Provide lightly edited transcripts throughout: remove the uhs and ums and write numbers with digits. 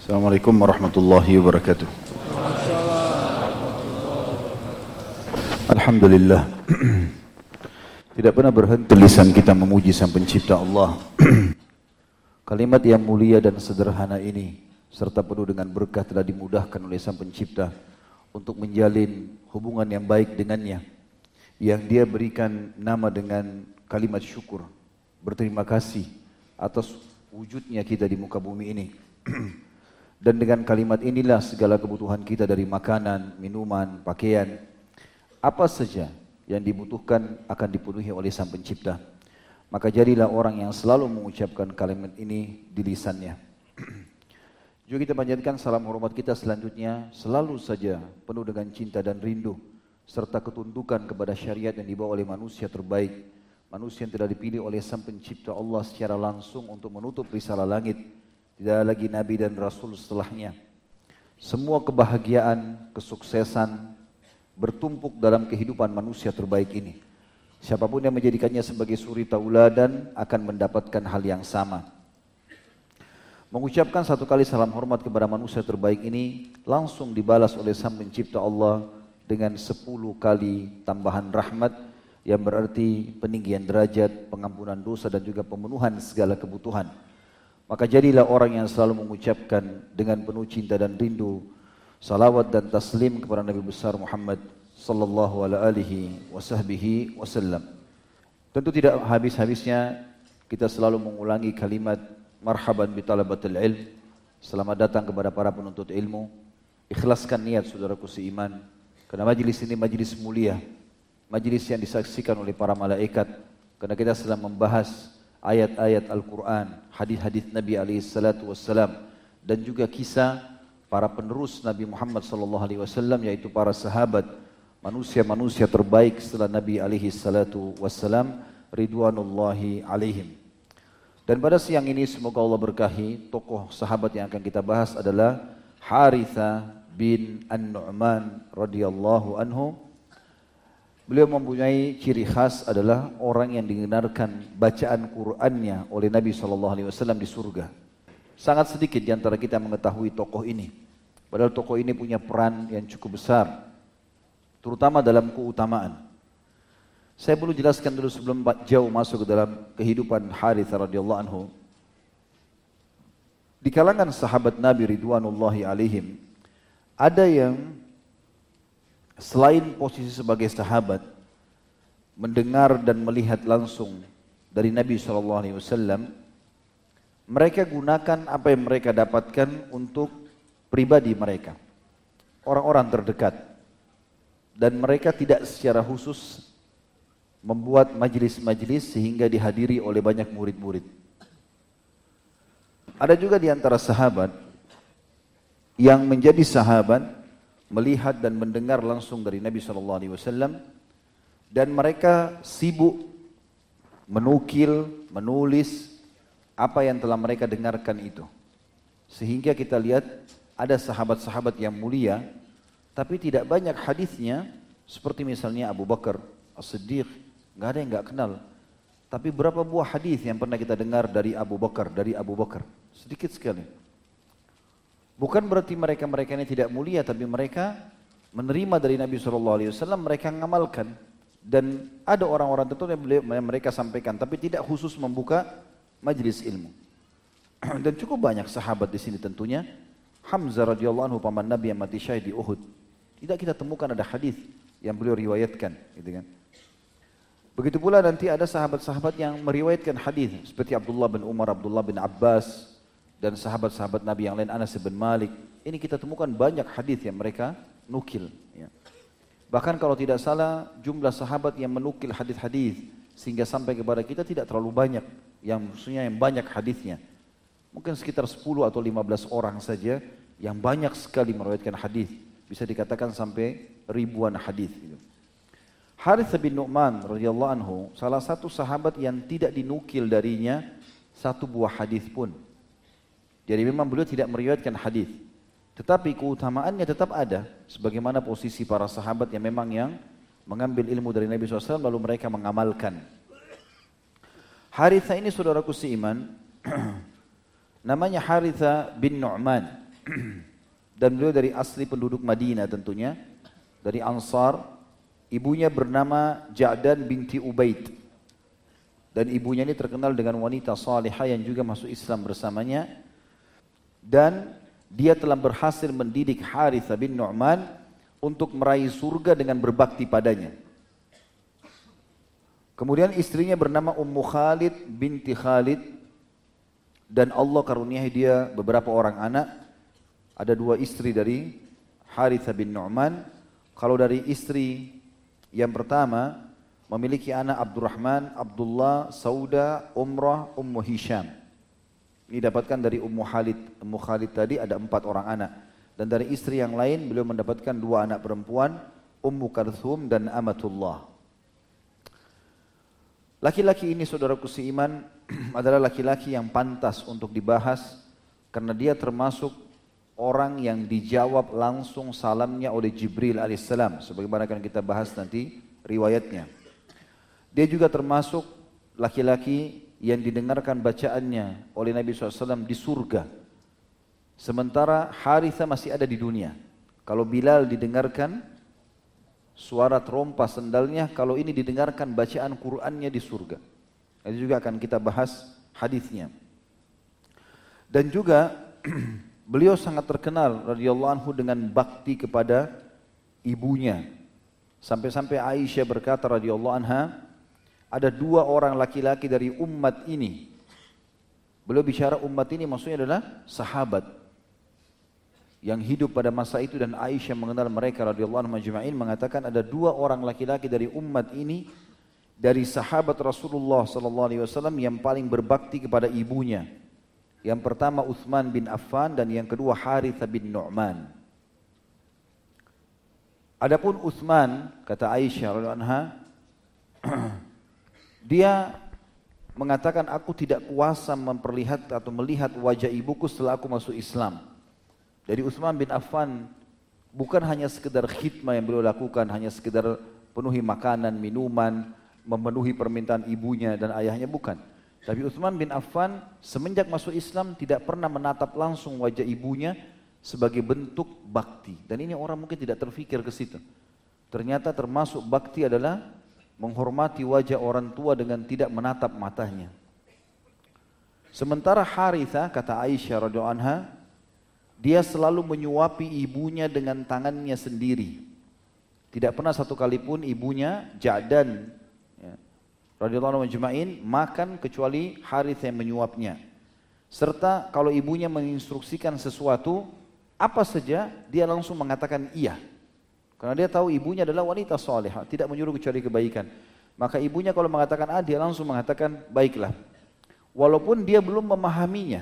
Assalamualaikum warahmatullahi wabarakatuh. Alhamdulillah. Tidak pernah berhenti lisan kita memuji Sang Pencipta Allah. Kalimat yang mulia dan sederhana ini serta penuh dengan berkah telah dimudahkan oleh Sang Pencipta untuk menjalin hubungan yang baik dengannya, yang Dia berikan nama dengan kalimat syukur, berterima kasih atas wujudnya kita di muka bumi ini. Dan dengan kalimat inilah segala kebutuhan kita dari makanan, minuman, pakaian, apa saja yang dibutuhkan akan dipenuhi oleh Sang Pencipta. Maka jadilah orang yang selalu mengucapkan kalimat ini di lisannya. Juga kita panjatkan salam hormat kita selanjutnya selalu saja penuh dengan cinta dan rindu serta ketundukan kepada syariat yang dibawa oleh manusia terbaik, manusia yang telah dipilih oleh Sang Pencipta Allah secara langsung untuk menutup risalah langit. Tidak lagi Nabi dan Rasul setelahnya. Semua kebahagiaan, kesuksesan bertumpuk dalam kehidupan manusia terbaik ini. Siapapun yang menjadikannya sebagai suri tauladan akan mendapatkan hal yang sama. Mengucapkan satu kali salam hormat kepada manusia terbaik ini langsung dibalas oleh Sang Pencipta Allah dengan 10 kali tambahan rahmat yang berarti peninggian derajat, pengampunan dosa dan juga pemenuhan segala kebutuhan. Maka jadilah orang yang selalu mengucapkan dengan penuh cinta dan rindu salawat dan taslim kepada Nabi besar Muhammad sallallahu alaihi wasallam. Tentu tidak habis-habisnya kita selalu mengulangi kalimat marhaban bi talabatil ilm, selamat datang kepada para penuntut ilmu. Ikhlaskan niat saudaraku seiman, karena majlis ini majlis mulia, majlis yang disaksikan oleh para malaikat, karena kita sedang membahas ayat-ayat Al-Quran, hadis-hadis Nabi SAW, dan juga kisah para penerus Nabi Muhammad SAW, yaitu para sahabat, manusia-manusia terbaik setelah Nabi SAW, ridwanullahi alaihim. Dan pada siang ini semoga Allah berkahi, tokoh sahabat yang akan kita bahas adalah Haritha bin An-Nu'man radhiyallahu anhu. Beliau mempunyai ciri khas adalah orang yang didengarkan bacaan Qur'annya oleh Nabi SAW di surga. Sangat sedikit di antara kita mengetahui tokoh ini. Padahal tokoh ini punya peran yang cukup besar, terutama dalam keutamaan. Saya perlu jelaskan dulu sebelum jauh masuk ke dalam kehidupan Harithah radhiyallahu anhu. Di kalangan sahabat Nabi ridwanullahi alaihim, ada yang selain posisi sebagai sahabat, mendengar dan melihat langsung dari Nabi SAW, mereka gunakan apa yang mereka dapatkan untuk pribadi mereka, orang-orang terdekat, dan mereka tidak secara khusus membuat majlis-majlis sehingga dihadiri oleh banyak murid-murid. Ada juga di antara sahabat yang menjadi sahabat melihat dan mendengar langsung dari Nabi SAW, dan mereka sibuk menukil, menulis apa yang telah mereka dengarkan itu. Sehingga kita lihat ada sahabat-sahabat yang mulia, tapi tidak banyak hadisnya, seperti misalnya Abu Bakar As-Siddiq, nggak ada yang nggak kenal. Tapi berapa buah hadis yang pernah kita dengar dari Abu Bakar, sedikit sekali. Bukan berarti mereka-mereka ini tidak mulia, tapi mereka menerima dari Nabi SAW, mereka mengamalkan. Dan ada orang-orang tertentu yang mereka sampaikan, tapi tidak khusus membuka majlis ilmu. Dan cukup banyak sahabat di sini tentunya. Hamzah radhiyallahu anhu, paman Nabi yang mati syahid di Uhud. Tidak kita temukan ada hadis yang beliau riwayatkan, gitu kan. Begitu pula nanti ada sahabat-sahabat yang meriwayatkan hadis seperti Abdullah bin Umar, Abdullah bin Abbas, dan sahabat-sahabat Nabi yang lain, Anas bin Malik. Ini kita temukan banyak hadis yang mereka nukil. Ya. Bahkan kalau tidak salah, jumlah sahabat yang menukil hadis-hadis sehingga sampai kepada kita tidak terlalu banyak. Yang maksudnya yang banyak hadisnya. Mungkin sekitar 10 atau 15 orang saja yang banyak sekali meriwayatkan hadis. Bisa dikatakan sampai ribuan hadis. Gitu. Harithah bin Nu'man radhiyallahu anhu, salah satu sahabat yang tidak dinukil darinya satu buah hadis pun. Jadi memang beliau tidak meriwayatkan hadis, tetapi keutamaannya tetap ada, sebagaimana posisi para sahabat yang memang yang mengambil ilmu dari Nabi SAW lalu mereka mengamalkan. Harithah ini saudaraku seiman, namanya Harithah bin Nu'man. dan beliau dari asli penduduk Madinah tentunya, dari Ansar. Ibunya bernama Ja'dan binti Ubaid, dan ibunya ini terkenal dengan wanita salihah yang juga masuk Islam bersamanya, dan dia telah berhasil mendidik Harithah bin Nu'man untuk meraih surga dengan berbakti padanya. Kemudian istrinya bernama Ummu Khalid binti Khalid, dan Allah karuniai dia beberapa orang anak. Ada 2 istri dari Harithah bin Nu'man. Kalau dari istri yang pertama memiliki anak Abdurrahman, Abdullah, Sauda, Umrah, Ummu Hisham. Ini dapatkan dari Ummu Khalid. Ummu Khalid tadi ada 4 orang anak. Dan dari istri yang lain beliau mendapatkan 2 anak perempuan, Ummu Kalthum dan Amatullah. Laki-laki ini saudaraku seiman adalah laki-laki yang pantas untuk dibahas karena dia termasuk orang yang dijawab langsung salamnya oleh Jibril alaihissalam, sebagaimana akan kita bahas nanti riwayatnya. Dia juga termasuk laki-laki yang didengarkan bacaannya oleh Nabi SAW di surga, sementara Harithah masih ada di dunia. Kalau Bilal didengarkan suara trompa sendalnya, kalau ini didengarkan bacaan Qur'annya di surga. Itu juga akan kita bahas hadisnya. Dan juga beliau sangat terkenal radhiyallahu anhu dengan bakti kepada ibunya. Sampai-sampai Aisyah berkata radhiyallahu anha, ada 2 orang laki-laki dari umat ini. Beliau bicara umat ini maksudnya adalah sahabat yang hidup pada masa itu, dan Aisyah mengenal mereka radhiyallahu anhum ajma'in, mengatakan ada 2 orang laki-laki dari umat ini dari sahabat Rasulullah sallallahu alaihi wasallam yang paling berbakti kepada ibunya. Yang pertama Uthman bin Affan dan yang kedua Harithah bin Nu'man. Adapun Uthman, kata Aisyah radhiyallahu anha, dia mengatakan aku tidak kuasa memperlihat atau melihat wajah ibuku setelah aku masuk Islam. Jadi Uthman bin Affan bukan hanya sekedar khidmah yang beliau lakukan, hanya sekedar penuhi makanan, minuman, memenuhi permintaan ibunya dan ayahnya, bukan. Tapi Uthman bin Affan semenjak masuk Islam tidak pernah menatap langsung wajah ibunya sebagai bentuk bakti. Dan ini orang mungkin tidak terfikir ke situ. Ternyata termasuk bakti adalah menghormati wajah orang tua dengan tidak menatap matanya. Sementara Harithah, kata Aisyah radhiyallahu anha, dia selalu menyuapi ibunya dengan tangannya sendiri. Tidak pernah satu kali pun ibunya Ja'dan radhiyallahu anhu ajma'in makan kecuali Harithah yang menyuapnya. Serta kalau ibunya menginstruksikan sesuatu apa saja, dia langsung mengatakan iya. Karena dia tahu ibunya adalah wanita salihah, tidak menyuruh kecuali kebaikan. Maka ibunya kalau mengatakan A, dia langsung mengatakan baiklah. Walaupun dia belum memahaminya.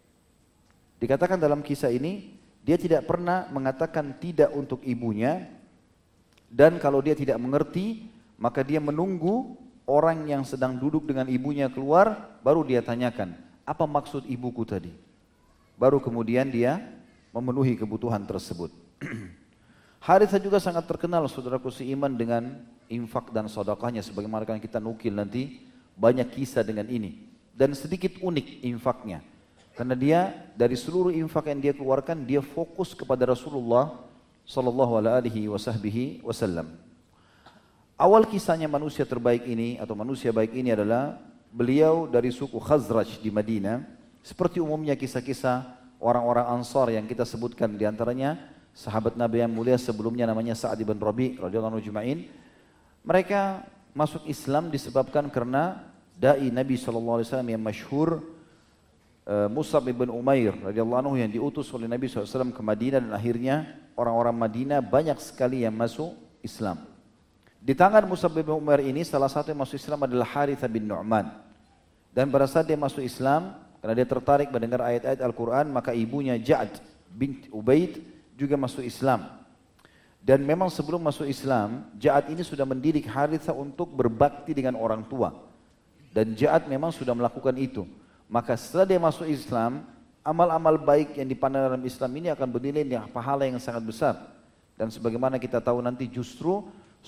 Dikatakan dalam kisah ini, dia tidak pernah mengatakan tidak untuk ibunya. Dan kalau dia tidak mengerti, maka dia menunggu orang yang sedang duduk dengan ibunya keluar, baru dia tanyakan, apa maksud ibuku tadi? Baru kemudian dia memenuhi kebutuhan tersebut. Harithah juga sangat terkenal saudaraku seiman dengan infak dan sedekahnya, sebagaimana akan kita nukil nanti banyak kisah dengan ini. Dan sedikit unik infaknya, karena dia dari seluruh infak yang dia keluarkan, dia fokus kepada Rasulullah sallallahu alaihi wasallam. Awal kisahnya manusia terbaik ini atau manusia baik ini adalah beliau dari suku Khazraj di Madinah. Seperti umumnya kisah-kisah orang-orang Ansar yang kita sebutkan, diantaranya sahabat Nabi yang mulia sebelumnya namanya Sa'ad bin Rabi' radhiyallahu anhu ajma'in. Mereka masuk Islam disebabkan karena dai Nabi SAW yang masyhur, Mus'ab bin Umair radhiyallahu anhu, yang diutus oleh Nabi SAW ke Madinah, dan akhirnya orang-orang Madinah banyak sekali yang masuk Islam. Di tangan Mus'ab bin Umair ini salah satu yang masuk Islam adalah Harithah bin Nu'man. Dan pada saat dia masuk Islam, karena dia tertarik mendengar ayat-ayat Al-Quran, maka ibunya Ja'ad binti Ubaid juga masuk Islam. Dan memang sebelum masuk Islam, Ja'ad ini sudah mendidik Harithah untuk berbakti dengan orang tua. Dan Ja'ad memang sudah melakukan itu. Maka setelah dia masuk Islam, amal-amal baik yang dipandang dalam Islam ini akan bernilai pahala yang sangat besar. Dan sebagaimana kita tahu nanti, justru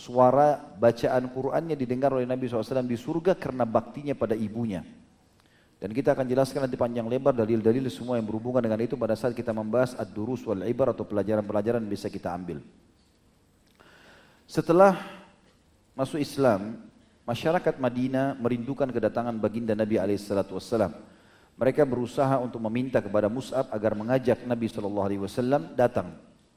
suara bacaan Qur'annya didengar oleh Nabi SAW di surga karena baktinya pada ibunya. Dan kita akan jelaskan nanti panjang lebar dalil-dalil semua yang berhubungan dengan itu pada saat kita membahas ad-durus wal ibar atau pelajaran-pelajaran yang bisa kita ambil. Setelah masuk Islam, masyarakat Madinah merindukan kedatangan baginda Nabi SAW. Mereka berusaha untuk meminta kepada Mus'ab agar mengajak Nabi SAW datang.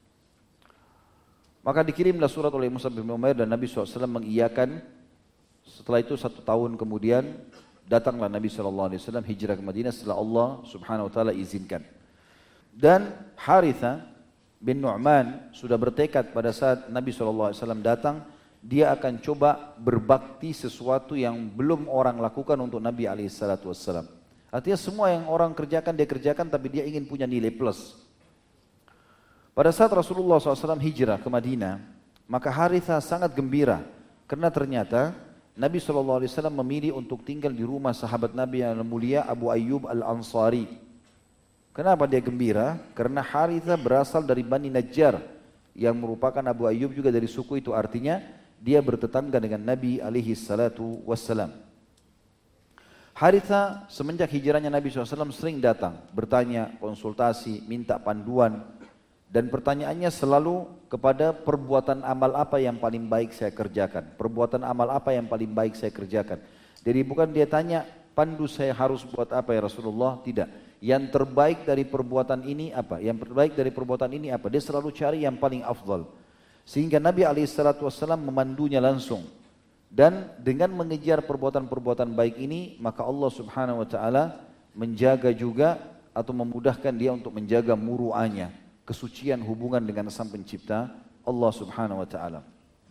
Maka dikirimlah surat oleh Mus'ab bin Umair dan Nabi SAW mengiyakan. Setelah itu 1 tahun kemudian datanglah Nabi SAW hijrah ke Madinah setelah Allah Subhanahu Wa Taala izinkan. Dan Haritha bin Nu'man sudah bertekad pada saat Nabi SAW datang, dia akan coba berbakti sesuatu yang belum orang lakukan untuk Nabi SAW. Artinya semua yang orang kerjakan dia kerjakan, tapi dia ingin punya nilai plus. Pada saat Rasulullah SAW hijrah ke Madinah, maka Haritha sangat gembira karena ternyata Nabi SAW memilih untuk tinggal di rumah sahabat Nabi yang mulia Abu Ayyub Al-Ansari. Kenapa dia gembira? Karena Haritha berasal dari Bani Najjar yang merupakan Abu Ayyub juga dari suku itu. Artinya dia bertetangga dengan Nabi SAW. Haritha semenjak hijrahnya Nabi SAW sering datang, bertanya, konsultasi, minta panduan. Dan pertanyaannya selalu kepada perbuatan amal apa yang paling baik saya kerjakan. Perbuatan amal apa yang paling baik saya kerjakan. Jadi bukan dia tanya, pandu saya harus buat apa ya Rasulullah? Tidak. Yang terbaik dari perbuatan ini apa? Yang terbaik dari perbuatan ini apa? Dia selalu cari yang paling afdal. Sehingga Nabi SAW memandunya langsung. Dan dengan mengejar perbuatan-perbuatan baik ini, maka Allah Subhanahu Wa Taala menjaga juga atau memudahkan dia untuk menjaga muru'ahnya. Kesucian hubungan dengan Sang Pencipta Allah Subhanahu Wa Taala.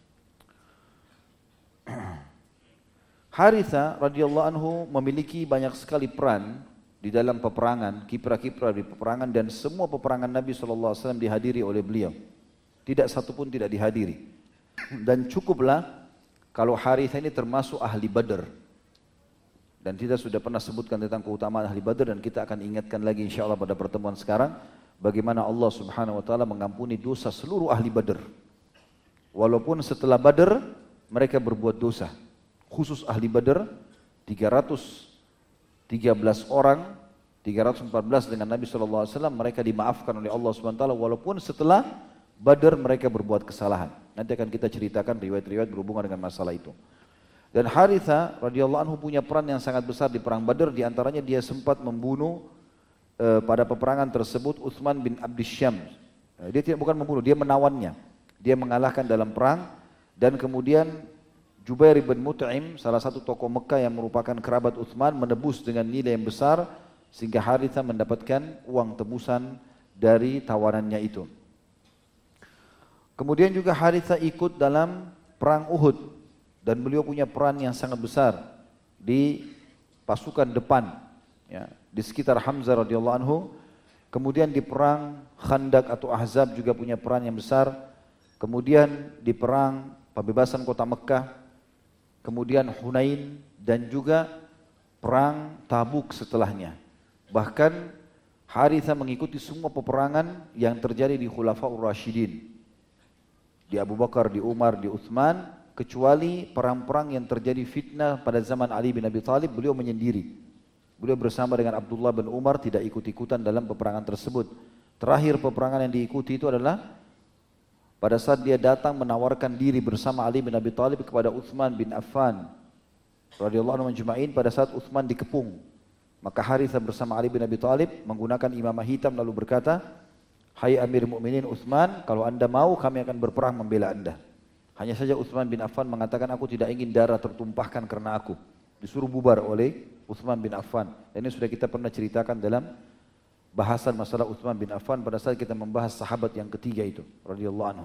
Haritha radhiyallahu anhu memiliki banyak sekali peran di dalam peperangan, kiprah-kiprah di peperangan, dan semua peperangan Nabi SAW dihadiri oleh beliau. Tidak satu pun tidak dihadiri. Dan cukuplah kalau Haritha ini termasuk ahli Badar. Dan kita sudah pernah sebutkan tentang keutamaan ahli Badar, dan kita akan ingatkan lagi insyaAllah pada pertemuan sekarang bagaimana Allah Subhanahu Wa Taala mengampuni dosa seluruh ahli Badar. Walaupun setelah Badar mereka berbuat dosa. Khusus ahli Badar 313 orang, 314 dengan Nabi SAW, mereka dimaafkan oleh Allah Subhanahu Wa Taala walaupun setelah Badar mereka berbuat kesalahan. Nanti akan kita ceritakan riwayat-riwayat berhubungan dengan masalah itu. Dan Haritha radhiyallahu anhu punya peran yang sangat besar di perang Badar. Di antaranya dia sempat membunuh pada peperangan tersebut Utsman bin Abdisyam. Dia bukan membunuh, dia menawannya. Dia mengalahkan dalam perang. Dan kemudian Jubair bin Mut'im, salah satu tokoh Mekah yang merupakan kerabat Utsman, menebus dengan nilai yang besar sehingga Haritha mendapatkan uang tebusan dari tawarannya itu. Kemudian juga Haritha ikut dalam perang Uhud dan beliau punya peran yang sangat besar di pasukan depan, ya, di sekitar Hamzah radhiyallahu anhu. Kemudian di perang Khandaq atau Ahzab juga punya peran yang besar. Kemudian di perang pembebasan kota Mekah, kemudian Hunain, dan juga perang Tabuk setelahnya. Bahkan Haritha mengikuti semua peperangan yang terjadi di Khulafaur Rasyidin, di Abu Bakar, di Umar, di Utsman, kecuali perang-perang yang terjadi fitnah pada zaman Ali bin Abi Thalib, beliau menyendiri. Beliau bersama dengan Abdullah bin Umar tidak ikut-ikutan dalam peperangan tersebut. Terakhir peperangan yang diikuti itu adalah pada saat dia datang menawarkan diri bersama Ali bin Abi Thalib kepada Utsman bin Affan radhiyallahu anhu majma'in pada saat Utsman dikepung. Maka Haritha bersama Ali bin Abi Thalib menggunakan imamah hitam lalu berkata, "Hai Amir Mukminin Utsman, kalau Anda mau kami akan berperang membela Anda." Hanya saja Utsman bin Affan mengatakan, "Aku tidak ingin darah tertumpahkan karena aku." Disuruh bubar oleh Utsman bin Affan. Dan ini sudah kita pernah ceritakan dalam bahasan masalah Utsman bin Affan pada saat kita membahas sahabat yang ketiga itu radhiyallahu anhu.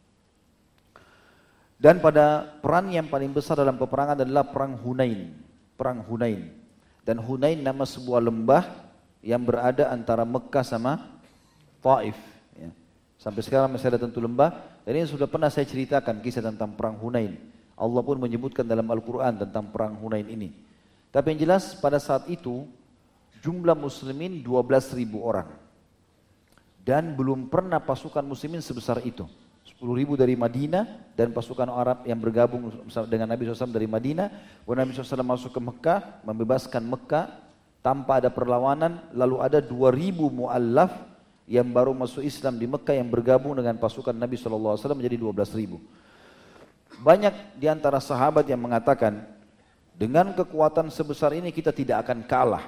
Dan pada peran yang paling besar dalam peperangan adalah perang Hunain. Perang Hunain. Dan Hunain nama sebuah lembah yang berada antara Mekah sama Taif. Ya. Sampai sekarang masih ada tentu lembah. Dan ini sudah pernah saya ceritakan kisah tentang perang Hunain. Allah pun menyebutkan dalam Al-Quran tentang perang Hunain ini. Tapi yang jelas pada saat itu jumlah muslimin 12.000 orang. Dan belum pernah pasukan muslimin sebesar itu. 10.000 dari Madinah dan pasukan Arab yang bergabung dengan Nabi SAW dari Madinah. Nabi SAW masuk ke Mekah, membebaskan Mekah, tanpa ada perlawanan, lalu ada 2.000 mu'allaf yang baru masuk Islam di Mekah yang bergabung dengan pasukan Nabi SAW menjadi 12.000. Banyak di antara sahabat yang mengatakan, dengan kekuatan sebesar ini kita tidak akan kalah.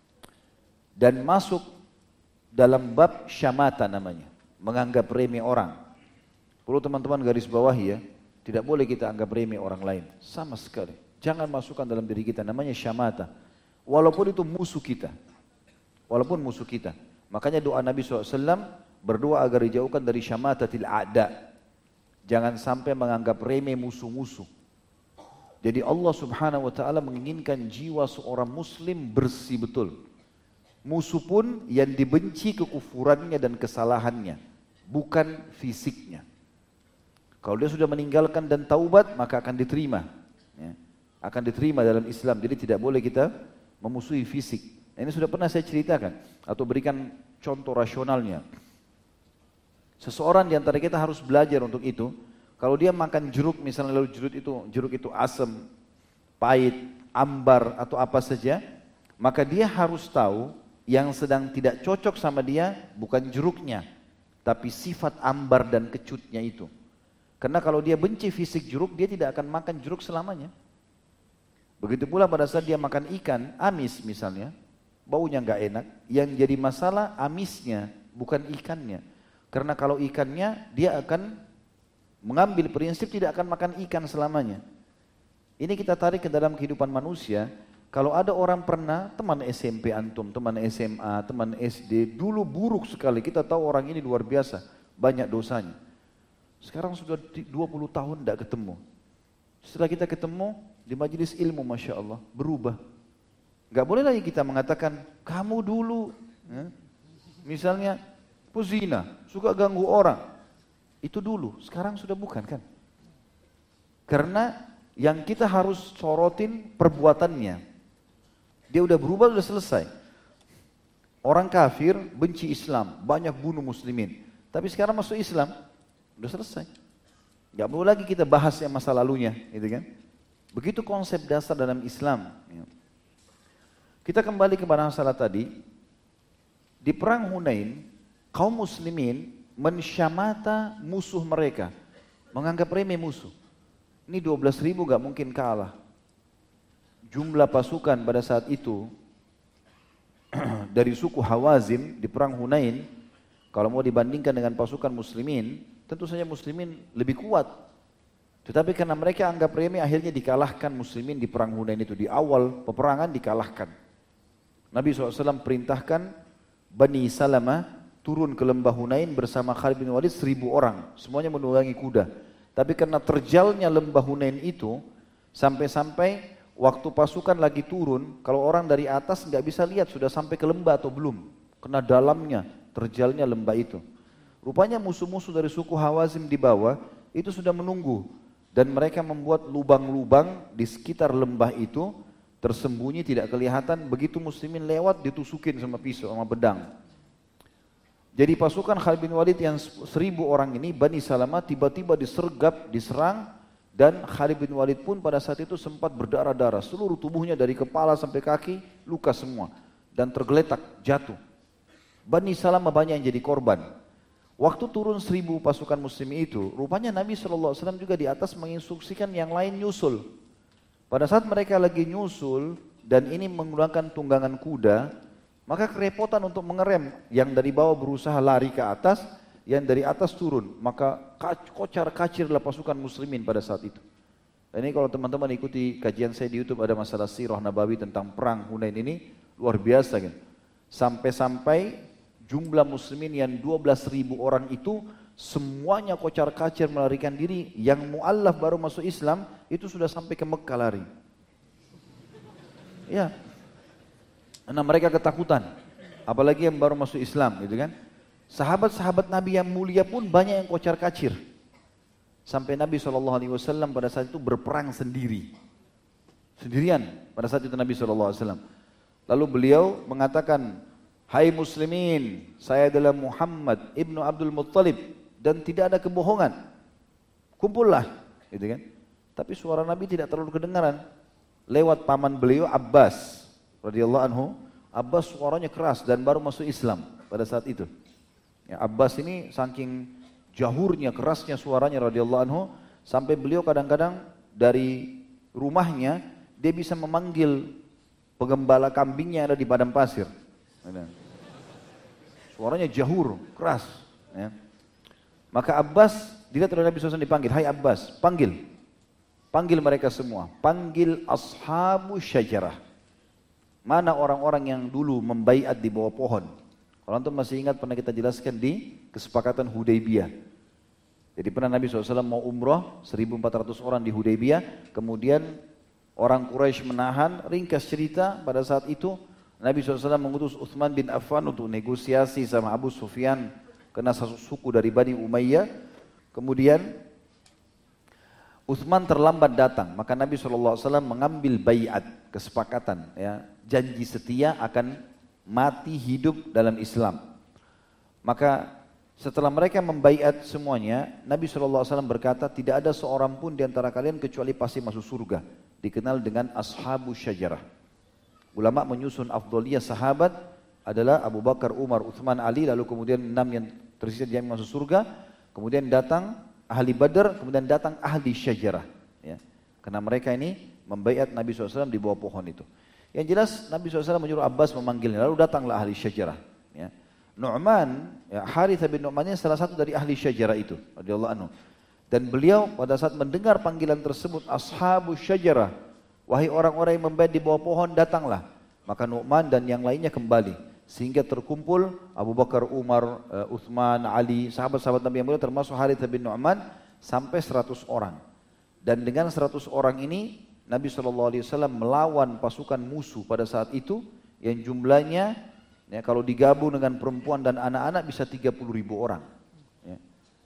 Dan masuk dalam bab syamata namanya, menganggap remeh orang. Perlu teman-teman garis bawahi ya, tidak boleh kita anggap remeh orang lain, sama sekali. Jangan masukkan dalam diri kita, namanya syamata. Walaupun itu musuh kita, walaupun musuh kita. Makanya doa Nabi SAW berdoa agar dijauhkan dari syamatatil a'da. Jangan sampai menganggap remeh musuh-musuh. Jadi Allah Subhanahu wa taala menginginkan jiwa seorang muslim bersih betul. Musuh pun yang dibenci kekufurannya dan kesalahannya, bukan fisiknya. Kalau dia sudah meninggalkan dan taubat, maka akan diterima. Ya. Akan diterima dalam Islam. Jadi tidak boleh kita memusuhi fisik. Nah, ini sudah pernah saya ceritakan atau berikan contoh rasionalnya. Seseorang di antara kita harus belajar untuk itu. Kalau dia makan jeruk misalnya, lalu jeruk itu asam, pahit, ambar atau apa saja, maka dia harus tahu yang sedang tidak cocok sama dia bukan jeruknya, tapi sifat ambar dan kecutnya itu. Karena kalau dia benci fisik jeruk, dia tidak akan makan jeruk selamanya. Begitu pula pada saat dia makan ikan, amis misalnya, baunya nggak enak, yang jadi masalah amisnya, bukan ikannya. Karena kalau ikannya, dia akan mengambil prinsip tidak akan makan ikan selamanya. Ini kita tarik ke dalam kehidupan manusia. Kalau ada orang pernah, teman SMP antum, teman SMA, teman SD, dulu buruk sekali, kita tahu orang ini luar biasa, banyak dosanya. Sekarang sudah 20 tahun tidak ketemu. Setelah kita ketemu, di majelis ilmu Masya Allah, berubah. Gak boleh lagi kita mengatakan, kamu dulu, ya, misalnya, pezina, suka ganggu orang. Itu dulu, sekarang sudah bukan kan? Karena yang kita harus sorotin perbuatannya. Dia udah berubah, sudah selesai. Orang kafir benci Islam, banyak bunuh muslimin. Tapi sekarang masuk Islam, udah selesai. Gak perlu lagi kita bahas yang masa lalunya, gitu kan? Begitu konsep dasar dalam Islam. Kita kembali kepada masalah tadi. Di perang Hunain, kaum muslimin mensyamata musuh mereka, menganggap remeh musuh. Ini 12.000 gak mungkin kalah. Jumlah pasukan pada saat itu dari suku Hawazim di perang Hunain, kalau mau dibandingkan dengan pasukan muslimin, tentu saja muslimin lebih kuat. Tetapi karena mereka anggap remeh, akhirnya dikalahkan muslimin di perang Hunain itu. Di awal peperangan dikalahkan. Nabi SAW perintahkan Bani Salamah turun ke lembah Hunain bersama Khalid bin Walid 1.000 orang. Semuanya menunggangi kuda. Tapi karena terjalnya lembah Hunain itu, sampai-sampai waktu pasukan lagi turun, kalau orang dari atas nggak bisa lihat sudah sampai ke lembah atau belum. Karena dalamnya, terjalnya lembah itu. Rupanya musuh-musuh dari suku Hawazim di bawah, itu sudah menunggu. Dan mereka membuat lubang-lubang di sekitar lembah itu, tersembunyi tidak kelihatan, begitu muslimin lewat ditusukin sama pisau, sama pedang. Jadi pasukan Khalid bin Walid yang 1.000 orang ini, Bani Salamah tiba-tiba disergap, diserang, dan Khalid bin Walid pun pada saat itu sempat berdarah-darah, seluruh tubuhnya dari kepala sampai kaki luka semua, dan tergeletak, jatuh. Bani Salamah banyak yang jadi korban. Waktu turun 1.000 pasukan muslim itu, rupanya Nabi SAW juga di atas menginstruksikan yang lain nyusul. Pada saat mereka lagi nyusul, dan ini menggunakan tunggangan kuda, maka kerepotan untuk mengerem. Yang dari bawah berusaha lari ke atas, yang dari atas turun. Maka kocar kacirlah pasukan muslimin pada saat itu. Dan ini kalau teman-teman ikuti kajian saya di YouTube, ada masalah sirah Nabawi tentang perang Hunain ini, luar biasa kan. Sampai-sampai jumlah muslimin yang 12.000 orang itu semuanya kocar kacir melarikan diri. Yang mu'allaf baru masuk Islam itu sudah sampai ke Mekah lari. Ya, karena mereka ketakutan, apalagi yang baru masuk Islam, gitu kan. Sahabat-sahabat Nabi yang mulia pun banyak yang kocar kacir. Sampai Nabi SAW pada saat itu berperang sendirian pada saat itu Nabi SAW. Lalu beliau mengatakan, hai muslimin, saya adalah Muhammad ibnu Abdul Muttalib dan tidak ada kebohongan. Kumpullah, gitu kan. Tapi suara Nabi tidak terlalu kedengaran. Lewat paman beliau Abbas radhiyallahu anhu, Abbas suaranya keras dan baru masuk Islam pada saat itu. Ya, Abbas ini saking jahurnya, kerasnya suaranya radhiyallahu anhu, sampai beliau kadang-kadang dari rumahnya dia bisa memanggil penggembala kambingnya yang ada di padang pasir. Suaranya jahur, keras. Ya. Maka Abbas dilihat oleh Nabi SAW dipanggil, hai Abbas, panggil. Panggil mereka semua, panggil ashabu syajarah. Mana orang-orang yang dulu membaiat di bawah pohon? Kalau antum masih ingat pernah kita jelaskan di kesepakatan Hudaybiyah. Jadi pernah Nabi SAW mau umrah, 1.400 orang di Hudaybiyah, kemudian orang Quraisy menahan, ringkas cerita pada saat itu, Nabi SAW mengutus Utsman bin Affan untuk negosiasi sama Abu Sufyan, kena satu suku dari Bani Umayyah, kemudian Utsman terlambat datang, maka Nabi SAW mengambil baiat, kesepakatan, ya, janji setia akan mati hidup dalam Islam. Maka setelah mereka membaiat semuanya, Nabi SAW berkata, tidak ada seorang pun di antara kalian kecuali pasti masuk surga. Dikenal dengan ashabu syajarah. Ulama menyusun afdoliyah sahabat adalah Abu Bakar, Umar, Utsman, Ali, lalu kemudian 6 yang tersisa yang masuk surga, kemudian datang ahli Badar, kemudian datang ahli syajarah. Ya. Karena mereka ini membaiat Nabi SAW di bawah pohon itu. Yang jelas Nabi SAW menyuruh Abbas memanggilnya, lalu datanglah ahli syajarah. Ya. Nu'man, ya, Harithah bin Nu'man ini salah satu dari ahli syajarah itu, radhiyallahu anhu. Dan beliau pada saat mendengar panggilan tersebut, ashabu syajarah, wahai orang-orang yang membaiat di bawah pohon, datanglah. Maka Nu'man dan yang lainnya kembali. Sehingga terkumpul Abu Bakar, Umar, Utsman, Ali, sahabat-sahabat Nabi yang mulia termasuk Harithah bin Nu'man sampai 100 orang. Dan dengan 100 orang ini Nabi SAW melawan pasukan musuh pada saat itu yang jumlahnya, ya, kalau digabung dengan perempuan dan anak-anak bisa 30.000 orang. Ya.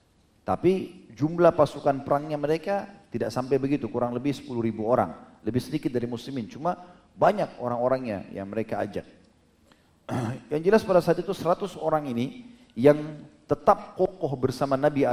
Tapi jumlah pasukan perangnya mereka tidak sampai begitu, kurang lebih 10.000 orang. Lebih sedikit dari muslimin, cuma banyak orang-orangnya yang mereka ajak. Yang jelas pada saat itu 100 orang ini yang tetap kokoh bersama Nabi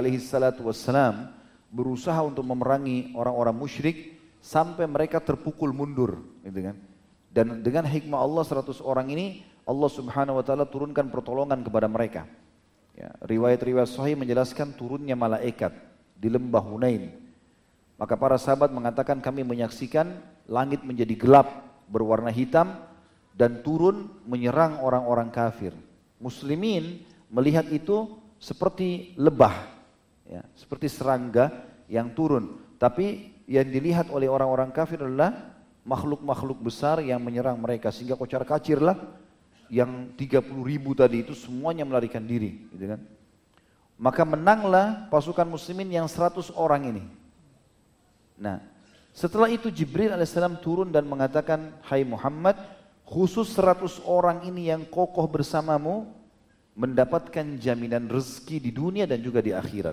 SAW berusaha untuk memerangi orang-orang musyrik sampai mereka terpukul mundur, gitu kan. Dan dengan hikmah Allah 100 orang ini Allah Subhanahu wa taala turunkan pertolongan kepada mereka. Ya, riwayat-riwayat sahih menjelaskan turunnya malaikat di lembah Hunain. Maka para sahabat mengatakan kami menyaksikan langit menjadi gelap berwarna hitam dan turun menyerang orang-orang kafir. Muslimin melihat itu seperti lebah, ya, seperti serangga yang turun. Tapi yang dilihat oleh orang-orang kafir adalah makhluk-makhluk besar yang menyerang mereka. Sehingga kocar-kacirlah yang 30.000 tadi itu semuanya melarikan diri, gitu kan. Maka menanglah pasukan muslimin yang 100 orang ini. Nah, setelah itu Jibril alaihissalam turun dan mengatakan, hai Muhammad, khusus 100 orang ini yang kokoh bersamamu mendapatkan jaminan rezeki di dunia dan juga di akhirat.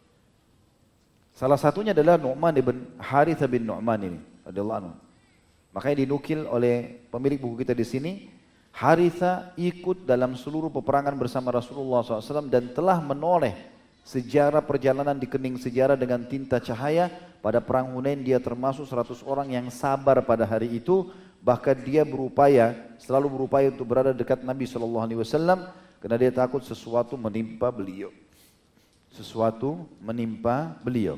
Salah satunya adalah Nu'man bin Harithah bin Nu'man ini, radhiyallahu anhu. Makanya dinukil oleh pemilik buku kita di sini, Harithah ikut dalam seluruh peperangan bersama Rasulullah SAW dan telah menoleh sejarah perjalanan di kening sejarah dengan tinta cahaya. Pada perang Hunain dia termasuk 100 orang yang sabar pada hari itu. Bahkan dia selalu berupaya untuk berada dekat Nabi SAW karena dia takut sesuatu menimpa beliau. Sesuatu menimpa beliau.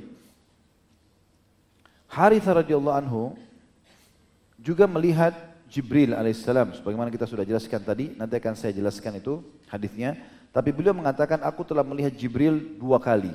Harithah radhiyallahu anhu juga melihat Jibril alaihissalam, sebagaimana kita sudah jelaskan tadi, nanti akan saya jelaskan itu hadisnya. Tapi beliau mengatakan aku telah melihat Jibril 2 kali.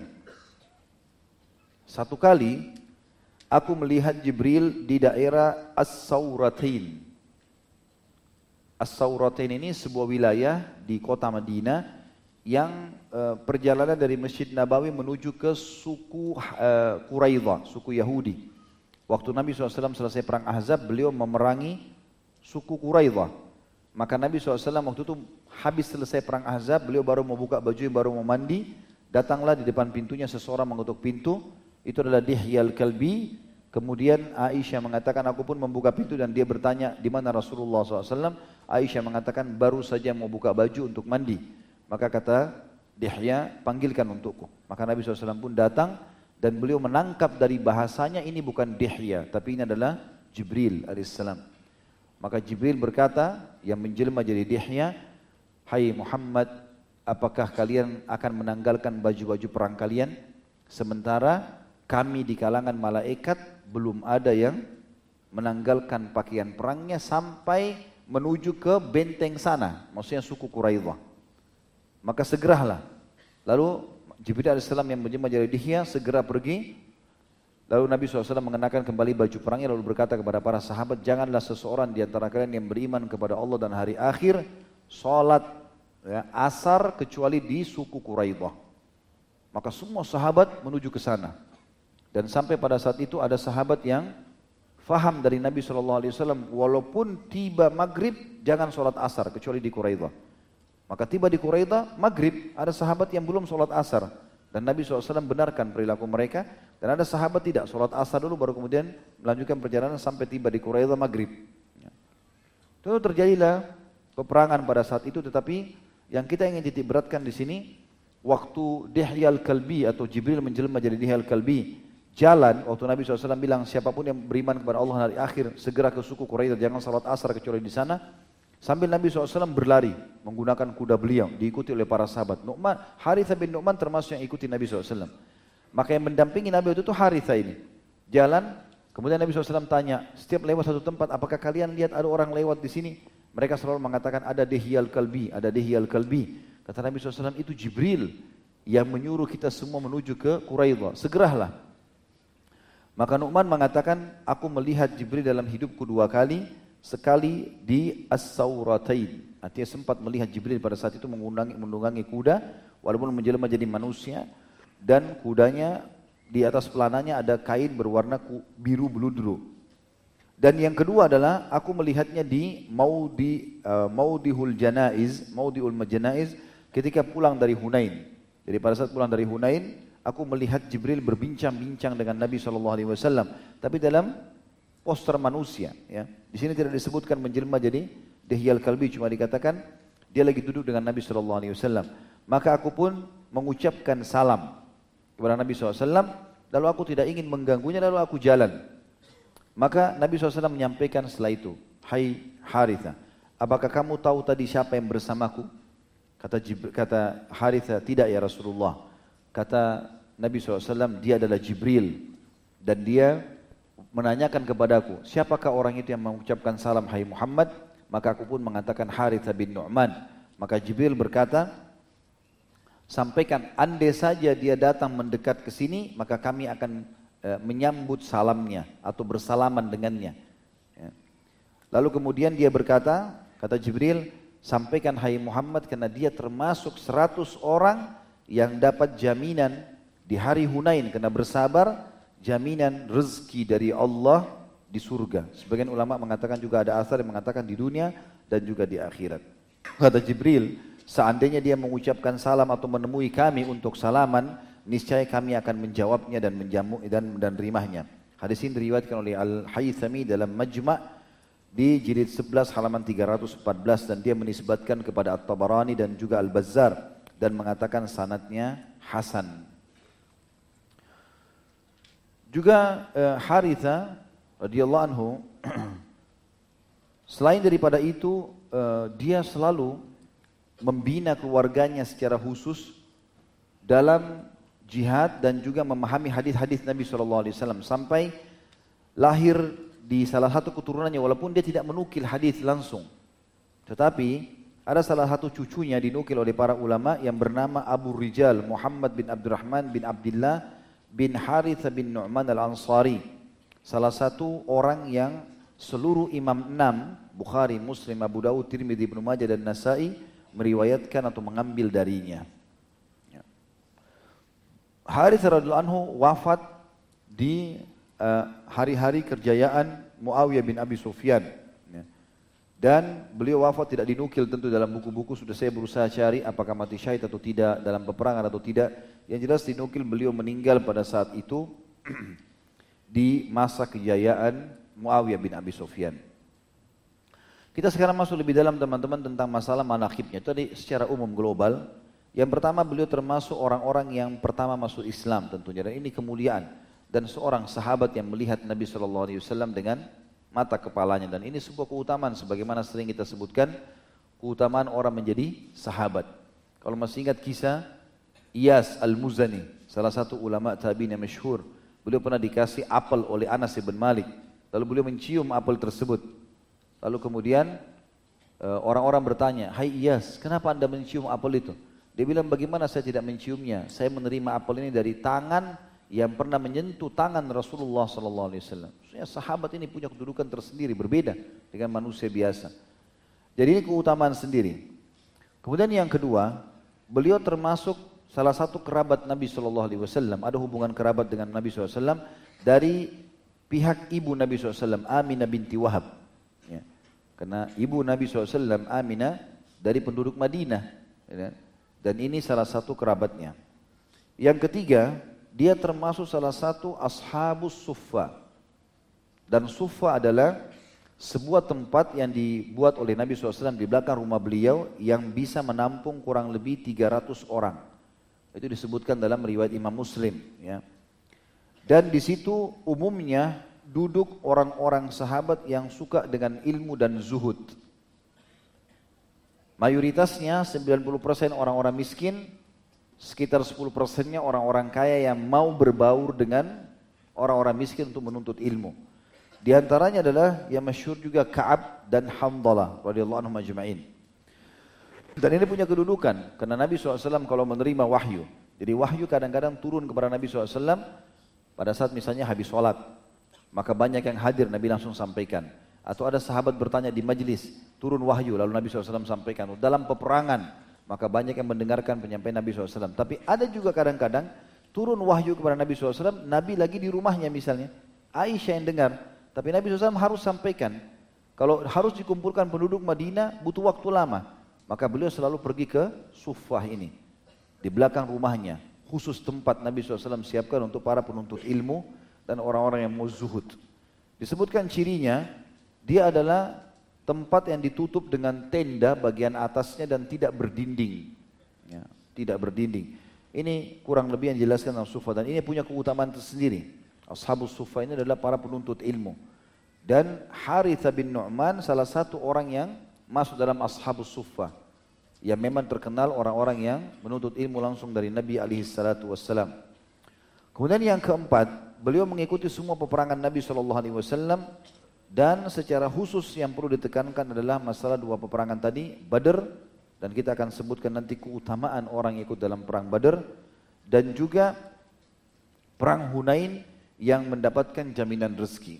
1 kali aku melihat Jibril di daerah As-Sauratain. As-Sauratain ini sebuah wilayah di kota Madinah yang perjalanan dari Masjid Nabawi menuju ke suku Quraidah, suku Yahudi. Waktu Nabi SAW selesai perang Ahzab, beliau memerangi suku Quraidah. Maka Nabi SAW waktu itu habis selesai perang Ahzab, beliau baru mau buka baju, baru mau mandi. Datanglah di depan pintunya seseorang mengetuk pintu. Itu adalah Dihyal Kalbi. Kemudian Aisyah mengatakan aku pun membuka pintu dan dia bertanya di mana Rasulullah SAW. Aisyah mengatakan baru saja mau buka baju untuk mandi. Maka kata Dihya, panggilkan untukku. Maka Nabi SAW pun datang dan beliau menangkap dari bahasanya ini bukan Dihya, tapi ini adalah Jibril alaihissalam. Maka Jibril berkata, yang menjelma jadi Dihya, "Hai Muhammad, apakah kalian akan menanggalkan baju-baju perang kalian? Sementara kami di kalangan malaikat belum ada yang menanggalkan pakaian perangnya sampai menuju ke benteng sana," maksudnya suku Quraidah. "Maka segeralah." Lalu Jibril AS yang menjelma jadi Dihya segera pergi. Lalu Nabi SAW mengenakan kembali baju perangnya lalu berkata kepada para sahabat, "Janganlah seseorang di antara kalian yang beriman kepada Allah dan hari akhir sholat asar kecuali di suku Quraidah." Maka semua sahabat menuju ke sana. Dan sampai pada saat itu ada sahabat yang faham dari Nabi SAW, walaupun tiba maghrib jangan sholat asar kecuali di Quraidah. Maka tiba di Quraidah maghrib, ada sahabat yang belum sholat asar. Dan Nabi SAW benarkan perilaku mereka. Dan ada sahabat tidak, sholat asar dulu baru kemudian melanjutkan perjalanan sampai tiba di Quraidah maghrib. Itu terjadilah peperangan pada saat itu, tetapi yang kita ingin titik beratkan di sini, waktu Dihya al-Kalbi atau Jibril menjelma jadi Dihya al-Kalbi, jalan, waktu Nabi SAW bilang siapapun yang beriman kepada Allah hari akhir, segera ke suku Quraidah, jangan sholat asar kecuali di sana. Sambil Nabi SAW berlari menggunakan kuda beliau, diikuti oleh para sahabat. Harithah bin Nu'man termasuk yang ikuti Nabi SAW. Maka yang mendampingi Nabi itu Harithah ini. Jalan, kemudian Nabi SAW tanya, setiap lewat satu tempat, apakah kalian lihat ada orang lewat di sini? Mereka selalu mengatakan ada Dihya al-Kalbi, ada Dihya al-Kalbi. Kata Nabi SAW, itu Jibril yang menyuruh kita semua menuju ke Quraidah. Segeralah. Maka Nu'man mengatakan, aku melihat Jibril dalam hidupku 2 kali, sekali di As-Sawratain. Artinya sempat melihat Jibril pada saat itu menunggangi kuda, walaupun menjelma jadi manusia, dan kudanya di atas pelananya ada kain berwarna biru beludru. Dan yang kedua adalah aku melihatnya di Maudihul Janaiz, Maudiul Janaiz, ketika pulang dari Hunain. Jadi pada saat pulang dari Hunain, aku melihat Jibril berbincang-bincang dengan Nabi SAW, tapi dalam poster manusia. Ya. Di sini tidak disebutkan menjelma jadi Dihya al-Kalbi, cuma dikatakan dia lagi duduk dengan Nabi SAW. Maka aku pun mengucapkan salam kepada Nabi SAW, lalu aku tidak ingin mengganggunya, lalu aku jalan. Maka Nabi SAW menyampaikan setelah itu, "Hai Harithah, apakah kamu tahu tadi siapa yang bersamaku?" Kata Harithah, "Tidak ya Rasulullah." Kata Nabi SAW, "Dia adalah Jibril dan dia menanyakan kepadaku, siapakah orang itu yang mengucapkan salam, hai Muhammad?" Maka aku pun mengatakan Harithah bin Nu'man. Maka Jibril berkata, "Sampaikan, andai saja dia datang mendekat ke sini, maka kami akan menyambut salamnya atau bersalaman dengannya." Ya. Lalu kemudian dia berkata, kata Jibril, "Sampaikan hai Muhammad, karena dia termasuk 100 orang yang dapat jaminan di hari Hunain, karena bersabar, jaminan rezeki dari Allah di surga." Sebagian ulama mengatakan juga ada asar yang mengatakan di dunia dan juga di akhirat. Kata Jibril, seandainya dia mengucapkan salam atau menemui kami untuk salaman, niscaya kami akan menjawabnya dan menjamu dan menerimanya. Hadis ini diriwayatkan oleh Al-Haythami dalam Majma' di jilid 11 halaman 314 dan dia menisbatkan kepada At-Tabarani dan juga Al-Bazzar dan mengatakan sanadnya hasan. Juga Harithah radhiyallahu anhu selain daripada itu dia selalu membina keluarganya secara khusus dalam jihad dan juga memahami hadis-hadis Nabi SAW sampai lahir di salah satu keturunannya, walaupun dia tidak menukil hadis langsung, tetapi ada salah satu cucunya dinukil oleh para ulama yang bernama Abu Rijal Muhammad bin Abdurrahman bin Abdullah bin Harithah bin Nu'man al-Ansari, salah satu orang yang seluruh imam 6 Bukhari, Muslim, Abu Dawud, Tirmidzi, Ibnu Majah dan Nasai meriwayatkan atau mengambil darinya. Harithah radhiyallahu anhu wafat di hari-hari kerjayaan Muawiyah bin Abi Sufyan. Dan beliau wafat tidak dinukil tentu dalam buku-buku, sudah saya berusaha cari apakah mati syahid atau tidak, dalam peperangan atau tidak. Yang jelas dinukil beliau meninggal pada saat itu di masa kejayaan Muawiyah bin Abi Sufyan. Kita sekarang masuk lebih dalam teman-teman tentang masalah manaqibnya. Tadi secara umum global. Yang pertama, beliau termasuk orang-orang yang pertama masuk Islam tentunya, dan ini kemuliaan. Dan seorang sahabat yang melihat Nabi SAW dengan mata kepalanya. Dan ini sebuah keutamaan sebagaimana sering kita sebutkan, keutamaan orang menjadi sahabat. Kalau masih ingat kisah Iyas Al-Muzani, salah satu ulama tabi'in yang masyhur, beliau pernah dikasih apel oleh Anas bin Malik, lalu beliau mencium apel tersebut. Lalu kemudian orang-orang bertanya, "Hai Iyas, kenapa Anda mencium apel itu?" Dia bilang, "Bagaimana saya tidak menciumnya? Saya menerima apel ini dari tangan yang pernah menyentuh tangan Rasulullah sallallahu alaihi wasallam." Maksudnya sahabat ini punya kedudukan tersendiri, berbeda dengan manusia biasa. Jadi ini keutamaan sendiri. Kemudian yang kedua, beliau termasuk salah satu kerabat Nabi sallallahu alaihi wasallam, ada hubungan kerabat dengan Nabi sallallahu alaihi wasallam dari pihak ibu Nabi sallallahu alaihi wasallam, Aminah binti Wahab. Ya. Karena ibu Nabi sallallahu alaihi wasallam Aminah dari penduduk Madinah, ya. Dan ini salah satu kerabatnya. Yang ketiga, dia termasuk salah satu ashabus suffah. Dan suffah adalah sebuah tempat yang dibuat oleh Nabi SAW di belakang rumah beliau yang bisa menampung kurang lebih 300 orang. Itu disebutkan dalam riwayat Imam Muslim. Ya. Dan di situ umumnya duduk orang-orang sahabat yang suka dengan ilmu dan zuhud. Mayoritasnya 90% orang-orang miskin, sekitar 10%-nya orang-orang kaya yang mau berbaur dengan orang-orang miskin untuk menuntut ilmu. Di antaranya adalah yang masyhur juga Ka'ab dan Hamdalah radhiyallahu anhum ajma'in. Dan ini punya kedudukan karena Nabi SAW kalau menerima wahyu. Jadi wahyu kadang-kadang turun kepada Nabi SAW pada saat misalnya habis sholat. Maka banyak yang hadir, Nabi langsung sampaikan. Atau ada sahabat bertanya di majlis, turun wahyu lalu Nabi SAW sampaikan. Dalam peperangan, maka banyak yang mendengarkan penyampaian Nabi SAW. Tapi ada juga kadang-kadang turun wahyu kepada Nabi SAW, Nabi lagi di rumahnya misalnya. Aisyah yang dengar, tapi Nabi SAW harus sampaikan. Kalau harus dikumpulkan penduduk Madinah, butuh waktu lama. Maka beliau selalu pergi ke Suffah ini. Di belakang rumahnya, khusus tempat Nabi SAW siapkan untuk para penuntut ilmu dan orang-orang yang mau zuhud. Disebutkan cirinya, dia adalah tempat yang ditutup dengan tenda bagian atasnya dan tidak berdinding. Ya, tidak berdinding. Ini kurang lebih yang dijelaskan dalam Suffah dan ini punya keutamaan tersendiri. Ashabus Suffah ini adalah para penuntut ilmu. Dan Harithah bin Nu'man salah satu orang yang masuk dalam Ashabus Suffah. Yang memang terkenal orang-orang yang menuntut ilmu langsung dari Nabi alaihissalatu wassalam. Kemudian yang keempat, beliau mengikuti semua peperangan Nabi SAW. Dan secara khusus yang perlu ditekankan adalah masalah dua peperangan tadi, Badr, dan kita akan sebutkan nanti keutamaan orang yang ikut dalam perang Badr, dan juga perang Hunain yang mendapatkan jaminan rezeki.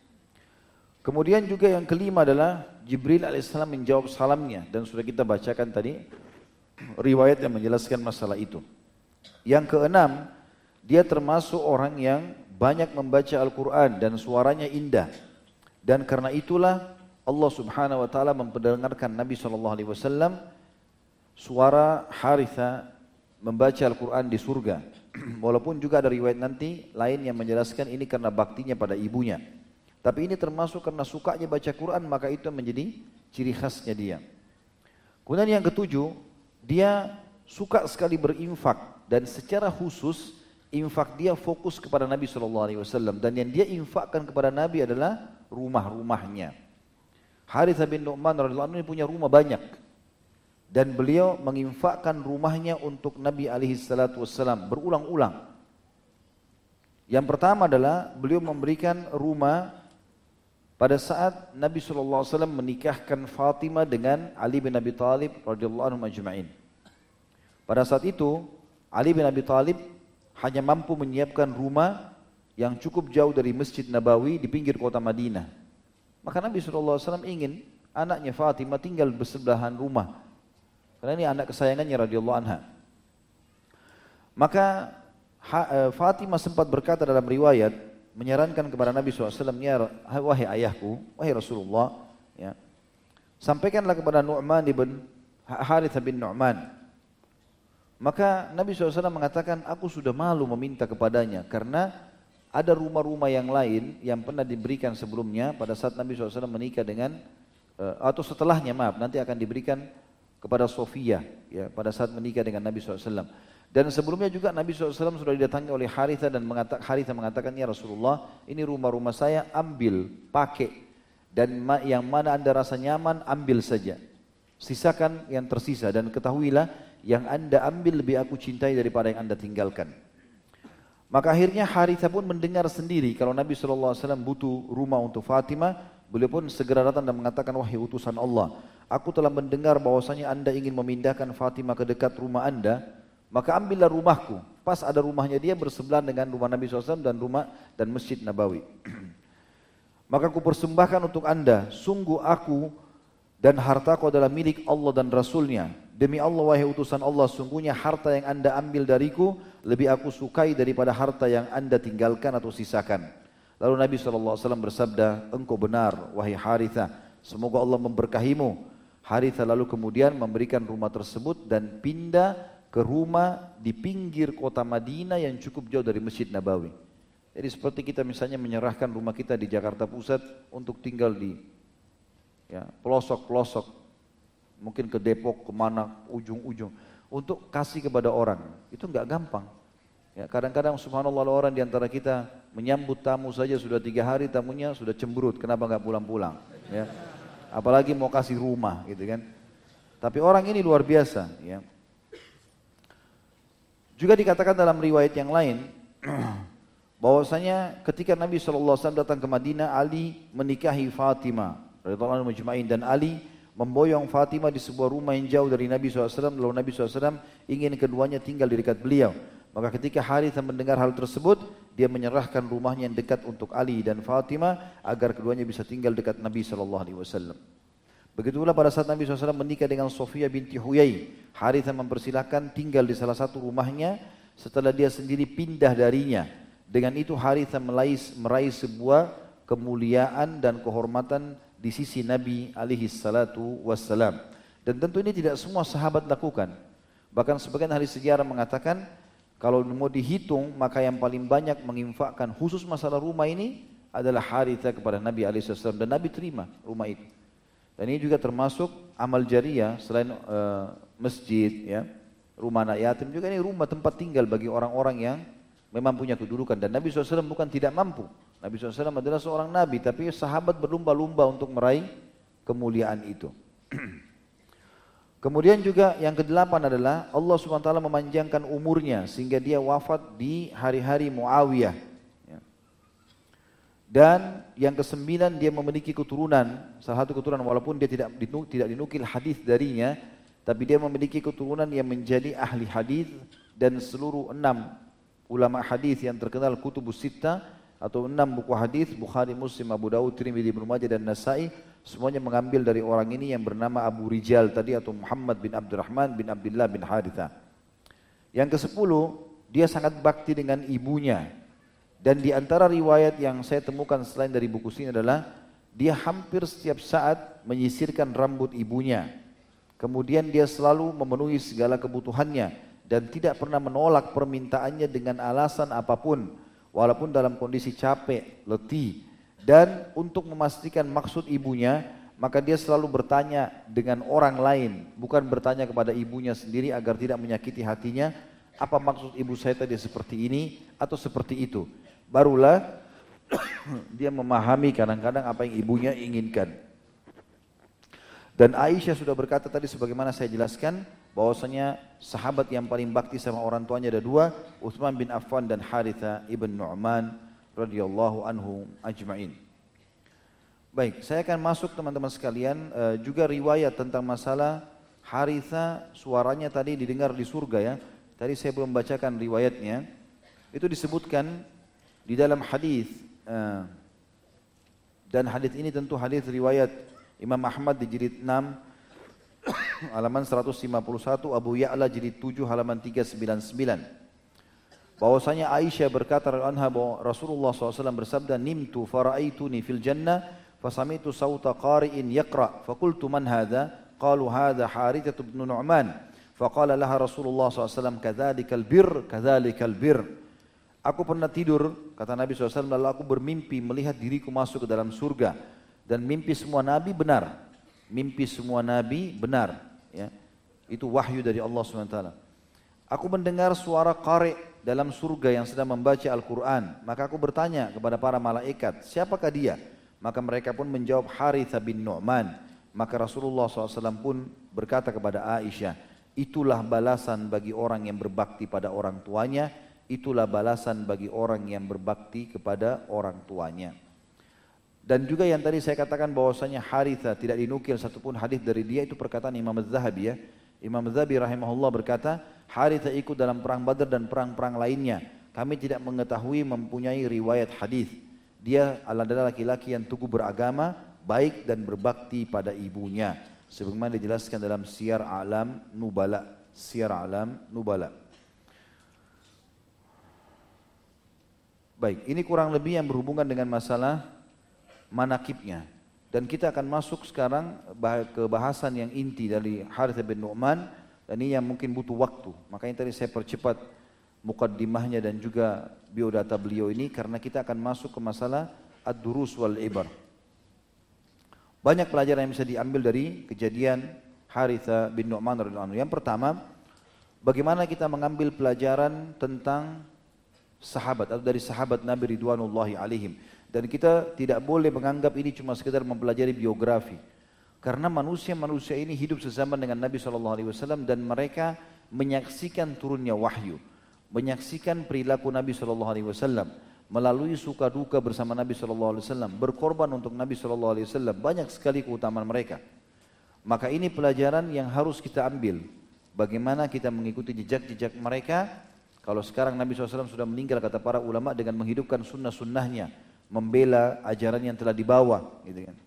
Kemudian juga yang kelima adalah Jibril alaihissalam menjawab salamnya, dan sudah kita bacakan tadi riwayat yang menjelaskan masalah itu. Yang keenam, dia termasuk orang yang banyak membaca Al-Quran dan suaranya indah. Dan karena itulah Allah Subhanahu wa taala memperdengarkan Nabi SAW suara Harithah membaca Al-Quran di surga. Walaupun juga ada riwayat nanti lain yang menjelaskan ini karena baktinya pada ibunya. Tapi ini termasuk karena sukanya baca Quran, maka itu menjadi ciri khasnya dia. Kemudian yang ketujuh, dia suka sekali berinfak dan secara khusus infak dia fokus kepada Nabi SAW. Dan yang dia infakkan kepada Nabi adalah rumah-rumahnya. Harithah bin Nu'man radhiyallahu anhu punya rumah banyak. Dan beliau menginfakkan rumahnya untuk Nabi SAW berulang-ulang. Yang pertama adalah beliau memberikan rumah pada saat Nabi SAW menikahkan Fatimah dengan Ali bin Abi Thalib radhiyallahu anhu ajma'in. Pada saat itu Ali bin Abi Thalib hanya mampu menyiapkan rumah yang cukup jauh dari Masjid Nabawi di pinggir kota Madinah. Maka Nabi SAW ingin anaknya Fatimah tinggal bersebelahan rumah. Karena ini anak kesayangannya radhiyallahu anha. Maka Fatimah sempat berkata dalam riwayat, menyarankan kepada Nabi SAW, "Ya wahai ayahku, wahai Rasulullah, ya, sampaikanlah kepada Nu'man ibn Harithah bin Nu'man." Maka Nabi SAW mengatakan, "Aku sudah malu meminta kepadanya karena ada rumah-rumah yang lain yang pernah diberikan sebelumnya pada saat Nabi SAW menikah dengan atau setelahnya, maaf, nanti akan diberikan kepada Sofia ya, pada saat menikah dengan Nabi SAW. Dan sebelumnya juga Nabi SAW sudah didatangi oleh Harithah dan Harithah mengatakan, ya Rasulullah, ini rumah-rumah saya, ambil, pakai. dan yang mana Anda rasa nyaman ambil saja. Sisakan yang tersisa dan ketahuilah yang Anda ambil lebih aku cintai daripada yang Anda tinggalkan. Maka akhirnya Harithah pun mendengar sendiri kalau Nabi SAW butuh rumah untuk Fatimah. Beliau pun segera datang dan mengatakan, wahai utusan Allah, aku telah mendengar bahwasanya Anda ingin memindahkan Fatimah ke dekat rumah Anda, maka ambillah rumahku. Pas ada rumahnya dia bersebelahan dengan rumah Nabi SAW dan Masjid Nabawi. Maka aku persembahkan untuk Anda, sungguh aku dan hartaku adalah milik Allah dan Rasulnya. Demi Allah wahai utusan Allah, sungguhnya harta yang Anda ambil dariku lebih aku sukai daripada harta yang Anda tinggalkan atau sisakan. Lalu Nabi SAW bersabda, engkau benar wahai Harithah, semoga Allah memberkahimu. Harithah lalu kemudian memberikan rumah tersebut dan pindah ke rumah di pinggir kota Madinah yang cukup jauh dari Masjid Nabawi. Jadi seperti kita misalnya menyerahkan rumah kita di Jakarta Pusat untuk tinggal di pelosok-pelosok, mungkin ke Depok, kemana, ujung-ujung, untuk kasih kepada orang, itu enggak gampang. Ya, kadang-kadang subhanallah orang di antara kita menyambut tamu saja sudah 3 hari tamunya sudah cemberut, kenapa enggak pulang-pulang? Ya. Apalagi mau kasih rumah, gitu kan? Tapi orang ini luar biasa. Ya. Juga dikatakan dalam riwayat yang lain, bahwasanya ketika Nabi SAW datang ke Madinah, Ali menikahi Fatimah radhiyallahu anhu dan Ali memboyong Fatimah di sebuah rumah yang jauh dari Nabi SAW. Lalu Nabi SAW ingin keduanya tinggal di dekat beliau. Maka ketika Harithah mendengar hal tersebut, dia menyerahkan rumahnya yang dekat untuk Ali dan Fatimah agar keduanya bisa tinggal dekat Nabi SAW. Begitulah pada saat Nabi SAW menikah dengan Sofiyah binti Huyai, Harithah mempersilahkan tinggal di salah satu rumahnya setelah dia sendiri pindah darinya. Dengan itu Harithah meraih sebuah kemuliaan dan kehormatan di sisi Nabi alaihi salatu wassalam. Dan tentu ini tidak semua sahabat lakukan. Bahkan sebagian ahli sejarah mengatakan kalau mau dihitung maka yang paling banyak menginfakkan khusus masalah rumah ini adalah Harithah kepada Nabi alaihi salam, dan Nabi terima rumah itu. Dan ini juga termasuk amal jariyah selain masjid, ya, rumah anak yatim, juga ini rumah tempat tinggal bagi orang-orang yang memang punya kedudukan. Dan Nabi SAW bukan tidak mampu. Nabi SAW adalah seorang Nabi, tapi sahabat berlumba-lumba untuk meraih kemuliaan itu. Kemudian juga yang ke-8 adalah Allah SWT memanjangkan umurnya sehingga dia wafat di hari-hari Muawiyah. Dan yang ke-9 dia memiliki keturunan, salah satu keturunan walaupun dia tidak dinukil hadis darinya, tapi dia memiliki keturunan yang menjadi ahli hadis dan seluruh 6 ulama hadis yang terkenal kutubus sittah atau 6 buku hadis Bukhari, Muslim, Abu Dawud, Tirmidzi, Ibnu Majah dan Nasa'i semuanya mengambil dari orang ini yang bernama Abu Rijal tadi atau Muhammad bin Abdurrahman bin Abdullah bin Harithah. Yang ke-10 dia sangat bakti dengan ibunya, dan di antara riwayat yang saya temukan selain dari buku sini adalah dia hampir setiap saat menyisirkan rambut ibunya, kemudian dia selalu memenuhi segala kebutuhannya dan tidak pernah menolak permintaannya dengan alasan apapun, walaupun dalam kondisi capek, letih. Dan untuk memastikan maksud ibunya, maka dia selalu bertanya dengan orang lain, bukan bertanya kepada ibunya sendiri agar tidak menyakiti hatinya, apa maksud ibu saya tadi seperti ini atau seperti itu. Barulah dia memahami kadang-kadang apa yang ibunya inginkan. Dan Aisyah sudah berkata tadi sebagaimana saya jelaskan, bahwasanya sahabat yang paling bakti sama orang tuanya ada 2, Utsman bin Affan dan Harithah ibn Nu'man radhiyallahu anhu ajma'in. Baik, saya akan masuk teman-teman sekalian juga riwayat tentang masalah Harithah, suaranya tadi didengar di surga ya. Tadi saya belum bacakan riwayatnya. Itu disebutkan di dalam hadis dan hadis ini tentu hadis riwayat Imam Ahmad di jilid 6 halaman 151, Abu Ya'la jilid 7 halaman 399. Bahwasanya Aisyah berkata anha bahwa Rasulullah SAW bersabda, nimtu fara'aituni fil jannah fasami'tu sawta qari'in yaqra faqultu man hadha qalu hadha Harithah bin Nu'man faqala laha Rasulullah SAW kadzalikal bir. Aku pernah tidur, kata Nabi SAW, lalu aku bermimpi melihat diriku masuk ke dalam surga, dan mimpi semua nabi benar. Mimpi semua nabi benar, ya. Itu wahyu dari Allah SWT. Aku mendengar suara qari dalam surga yang sedang membaca Al-Quran. Maka aku bertanya kepada para malaikat, siapakah dia? Maka mereka pun menjawab Harithah bin Nu'man. Maka Rasulullah SAW pun berkata kepada Aisyah, itulah balasan bagi orang yang berbakti pada orang tuanya, itulah balasan bagi orang yang berbakti kepada orang tuanya. Dan juga yang tadi saya katakan bahwasanya Harithah tidak dinukil satupun hadis dari dia, itu perkataan Imam Az-Zahabi ya. Imam Az-Zahabi rahimahullah berkata, Harithah ikut dalam perang Badar dan perang-perang lainnya. Kami tidak mengetahui mempunyai riwayat hadis. Dia adalah laki-laki yang teguh beragama, baik dan berbakti pada ibunya. Sebagaimana dijelaskan dalam Syiar A'lam Nubala. Syiar A'lam Nubala. Baik, ini kurang lebih yang berhubungan dengan masalah manakibnya. Dan kita akan masuk sekarang ke bahasan yang inti dari Harithah bin Nu'man. Dan ini yang mungkin butuh waktu. Makanya tadi saya percepat mukaddimahnya dan juga biodata beliau ini, karena kita akan masuk ke masalah ad-durus wal ibar. Banyak pelajaran yang bisa diambil dari kejadian Harithah bin Nu'man radhiyallahu anhu. Yang pertama, bagaimana kita mengambil pelajaran tentang sahabat atau dari sahabat Nabi ridwanullahi alaihim. Dan kita tidak boleh menganggap ini cuma sekedar mempelajari biografi. Karena manusia-manusia ini hidup sezaman dengan Nabi SAW dan mereka menyaksikan turunnya wahyu, menyaksikan perilaku Nabi SAW, melalui suka duka bersama Nabi SAW, berkorban untuk Nabi SAW, banyak sekali keutamaan mereka. Maka ini pelajaran yang harus kita ambil. Bagaimana kita mengikuti jejak-jejak mereka. Kalau sekarang Nabi SAW sudah meninggal, kata para ulama, dengan menghidupkan sunnah-sunnahnya, membela ajaran yang telah dibawa, gitu kan.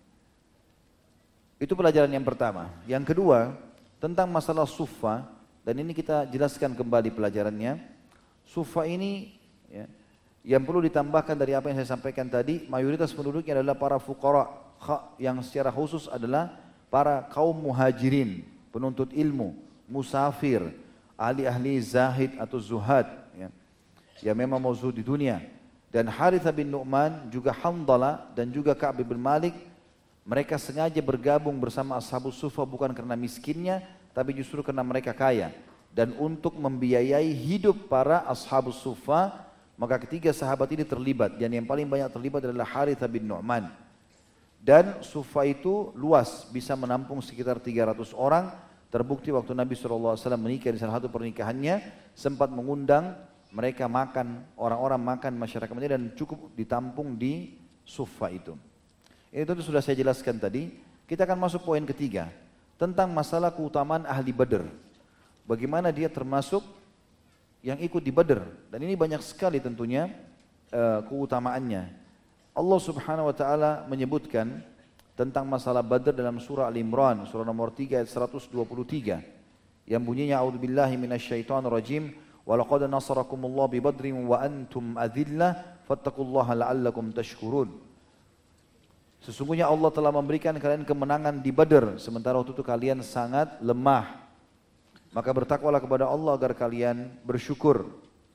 Itu pelajaran yang pertama. Yang kedua, tentang masalah suffah, dan ini kita jelaskan kembali pelajarannya. Suffah ini ya, yang perlu ditambahkan dari apa yang saya sampaikan tadi, mayoritas penduduknya adalah para fuqara, yang secara khusus adalah para kaum muhajirin, penuntut ilmu, musafir, ahli-ahli zahid atau zuhad, ya, yang memang mau zuhud di dunia. Dan Harithah bin Nu'man, juga Handalah dan juga Ka'b bin Malik, mereka sengaja bergabung bersama Ashabus Suffah bukan karena miskinnya, tapi justru karena mereka kaya. Dan untuk membiayai hidup para Ashabus Suffah, maka ketiga sahabat ini terlibat. Dan yang paling banyak terlibat adalah Harithah bin Nu'man. Dan Suffah itu luas, bisa menampung sekitar 300 orang. Terbukti waktu Nabi SAW menikah di salah satu pernikahannya, sempat mengundang mereka makan, orang-orang makan masyarakat Madinah, dan cukup ditampung di Suffah itu. Ini tentu sudah saya jelaskan tadi. Kita akan masuk poin ketiga, tentang masalah keutamaan ahli Badr. Bagaimana dia termasuk yang ikut di Badr. Dan ini banyak sekali tentunya keutamaannya. Allah Subhanahu wa taala menyebutkan tentang masalah Badr dalam surah Al-Imran, surah nomor 3 ayat 123. Yang bunyinya, a'udzubillahi minasyaitonirrajim, wa laqad nasarakumullahu bi Badrin wa antum adillah fattaqullaha la'allakum tashkurun. Sesungguhnya Allah telah memberikan kalian kemenangan di Badr, sementara waktu itu kalian sangat lemah. Maka bertakwalah kepada Allah agar kalian bersyukur.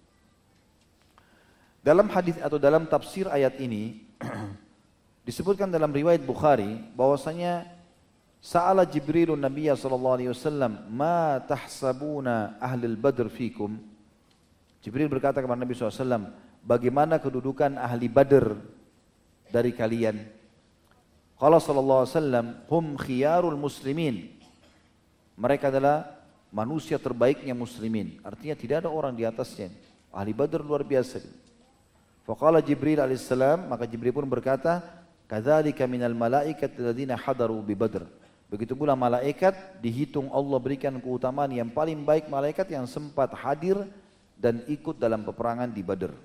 Dalam hadis atau dalam tafsir ayat ini disebutkan dalam riwayat Bukhari bahwasanya sa'ala Jibrilun Nabiyya sallallahu alaihi wasallam, "Ma tahsabuna ahlul Badr fikum?" Jibril berkata kepada Nabi SAW, bagaimana kedudukan ahli Badr dari kalian? Qala sallallahu alaihi wasallam, hum khiyarul muslimin. Mereka adalah manusia terbaiknya muslimin. Artinya tidak ada orang di atasnya. Ahli Badr luar biasa. Faqala Jibril alaihissalam, maka Jibril pun berkata, kadzalika minal malaikati alladziina hadaru bi Badr. Begitu pula malaikat dihitung Allah berikan keutamaan yang paling baik malaikat yang sempat hadir dan ikut dalam peperangan di Badr.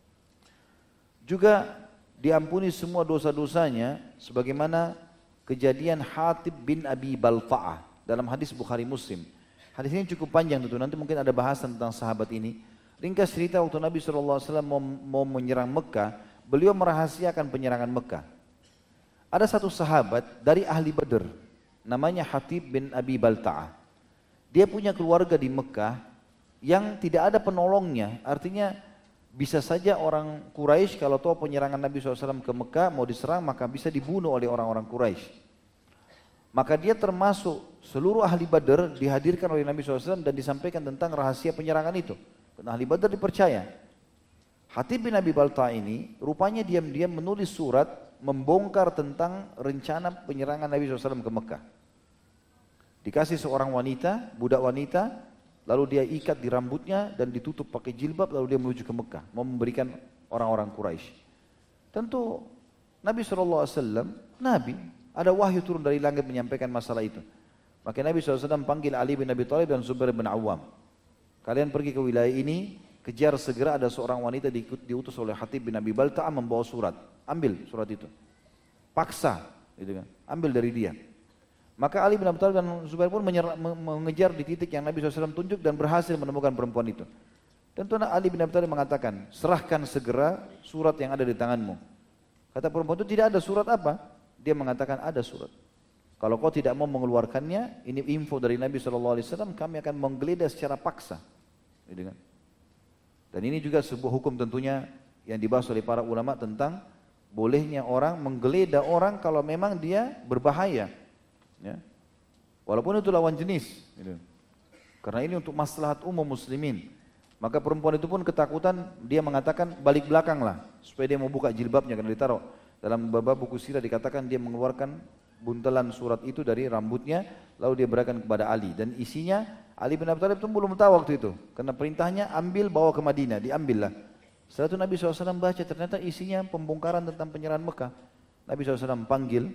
Juga diampuni semua dosa-dosanya sebagaimana kejadian Hatib bin Abi Balta'ah dalam hadis Bukhari Muslim. Hadis ini cukup panjang tentu, nanti mungkin ada bahasan tentang sahabat ini. Ringkas cerita, waktu Nabi SAW mau menyerang Mekah, beliau merahasiakan penyerangan Mekah. Ada satu sahabat dari ahli Badr, namanya Hatib bin Abi Balta'ah. Dia punya keluarga di Mekah yang tidak ada penolongnya, artinya bisa saja orang Quraisy kalau tahu penyerangan Nabi SAW ke Mekah mau diserang, maka bisa dibunuh oleh orang-orang Quraisy. Maka dia termasuk seluruh ahli Badr dihadirkan oleh Nabi SAW dan disampaikan tentang rahasia penyerangan itu. Dan ahli Badr dipercaya. Hatib bin Abi Balta'ah ini rupanya diam-diam menulis surat membongkar tentang rencana penyerangan Nabi SAW ke Mekah. Dikasih seorang wanita, budak wanita, lalu dia ikat di rambutnya dan ditutup pakai jilbab, lalu dia menuju ke Mekah, mau memberikan orang-orang Quraisy. Tentu Nabi SAW, Nabi, ada wahyu turun dari langit menyampaikan masalah itu. Maka Nabi SAW panggil Ali bin Abi Thalib dan Zubair bin Awam. Kalian pergi ke wilayah ini, kejar segera, ada seorang wanita diutus oleh Hatib bin Abi Balta'ah membawa surat. Ambil surat itu. Paksa, gitu kan. Ambil dari dia. Maka Ali bin Abi Thalib dan Zubair pun mengejar di titik yang Nabi SAW tunjuk dan berhasil menemukan perempuan itu. Tentu Ali bin Abi Thalib mengatakan, serahkan segera surat yang ada di tanganmu. Kata perempuan itu, tidak ada surat apa? Dia mengatakan, ada surat. Kalau kau tidak mau mengeluarkannya, ini info dari Nabi SAW, kami akan menggeledah secara paksa. Gitu kan? Dan ini juga sebuah hukum tentunya yang dibahas oleh para ulama tentang bolehnya orang menggeledah orang kalau memang dia berbahaya. Ya. Walaupun itu lawan jenis. Gitu. Karena ini untuk maslahat umum muslimin. Maka perempuan itu pun ketakutan, dia mengatakan balik belakanglah. Supaya dia mau buka jilbabnya, karena ditaruh. Dalam beberapa buku sirah dikatakan dia mengeluarkan buntelan surat itu dari rambutnya, lalu dia berikan kepada Ali. Dan isinya, Ali bin Abi Thalib itu belum tahu waktu itu. Karena perintahnya ambil, bawa ke Madinah, diambillah. Setelah itu Nabi SAW baca, ternyata isinya pembongkaran tentang penyerahan Mekah. Nabi SAW panggil,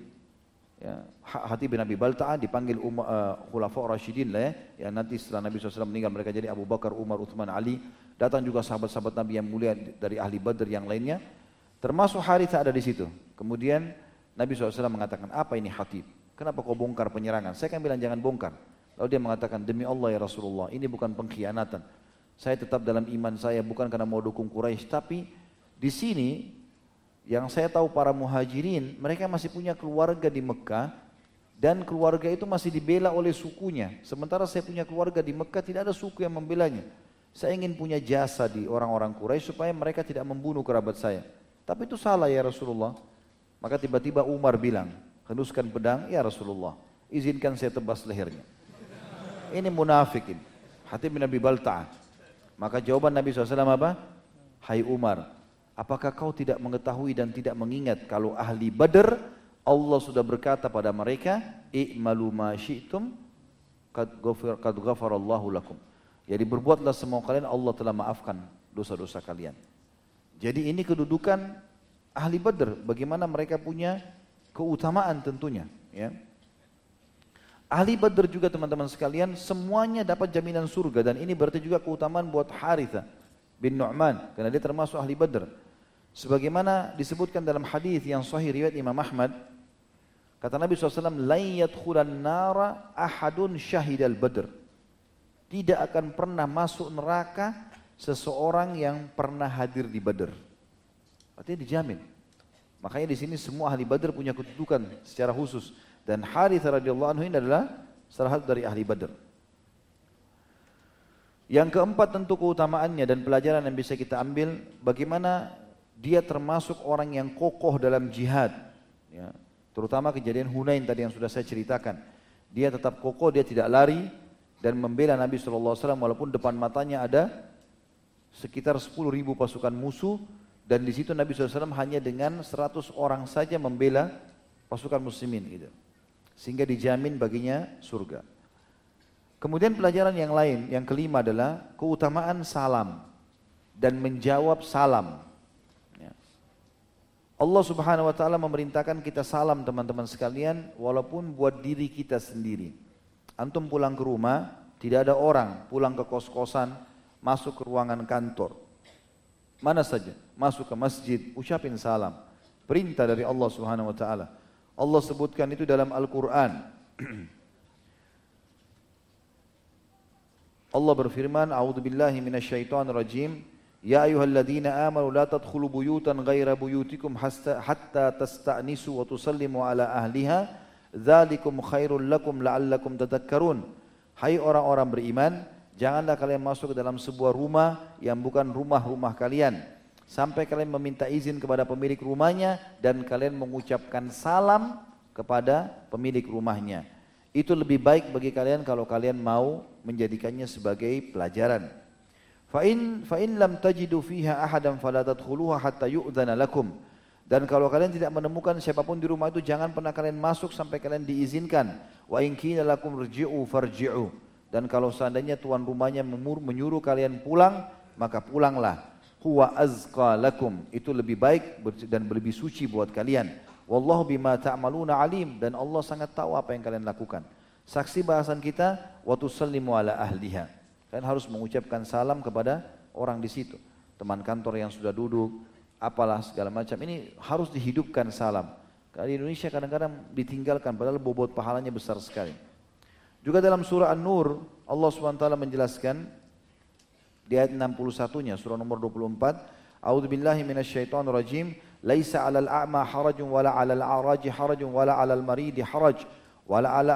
ya, Hatib bin Abi Balta'ah, dipanggil Khulafa' Rasyidin lah ya. Nanti setelah Nabi SAW meninggal mereka jadi Abu Bakar, Umar, Uthman, Ali. Datang juga sahabat-sahabat Nabi yang mulia dari ahli Badr yang lainnya. Termasuk Harithah ada di situ. Kemudian Nabi SAW mengatakan, apa ini Hatib? Kenapa kau bongkar penyerangan? Saya kan bilang jangan bongkar. Lalu dia mengatakan, demi Allah ya Rasulullah, ini bukan pengkhianatan. Saya tetap dalam iman saya, bukan karena mau dukung Quraisy, tapi di sini yang saya tahu para muhajirin, mereka masih punya keluarga di Mekah, dan keluarga itu masih dibela oleh sukunya. Sementara saya punya keluarga di Mekah, tidak ada suku yang membelanya. Saya ingin punya jasa di orang-orang Quraisy supaya mereka tidak membunuh kerabat saya. Tapi itu salah ya Rasulullah. Maka tiba-tiba Umar bilang, henuskan pedang, ya Rasulullah, izinkan saya tebas lehernya. Ini munafikin, Hatib bin Abi Balta'ah. Maka jawaban Nabi SAW apa? Hai Umar, apakah kau tidak mengetahui dan tidak mengingat kalau ahli Badr, Allah sudah berkata pada mereka, i'malu ma syi'tum qad ghafarallahu lakum. Jadi berbuatlah semua kalian, Allah telah maafkan dosa-dosa kalian. Jadi ini kedudukan ahli Badr, bagaimana mereka punya keutamaan tentunya. Ya. Ahli Badr juga teman-teman sekalian, semuanya dapat jaminan surga, dan ini berarti juga keutamaan buat Harithah bin Nu'man, karena dia termasuk ahli Badr. Sebagaimana disebutkan dalam hadis yang sahih riwayat Imam Ahmad, kata Nabi SAW, "La yadkhulan nara ahadun syahidal Badr." Tidak akan pernah masuk neraka seseorang yang pernah hadir di Badr. Artinya dijamin. Makanya di sini semua ahli Badr punya kedudukan secara khusus, dan Harithah radhiyallahu anhu ini adalah salah satu dari ahli Badr. Yang keempat tentu keutamaannya dan pelajaran yang bisa kita ambil, bagaimana dia termasuk orang yang kokoh dalam jihad. Ya, terutama kejadian Hunain tadi yang sudah saya ceritakan. Dia tetap kokoh, dia tidak lari dan membela Nabi SAW walaupun depan matanya ada sekitar 10.000 pasukan musuh, dan di situ Nabi SAW hanya dengan 100 orang saja membela pasukan muslimin gitu. Sehingga dijamin baginya surga. Kemudian pelajaran yang lain, yang kelima adalah keutamaan salam dan menjawab salam. Ya. Allah Subhanahu wa taala memerintahkan kita salam teman-teman sekalian walaupun buat diri kita sendiri. Antum pulang ke rumah, tidak ada orang, pulang ke kos-kosan, masuk ke ruangan kantor. Mana saja, masuk ke masjid, ucapin salam. Perintah dari Allah Subhanahu wa taala. Allah sebutkan itu dalam Al-Qur'an. Allah berfirman, "A'udzubillahi minasyaitonirrajim. Ya ayyuhalladzina amanu la tadkhulu buyutan ghaira buyutikum hatta tasta'nisu wa tusallimu ala ahliha. Dzalikum khairul lakum la'allakum tadhakkarun." Hai orang-orang beriman, janganlah kalian masuk ke dalam sebuah rumah yang bukan rumah-rumah kalian sampai kalian meminta izin kepada pemilik rumahnya dan kalian mengucapkan salam kepada pemilik rumahnya. Itu lebih baik bagi kalian kalau kalian mau menjadikannya sebagai pelajaran. Fa in lam tajidu fiha ahadan fala tadkhuluha hatta yu'dzana lakum. Dan kalau kalian tidak menemukan siapapun di rumah itu, jangan pernah kalian masuk sampai kalian diizinkan. Wa in qila lakum irji'u farji'u. Dan kalau seandainya tuan rumahnya menyuruh kalian pulang, maka pulanglah. Huwa azqa lakum, itu lebih baik dan lebih suci buat kalian. Wallahu bima ta'maluna alim, dan Allah sangat tahu apa yang kalian lakukan. Saksi bahasan kita, wa tusallimu ala ahliha. Kalian harus mengucapkan salam kepada orang di situ. Teman kantor yang sudah duduk, apalah segala macam, ini harus dihidupkan salam. Karena di Indonesia kadang-kadang ditinggalkan, padahal bobot pahalanya besar sekali. Juga dalam surah An-Nur, Allah SWT menjelaskan di ayat 61-nya, surah nomor 24, A'udzubillahi minasyaitonir rajim, laisa 'alal a'ma harajun wala 'alal a'raji harajun wala 'alal maridi haraj wala 'ala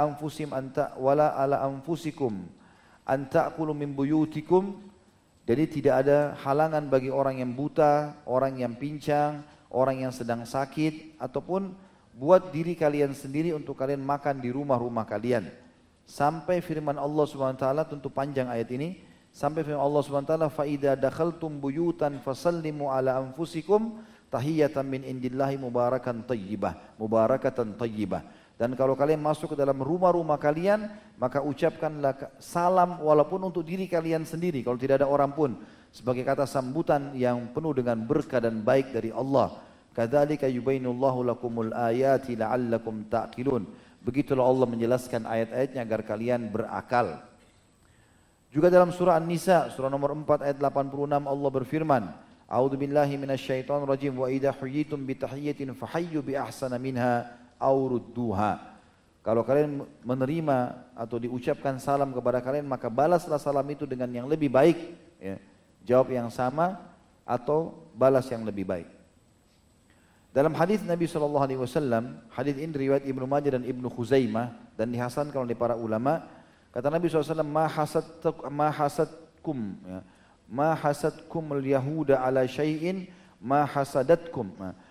anfusikum an ta'kulu min buyutikum. Jadi tidak ada halangan bagi orang yang buta, orang yang pincang, orang yang sedang sakit, ataupun buat diri kalian sendiri untuk kalian makan di rumah-rumah kalian. Sampai firman Allah SWT, tentu panjang ayat ini, sampai firman Allah SWT, فَإِذَا دَخَلْتُمْ بُيُوتًا فَسَلِّمُوا عَلَى أَنفُسِكُمْ تَحِيَّةً مِنْ إِنْدِ اللَّهِ مُبَارَكَةً طَيِّبَةً. Dan kalau kalian masuk ke dalam rumah-rumah kalian, maka ucapkanlah salam walaupun untuk diri kalian sendiri, kalau tidak ada orang pun, sebagai kata sambutan yang penuh dengan berkah dan baik dari Allah. Kadzalika yubainullahu lakumul ayati la'allakum ta'qilun. Begitulah Allah menjelaskan ayat-ayatnya agar kalian berakal. Juga dalam surah An-Nisa, surah nomor 4 ayat 86, Allah berfirman, A'udzubillahi minasyaitonir rajim, wa idza huyyitum bi tahiyyatin fahayyu bi ahsana minha aw rudduha. Kalau kalian menerima atau diucapkan salam kepada kalian, maka balaslah salam itu dengan yang lebih baik, ya. Jawab yang sama atau balas yang lebih baik. Dalam hadis Nabi SAW, hadis ini riwayat Ibnu Majah dan Ibnu Khuzaimah dan dihasankan oleh para ulama. Kata Nabi SAW, ma hasadkum al-yahuda ala syai'in ma hasadatkum.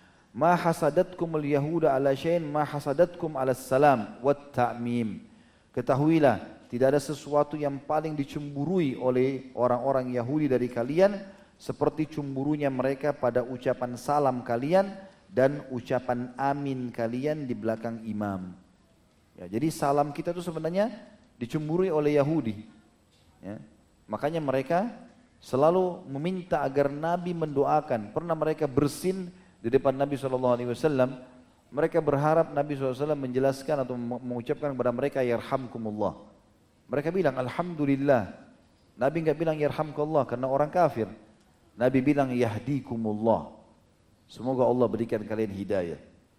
Ma hasadatkum al-yahuda ala syai'in ma hasadatkum ala salam wat ta'mim. Ketahuilah, tidak ada sesuatu yang paling dicemburui oleh orang-orang Yahudi dari kalian seperti cemburunya mereka pada ucapan salam kalian dan ucapan amin kalian di belakang imam. Ya, jadi salam kita itu sebenarnya dicemburui oleh Yahudi. Ya, makanya mereka selalu meminta agar Nabi mendoakan. Pernah mereka bersin di depan Nabi SAW. Mereka berharap Nabi SAW menjelaskan atau mengucapkan kepada mereka yarhamkumullah. Mereka bilang alhamdulillah. Nabi enggak bilang yarhamkumullah karena orang kafir. Nabi bilang yahdikumullah. Semoga Allah berikan kalian hidayah.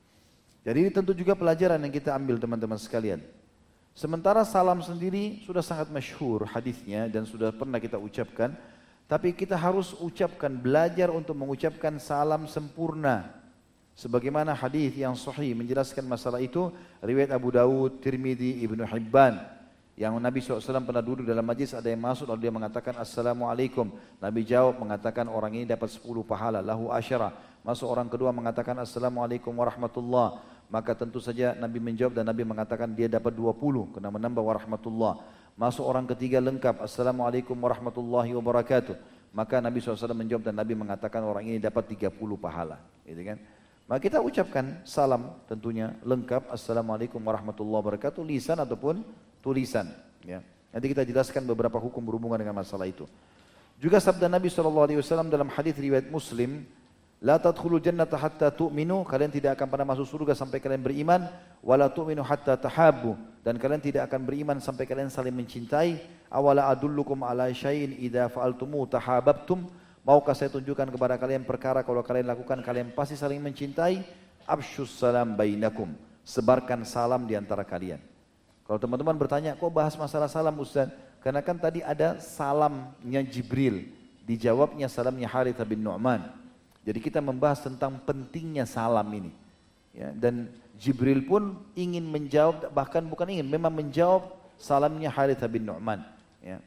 Jadi ini tentu juga pelajaran yang kita ambil teman-teman sekalian. Sementara salam sendiri sudah sangat masyhur hadisnya dan sudah pernah kita ucapkan. Tapi kita harus ucapkan, belajar untuk mengucapkan salam sempurna. Sebagaimana hadis yang sahih menjelaskan masalah itu, riwayat Abu Dawud, Tirmidzi, Ibnu Hibban. Yang Nabi SAW pernah duduk dalam majlis, ada yang masuk lalu dia mengatakan Assalamualaikum. Nabi jawab mengatakan orang ini dapat 10 pahala, lahu asyara. Masuk orang kedua mengatakan Assalamualaikum warahmatullah. Maka tentu saja Nabi menjawab dan Nabi mengatakan dia dapat 20 karena menambah warahmatullah. Masuk orang ketiga lengkap Assalamualaikum warahmatullahi wabarakatuh. Maka Nabi SAW menjawab dan Nabi mengatakan orang ini dapat 30 pahala. Gitu kan? Maka kita ucapkan salam tentunya lengkap Assalamualaikum warahmatullahi wabarakatuh, lisan ataupun tulisan. Ya. Nanti kita jelaskan beberapa hukum berhubungan dengan masalah itu. Juga sabda Nabi SAW dalam hadis riwayat Muslim, La tadkhulul jannata hatta tu'minu, kalian tidak akan pernah masuk surga sampai kalian beriman, wala tu'minu hatta tahabbu, dan kalian tidak akan beriman sampai kalian saling mencintai. Awala adullukum ala syai'in idza fa'altumu tahabbtum, maukah saya tunjukkan kepada kalian perkara kalau kalian lakukan kalian pasti saling mencintai? Absyus salam bainakum, sebarkan salam di antara kalian. Kalau teman-teman bertanya, kok bahas masalah salam Ustaz? Karena kan tadi ada salamnya Jibril, dijawabnya salamnya Harithah bin Nu'man. Jadi kita membahas tentang pentingnya salam ini. Ya, dan Jibril pun ingin menjawab, bahkan bukan ingin, memang menjawab salamnya Harithah bin Nu'man. Ya.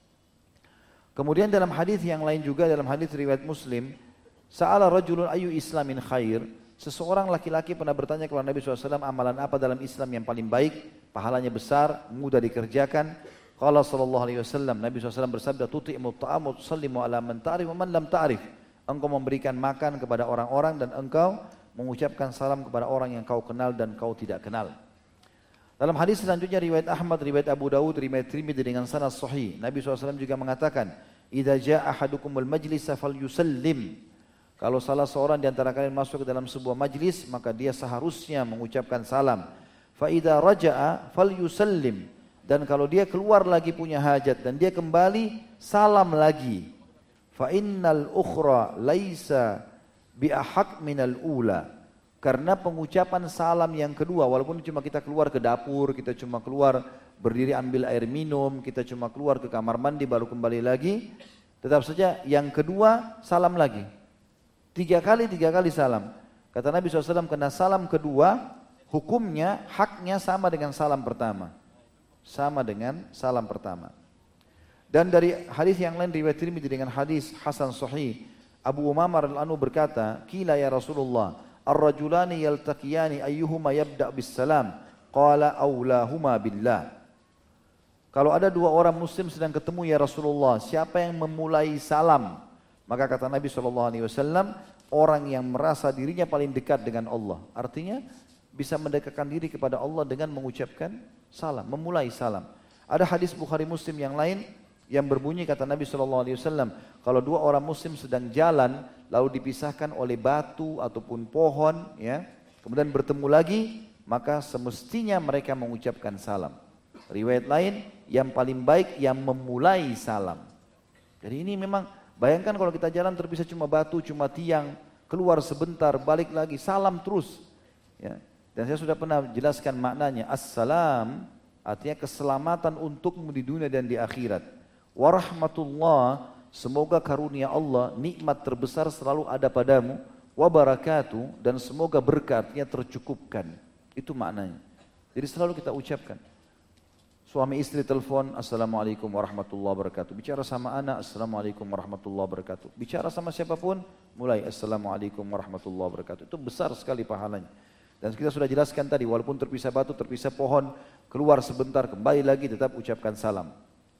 Kemudian dalam hadis yang lain juga, dalam hadis riwayat Muslim, Sa'ala rajulun ayu islamin khair, seseorang laki-laki pernah bertanya kepada Nabi SAW, amalan apa dalam Islam yang paling baik, pahalanya besar, mudah dikerjakan. Qala sallallahu alaihi wasallam, Nabi SAW bersabda, tuti'mu ta'am wa tusallimu ala man ta'rif wa man lam ta'rif. Engkau memberikan makan kepada orang-orang dan engkau mengucapkan salam kepada orang yang kau kenal dan kau tidak kenal. Dalam hadis selanjutnya riwayat Ahmad, riwayat Abu Dawud, riwayat Tirmidzi dengan sanad sahih, Nabi SAW juga mengatakan, "Idza jaa ahadukumul majlisa falyusallim." Kalau salah seorang di antara kalian masuk ke dalam sebuah majlis, maka dia seharusnya mengucapkan salam. Fa idza raja'a falyusallim. Dan kalau dia keluar lagi punya hajat dan dia kembali, salam lagi. Fa innal ukhra laisa bi ahaq minal ula. Karena pengucapan salam yang kedua, walaupun cuma kita keluar ke dapur, kita cuma keluar berdiri ambil air minum, kita cuma keluar ke kamar mandi baru kembali lagi, tetap saja yang kedua salam lagi. Tiga kali salam. Kata Nabi SAW, karena salam kedua hukumnya, haknya sama dengan salam pertama. Sama dengan salam pertama. Dan dari hadis yang lain riwayat Tirmidzi dengan hadis hasan sahih, Abu Umamah radhiyallahu anhu berkata, "Qila ya Rasulullah, ar-rajulani yaltaqiyani ayyuhuma yabda' bis salam?" Qala aulahuma billah. Kalau ada dua orang muslim sedang ketemu ya Rasulullah, siapa yang memulai salam? Maka kata Nabi SAW, orang yang merasa dirinya paling dekat dengan Allah. Artinya bisa mendekatkan diri kepada Allah dengan mengucapkan salam, memulai salam. Ada hadis Bukhari Muslim yang lain yang berbunyi kata Nabi SAW, kalau dua orang muslim sedang jalan lalu dipisahkan oleh batu ataupun pohon, ya, kemudian bertemu lagi, maka semestinya mereka mengucapkan salam. Riwayat lain, yang paling baik yang memulai salam. Jadi ini memang, bayangkan kalau kita jalan terpisah cuma batu, cuma tiang, keluar sebentar, balik lagi, salam terus. Ya. Dan saya sudah pernah jelaskan maknanya, assalam artinya keselamatan untukmu di dunia dan di akhirat. Warahmatullah, semoga karunia Allah, nikmat terbesar selalu ada padamu. Wabarakatuh, dan semoga berkatnya tercukupkan. Itu maknanya. Jadi selalu kita ucapkan. Suami istri telepon, assalamualaikum warahmatullahi wabarakatuh. Bicara sama anak, assalamualaikum warahmatullahi wabarakatuh. Bicara sama siapapun, mulai assalamualaikum warahmatullahi wabarakatuh. Itu besar sekali pahalanya. Dan kita sudah jelaskan tadi, walaupun terpisah batu, terpisah pohon, keluar sebentar, kembali lagi, tetap ucapkan salam.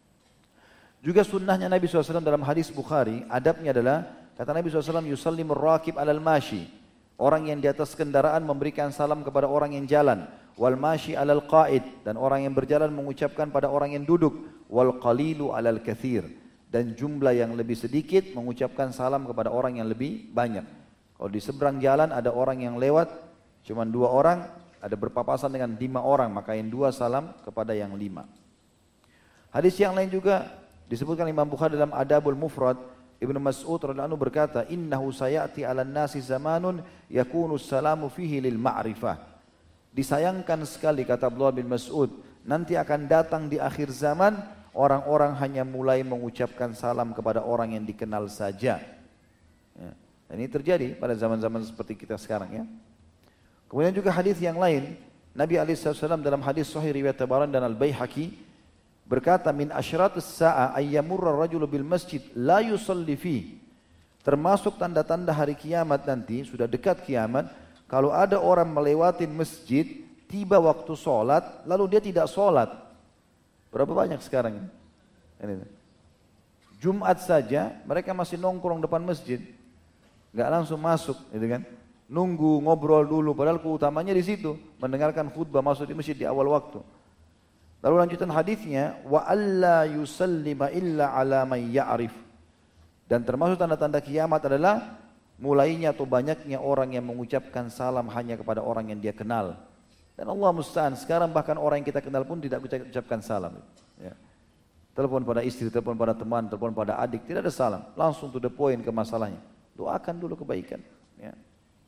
Juga sunnahnya Nabi SAW dalam hadis Bukhari, adabnya adalah, kata Nabi SAW, yusallimur raqib alal mashi. Orang yang di atas kendaraan memberikan salam kepada orang yang jalan. Wal mashi alal qaid. Dan orang yang berjalan mengucapkan pada orang yang duduk. Wal qalilu alal kathir. Dan jumlah yang lebih sedikit mengucapkan salam kepada orang yang lebih banyak. Kalau di seberang jalan ada orang yang lewat, cuma 2 orang, ada berpapasan dengan 5 orang, maka yang 2 salam kepada yang 5. Hadis yang lain juga disebutkan Imam Bukhari dalam Adabul Mufrad, Ibnu Mas'ud radhiyallahu anhu berkata, "Innahu sayati 'alan nasi zamanun yakunu salamu fihi lil ma'rifah." Disayangkan sekali kata Abdullah bin Mas'ud, nanti akan datang di akhir zaman orang-orang hanya mulai mengucapkan salam kepada orang yang dikenal saja. Ya. Dan ini terjadi pada zaman-zaman seperti kita sekarang, ya. Kemudian juga hadis yang lain, Nabi SAW dalam hadis Sahih riwayat Tabarani dan Al-Baihaqi berkata, min asyratis sa'a ayyamurra rajulu bil masjid la yusalli fi. Termasuk tanda-tanda hari kiamat nanti, sudah dekat kiamat, kalau ada orang melewati masjid, tiba waktu sholat, lalu dia tidak sholat. Berapa banyak sekarang? Ini. Jumat saja, mereka masih nongkrong depan masjid, nggak langsung masuk, gitu kan? Nunggu, ngobrol dulu, padahal keutamanya di situ, mendengarkan khutbah masuk di masjid di awal waktu. Lalu lanjutan hadisnya, wa alla yusallima illa ala man ya'rif. Dan termasuk tanda-tanda kiamat adalah mulainya atau banyaknya orang yang mengucapkan salam hanya kepada orang yang dia kenal. Dan Allah musta'an, sekarang bahkan orang yang kita kenal pun tidak ucapkan salam. Ya. Telepon pada istri, telepon pada teman, telepon pada adik, tidak ada salam. Langsung to the point ke masalahnya. Doakan dulu kebaikan. Ya.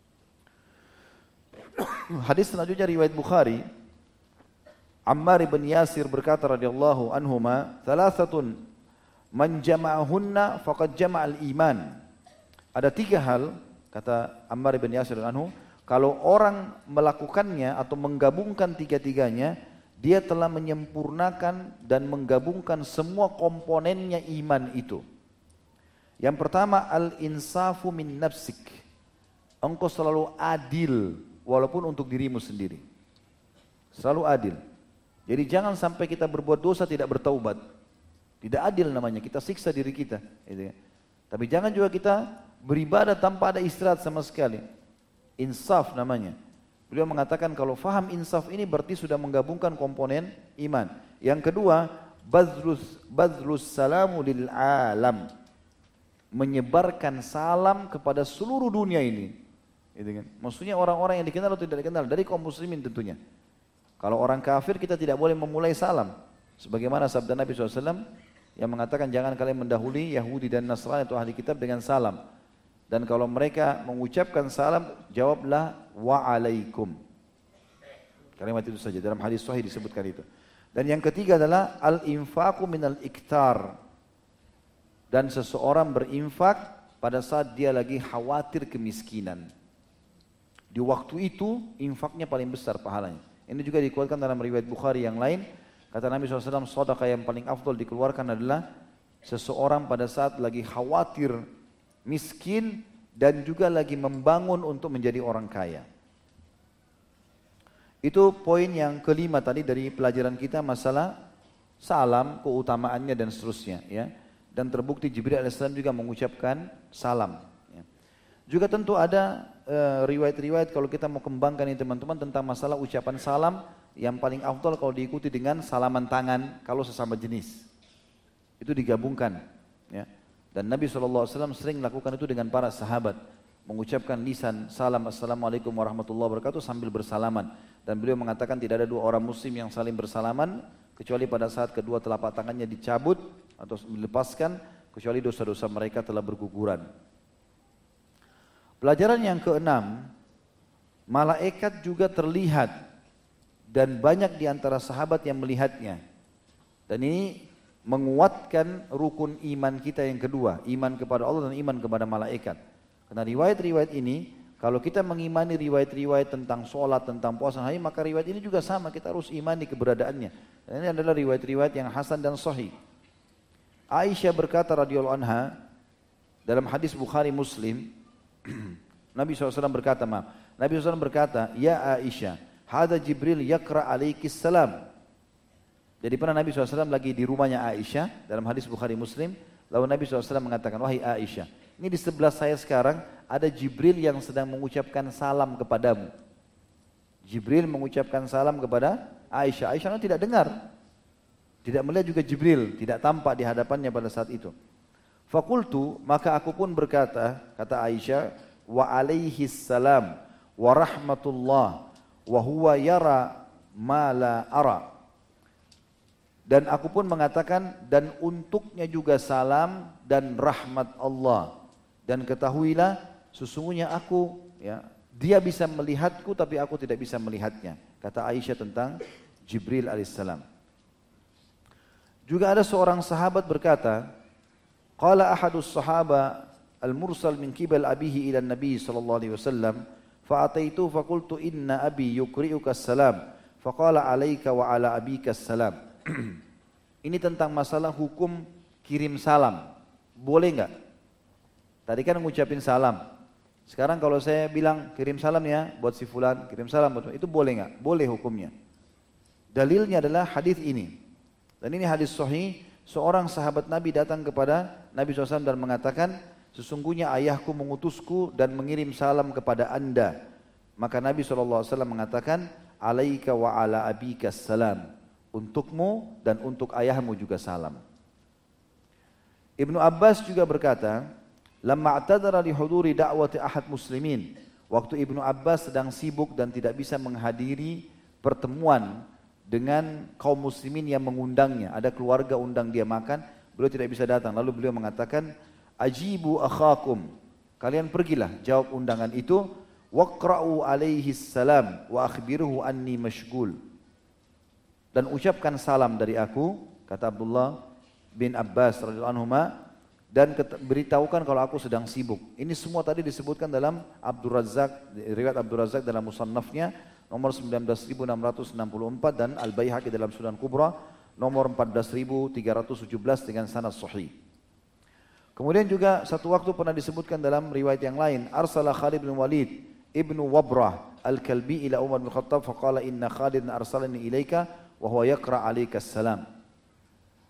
Hadis selanjutnya riwayat Bukhari. Ammar bin Yasir berkata radhiyallahu anhuma, "Thalathatun man jama'ahunna faqad jama'al iman." Ada 3 hal, kata Ammar bin Yasir anhu, kalau orang melakukannya atau menggabungkan 3-tiganya, dia telah menyempurnakan dan menggabungkan semua komponennya iman itu. Yang pertama, al-insafu min nafsik. Engkau selalu adil walaupun untuk dirimu sendiri. Selalu adil. Jadi jangan sampai kita berbuat dosa tidak bertaubat. Tidak adil namanya, kita siksa diri kita. Gitu ya. Tapi jangan juga kita beribadah tanpa ada istirahat sama sekali. insaf namanya. Beliau mengatakan kalau faham insaf ini berarti sudah menggabungkan komponen iman. Yang kedua, badrus salamu lil alam. Menyebarkan salam kepada seluruh dunia ini. Gitu kan? Maksudnya orang-orang yang dikenal atau tidak dikenal dari kaum muslimin tentunya. Kalau orang kafir kita tidak boleh memulai salam. Sebagaimana sabda Nabi SAW yang mengatakan jangan kalian mendahului Yahudi dan Nasrani atau ahli kitab dengan salam. Dan kalau mereka mengucapkan salam, jawablah wa'alaikum. Kalimat itu saja, dalam hadis sahih disebutkan itu. Dan yang ketiga adalah al-infaqu minal iktar. Dan seseorang berinfak pada saat dia lagi khawatir kemiskinan. Di waktu itu, infaknya paling besar pahalanya. Ini juga dikuatkan dalam riwayat Bukhari yang lain. Kata Nabi SAW, sedekah yang paling afdal dikeluarkan adalah seseorang pada saat lagi khawatir miskin dan juga lagi membangun untuk menjadi orang kaya. Itu poin yang kelima tadi dari pelajaran kita masalah salam, keutamaannya dan seterusnya. Ya. Dan terbukti Jibril AS juga mengucapkan salam. Ya. Juga tentu ada riwayat-riwayat kalau kita mau kembangkan ini teman-teman tentang masalah ucapan salam yang paling afdal kalau diikuti dengan salaman tangan kalau sesama jenis. Itu digabungkan. Ya. Dan Nabi SAW sering melakukan itu dengan para sahabat. Mengucapkan lisan salam assalamualaikum warahmatullahi wabarakatuh sambil bersalaman. Dan beliau mengatakan tidak ada dua orang muslim yang saling bersalaman kecuali pada saat kedua telapak tangannya dicabut atau dilepaskan kecuali dosa-dosa mereka telah berguguran. Pelajaran yang keenam, malaikat juga terlihat dan banyak di antara sahabat yang melihatnya. Dan ini menguatkan rukun iman kita yang kedua, iman kepada Allah dan iman kepada malaikat. Karena riwayat-riwayat ini, kalau kita mengimani riwayat-riwayat tentang sholat, tentang puasa, maka riwayat ini juga sama, kita harus imani keberadaannya. Dan ini adalah riwayat-riwayat yang hasan dan sahih. Aisyah berkata radhiyallahu anha dalam hadis Bukhari Muslim, Nabi SAW berkata, ya Aisyah, hada Jibril yakra alaikis salam. Jadi pernah Nabi SAW lagi di rumahnya Aisyah dalam hadis Bukhari Muslim, lalu Nabi SAW mengatakan, wahai Aisyah, ini di sebelah saya sekarang ada Jibril yang sedang mengucapkan salam kepadamu. Jibril mengucapkan salam kepada Aisyah. Aisyah tidak dengar, tidak melihat juga Jibril, tidak tampak di hadapannya pada saat itu. Fakultu, maka aku pun berkata, kata Aisyah, wa alaihis salam wa rahmatullah wa huwa yara ma la ara. Dan aku pun mengatakan, dan untuknya juga salam dan rahmat Allah. Dan ketahuilah, sesungguhnya aku, ya, dia bisa melihatku tapi aku tidak bisa melihatnya. Kata Aisyah tentang Jibril alaihissalam. Juga ada seorang sahabat berkata, qala ahadus sahaba al-mursal min qibal abihi ila nabi sallallahu alaihi wasallam, fa'ataitu faqultu inna abi yukri'uka salam, faqala alaika wa ala abika salam. Ini tentang masalah hukum kirim salam. Boleh enggak? Tadi kan ngucapin salam. Sekarang kalau saya bilang kirim salam ya buat si fulan, kirim salam buat itu boleh enggak? Boleh hukumnya. Dalilnya adalah hadis ini. Dan ini hadis sahih, seorang sahabat Nabi datang kepada Nabi SAW dan mengatakan, sesungguhnya ayahku mengutusku dan mengirim salam kepada anda. Maka Nabi SAW mengatakan, alaika wa ala abika salam. Untukmu dan untuk ayahmu juga salam. Ibnu Abbas juga berkata, lamma a'tadara li huduri da'wati ahad muslimin. Waktu Ibnu Abbas sedang sibuk dan tidak bisa menghadiri pertemuan dengan kaum muslimin yang mengundangnya. Ada keluarga undang dia makan, beliau tidak bisa datang. Lalu beliau mengatakan, ajibu akhakum. Kalian pergilah jawab undangan itu. Waqra'u alaihi salam wa akhbiruhu anni mashghul. Dan ucapkan salam dari aku, kata Abdullah bin Abbas radhiyallahu anhuma, dan beritahukan kalau aku sedang sibuk. Ini semua tadi disebutkan dalam Abdul Razzaq, riwayat Abdul Razzaq dalam musannafnya nomor 19.664 dan Al-Baihaqi dalam Sunan Kubra nomor 14.317 dengan sanad sahih. Kemudian juga satu waktu pernah disebutkan dalam riwayat yang lain, arsala Khalid bin Walid ibnu Wabrah al-Kalbi ila Umar bin Khattab faqala inna Khalid arsalani ilaika wa huwa yaqra 'alaika salam.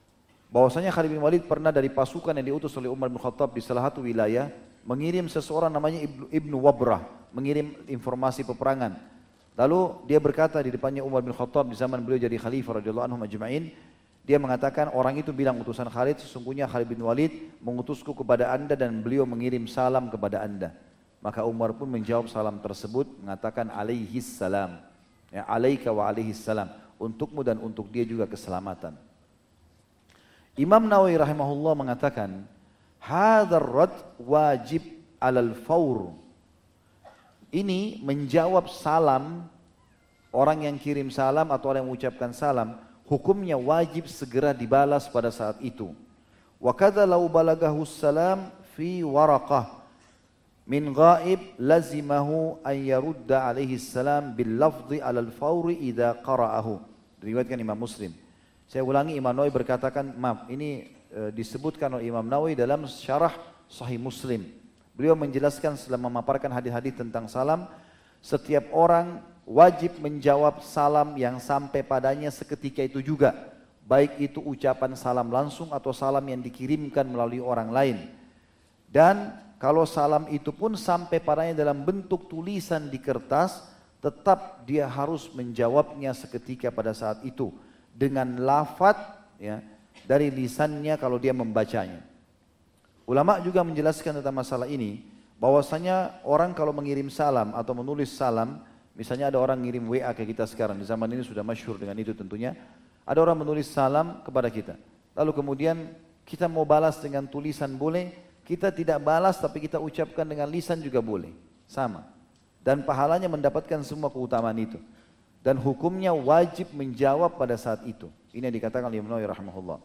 bahwasanya Khalid bin Walid pernah dari pasukan yang diutus oleh Umar bin Khattab di salah satu wilayah mengirim seseorang namanya Ibnu Wabrah, mengirim informasi peperangan. Lalu dia berkata di depannya Umar bin Khattab di zaman beliau jadi khalifah radhiyallahu anhu majma'in, dia mengatakan orang itu bilang utusan Khalid, sesungguhnya Khalid bin Walid mengutusku kepada anda dan beliau mengirim salam kepada anda. Maka Umar pun menjawab salam tersebut mengatakan alaihis salam, ya, alaika wa alaihis salam, untukmu dan untuk dia juga keselamatan. Imam Nawawi rahimahullah mengatakan, hadzal rad wajib alal faur. Ini menjawab salam, orang yang kirim salam atau orang yang mengucapkan salam, hukumnya wajib segera dibalas pada saat itu. Wa kadza law balagahu salam fi waraqah min ghaib lazimahu an yarudda alaihi salam bil lafzi alal fauri idza qara'ahu. Diriwayatkan Imam Muslim. Saya ulangi, Imam Nawawi berkatakan, maaf, ini disebutkan oleh Imam Nawawi dalam syarah Sahih Muslim. Beliau menjelaskan setelah memaparkan hadis-hadis tentang salam, setiap orang wajib menjawab salam yang sampai padanya seketika itu juga, baik itu ucapan salam langsung atau salam yang dikirimkan melalui orang lain. Dan kalau salam itu pun sampai padanya dalam bentuk tulisan di kertas, tetap dia harus menjawabnya seketika pada saat itu dengan lafaz, ya, dari lisannya kalau dia membacanya. Ulama juga menjelaskan tentang masalah ini, bahwasanya orang kalau mengirim salam atau menulis salam, misalnya ada orang ngirim WA ke kita sekarang, di zaman ini sudah masyhur dengan itu tentunya, ada orang menulis salam kepada kita, lalu kemudian kita mau balas dengan tulisan boleh, kita tidak balas tapi kita ucapkan dengan lisan juga boleh, sama. Dan pahalanya mendapatkan semua keutamaan itu. Dan hukumnya wajib menjawab pada saat itu. Ini yang dikatakan oleh Imam Nawawi rahimahullah.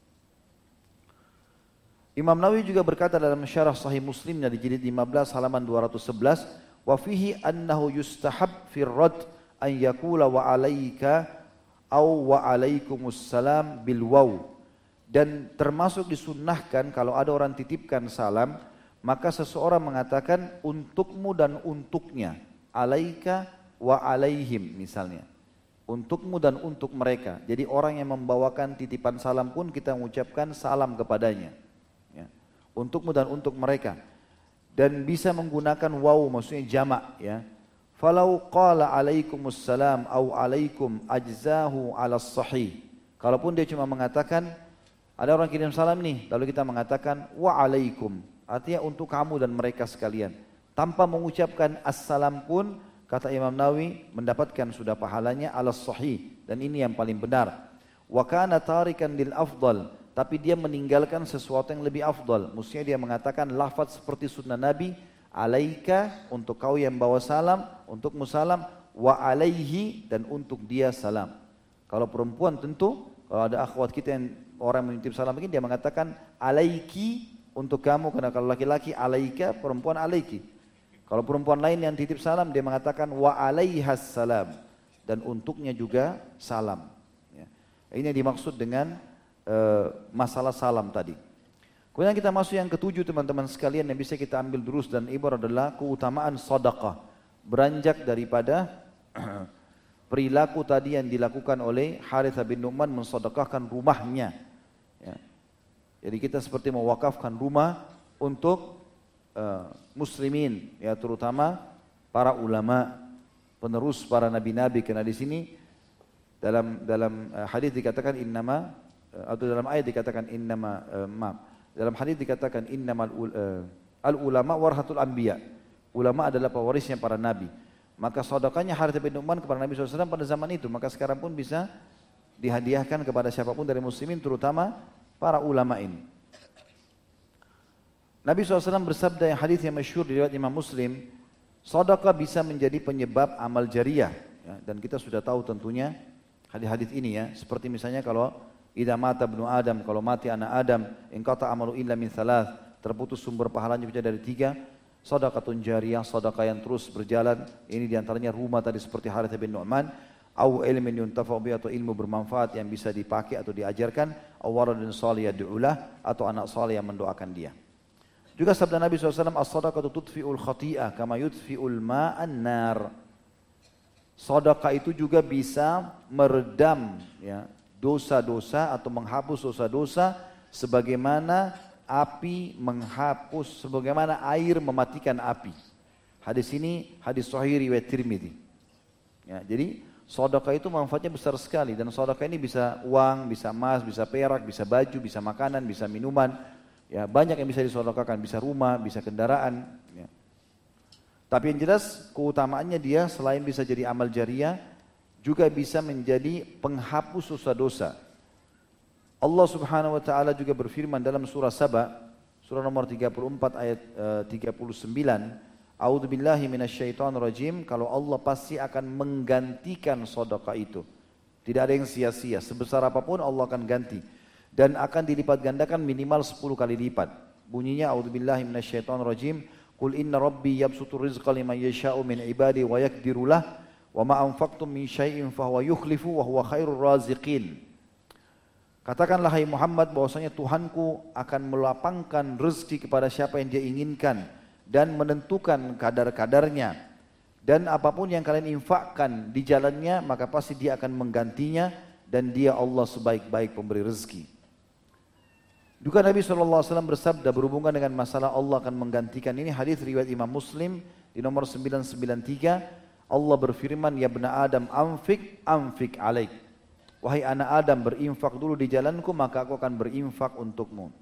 Imam Nawawi juga berkata dalam syarah Sahih Muslimnya di jilid 15 halaman 211, wa fihi annahu yustahab fi rad an yaqula wa alayka aw wa alaikumussalam bil waw. Dan termasuk disunnahkan kalau ada orang titipkan salam, maka seseorang mengatakan untukmu dan untuknya, alaika wa alaihim misalnya, untukmu dan untuk mereka. Jadi orang yang membawakan titipan salam pun kita mengucapkan salam kepadanya, ya. Untukmu dan untuk mereka. Dan bisa menggunakan waw, maksudnya jamak, ya. Falau qala alaikumussalam au alaikum ajzahu ala sahih. Kalaupun dia cuma mengatakan, ada orang kirim salam nih, lalu kita mengatakan wa alaikum, artinya untuk kamu dan mereka sekalian, tanpa mengucapkan assalam pun, kata Imam Nawawi, mendapatkan sudah pahalanya ala sahih, dan ini yang paling benar. Wa kana tarikan lil afdal, tapi dia meninggalkan sesuatu yang lebih afdal. Maksudnya dia mengatakan lafaz seperti sunnah Nabi, alaika untuk kau yang bawa salam, untukmu salam, wa alaihi dan untuk dia salam. Kalau perempuan tentu, kalau ada akhwat kita yang orang menitip salam begini, dia mengatakan alaiki untuk kamu, karena kalau laki-laki alaika, perempuan alaiki. Kalau perempuan lain yang titip salam, dia mengatakan wa alaihas salam, dan untuknya juga salam, ya. Ini yang dimaksud dengan masalah salam tadi. Kemudian kita masuk yang ketujuh teman-teman sekalian yang bisa kita ambil durus dan ibar adalah keutamaan sedekah. Beranjak daripada perilaku tadi yang dilakukan oleh Harithah bin Nu'man mensedekahkan rumahnya, ya. Jadi kita seperti mewakafkan rumah untuk muslimin, ya, terutama para ulama penerus para nabi-nabi, karena di sini dalam hadis dikatakan innama, atau dalam ayat dikatakan innama, dalam hadis dikatakan innamal al ulama warahatul anbiya, ulama adalah pewarisnya para nabi. Maka sedekahnya Harithah bin Nu'man kepada Nabi SAW pada zaman itu, maka sekarang pun bisa dihadiahkan kepada siapapun dari muslimin, terutama para ulama ini. Nabi SAW bersabda yang hadis yang masyhur di riwayat Imam Muslim, sedekah bisa menjadi penyebab amal jariyah, ya, dan kita sudah tahu tentunya hadis-hadis ini, ya. Seperti misalnya kalau idza mata ibnu Adam, kalau mati anak Adam, in qata amalu illa min thalath, terputus sumber pahalanya dari 3, sedekahun jariyah, sedekah yang terus berjalan. Ini diantaranya rumah tadi seperti Harithah bin Nu'man, au ilmin yuntafa'u bihi, atau ilmu bermanfaat yang bisa dipakai atau diajarkan, aw waladun shalih yad'ulah, atau anak saleh yang mendoakan dia. Juga sabda Nabi SAW, as-sadaqatu tudfi'ul khati'ah kama yudfi'ul ma'an nar. Sedekah itu juga bisa meredam, ya, dosa-dosa atau menghapus dosa-dosa sebagaimana api menghapus, sebagaimana air mematikan api. Hadis ini hadis sahih riwayat Tirmidzi. Ya, jadi sedekah itu manfaatnya besar sekali, dan sedekah ini bisa uang, bisa emas, bisa perak, bisa baju, bisa makanan, bisa minuman. Ya, banyak yang bisa disedekahkan, bisa rumah, bisa kendaraan. Ya. Tapi yang jelas keutamaannya dia selain bisa jadi amal jariah, juga bisa menjadi penghapus dosa-dosa. Allah Subhanahu wa taala juga berfirman dalam surah Saba, surah nomor 34 ayat 39, A'udzubillahi minasyaitonirrajim, kalau Allah pasti akan menggantikan sedekah itu. Tidak ada yang sia-sia, sebesar apapun Allah akan ganti dan akan dilipat gandakan minimal 10 kali lipat. Bunyinya A'udzubillahi minasyaitonirrajim, Qul inna rabbi yabsutur rizqa liman yasha'u min ibadi wa yaqdiru lah wa ma anfaqtum min syai'in fahuwa yukhlifu wa huwa khairur raziqin. Katakanlah hai Muhammad bahwasanya Tuhanku akan melapangkan rezeki kepada siapa yang dia inginkan dan menentukan kadar-kadarnya, dan apapun yang kalian infakkan di jalannya maka pasti dia akan menggantinya, dan dia Allah sebaik-baik pemberi rezeki. Juga Nabi SAW bersabda berhubungan dengan masalah Allah akan menggantikan ini, hadis riwayat Imam Muslim di nomor 993, Allah berfirman, ya bna Adam anfik alaik, wahai anak Adam berinfak dulu di jalanku maka aku akan berinfak untukmu.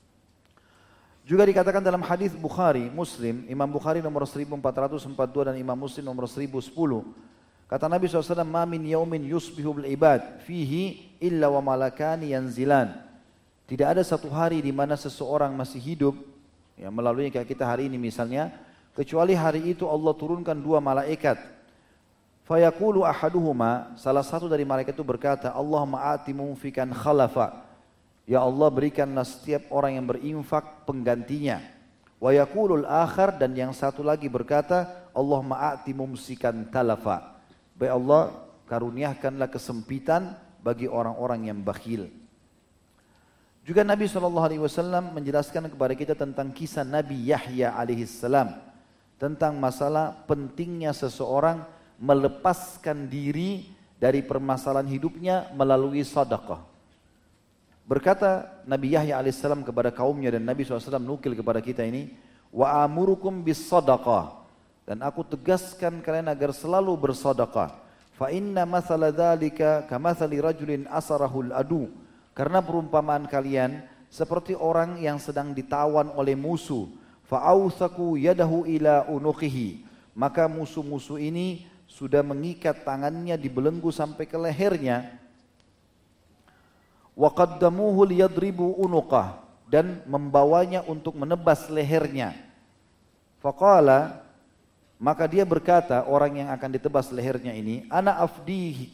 Juga dikatakan dalam hadis Bukhari, Muslim, Imam Bukhari nomor 1442 dan Imam Muslim nomor 1010. Kata Nabi SAW, ma min yaumin yusbihu bil ibad fihi illa wa malakani yanzilan. Tidak ada satu hari di mana seseorang masih hidup, ya, melalui kayak kita hari ini misalnya, kecuali hari itu Allah turunkan 2 malaikat. Fayaqulu ahaduhuma, salah satu dari malaikat itu berkata, Allahumma ati munfikan khalafa. Ya Allah, berikanlah setiap orang yang berinfak penggantinya. Wa yaqulul akhar, dan yang satu lagi berkata, Allahumma ati mumsikan talafa. Baik Allah, karuniakanlah kesempitan bagi orang-orang yang bakhil. Juga Nabi SAW menjelaskan kepada kita tentang kisah Nabi Yahya alaihissalam, tentang masalah pentingnya seseorang melepaskan diri dari permasalahan hidupnya melalui sedekah. Berkata Nabi Yahya alaihissalam kepada kaumnya, dan Nabi SAW nukil kepada kita ini, wa amurukum bis sadaqah, dan aku tegaskan kalian agar selalu bersedekah. Fa inna mathala dzalika kamathali rajulin asarahul adu, karena perumpamaan kalian seperti orang yang sedang ditawan oleh musuh. Fa awthaku yadahu ila unuqihi, maka musuh-musuh ini sudah mengikat tangannya dibelenggu sampai ke lehernya. Wa qaddamuhu liyadribu unuqah, dan membawanya untuk menebas lehernya. Faqala, maka dia berkata, orang yang akan ditebas lehernya ini, ana afdi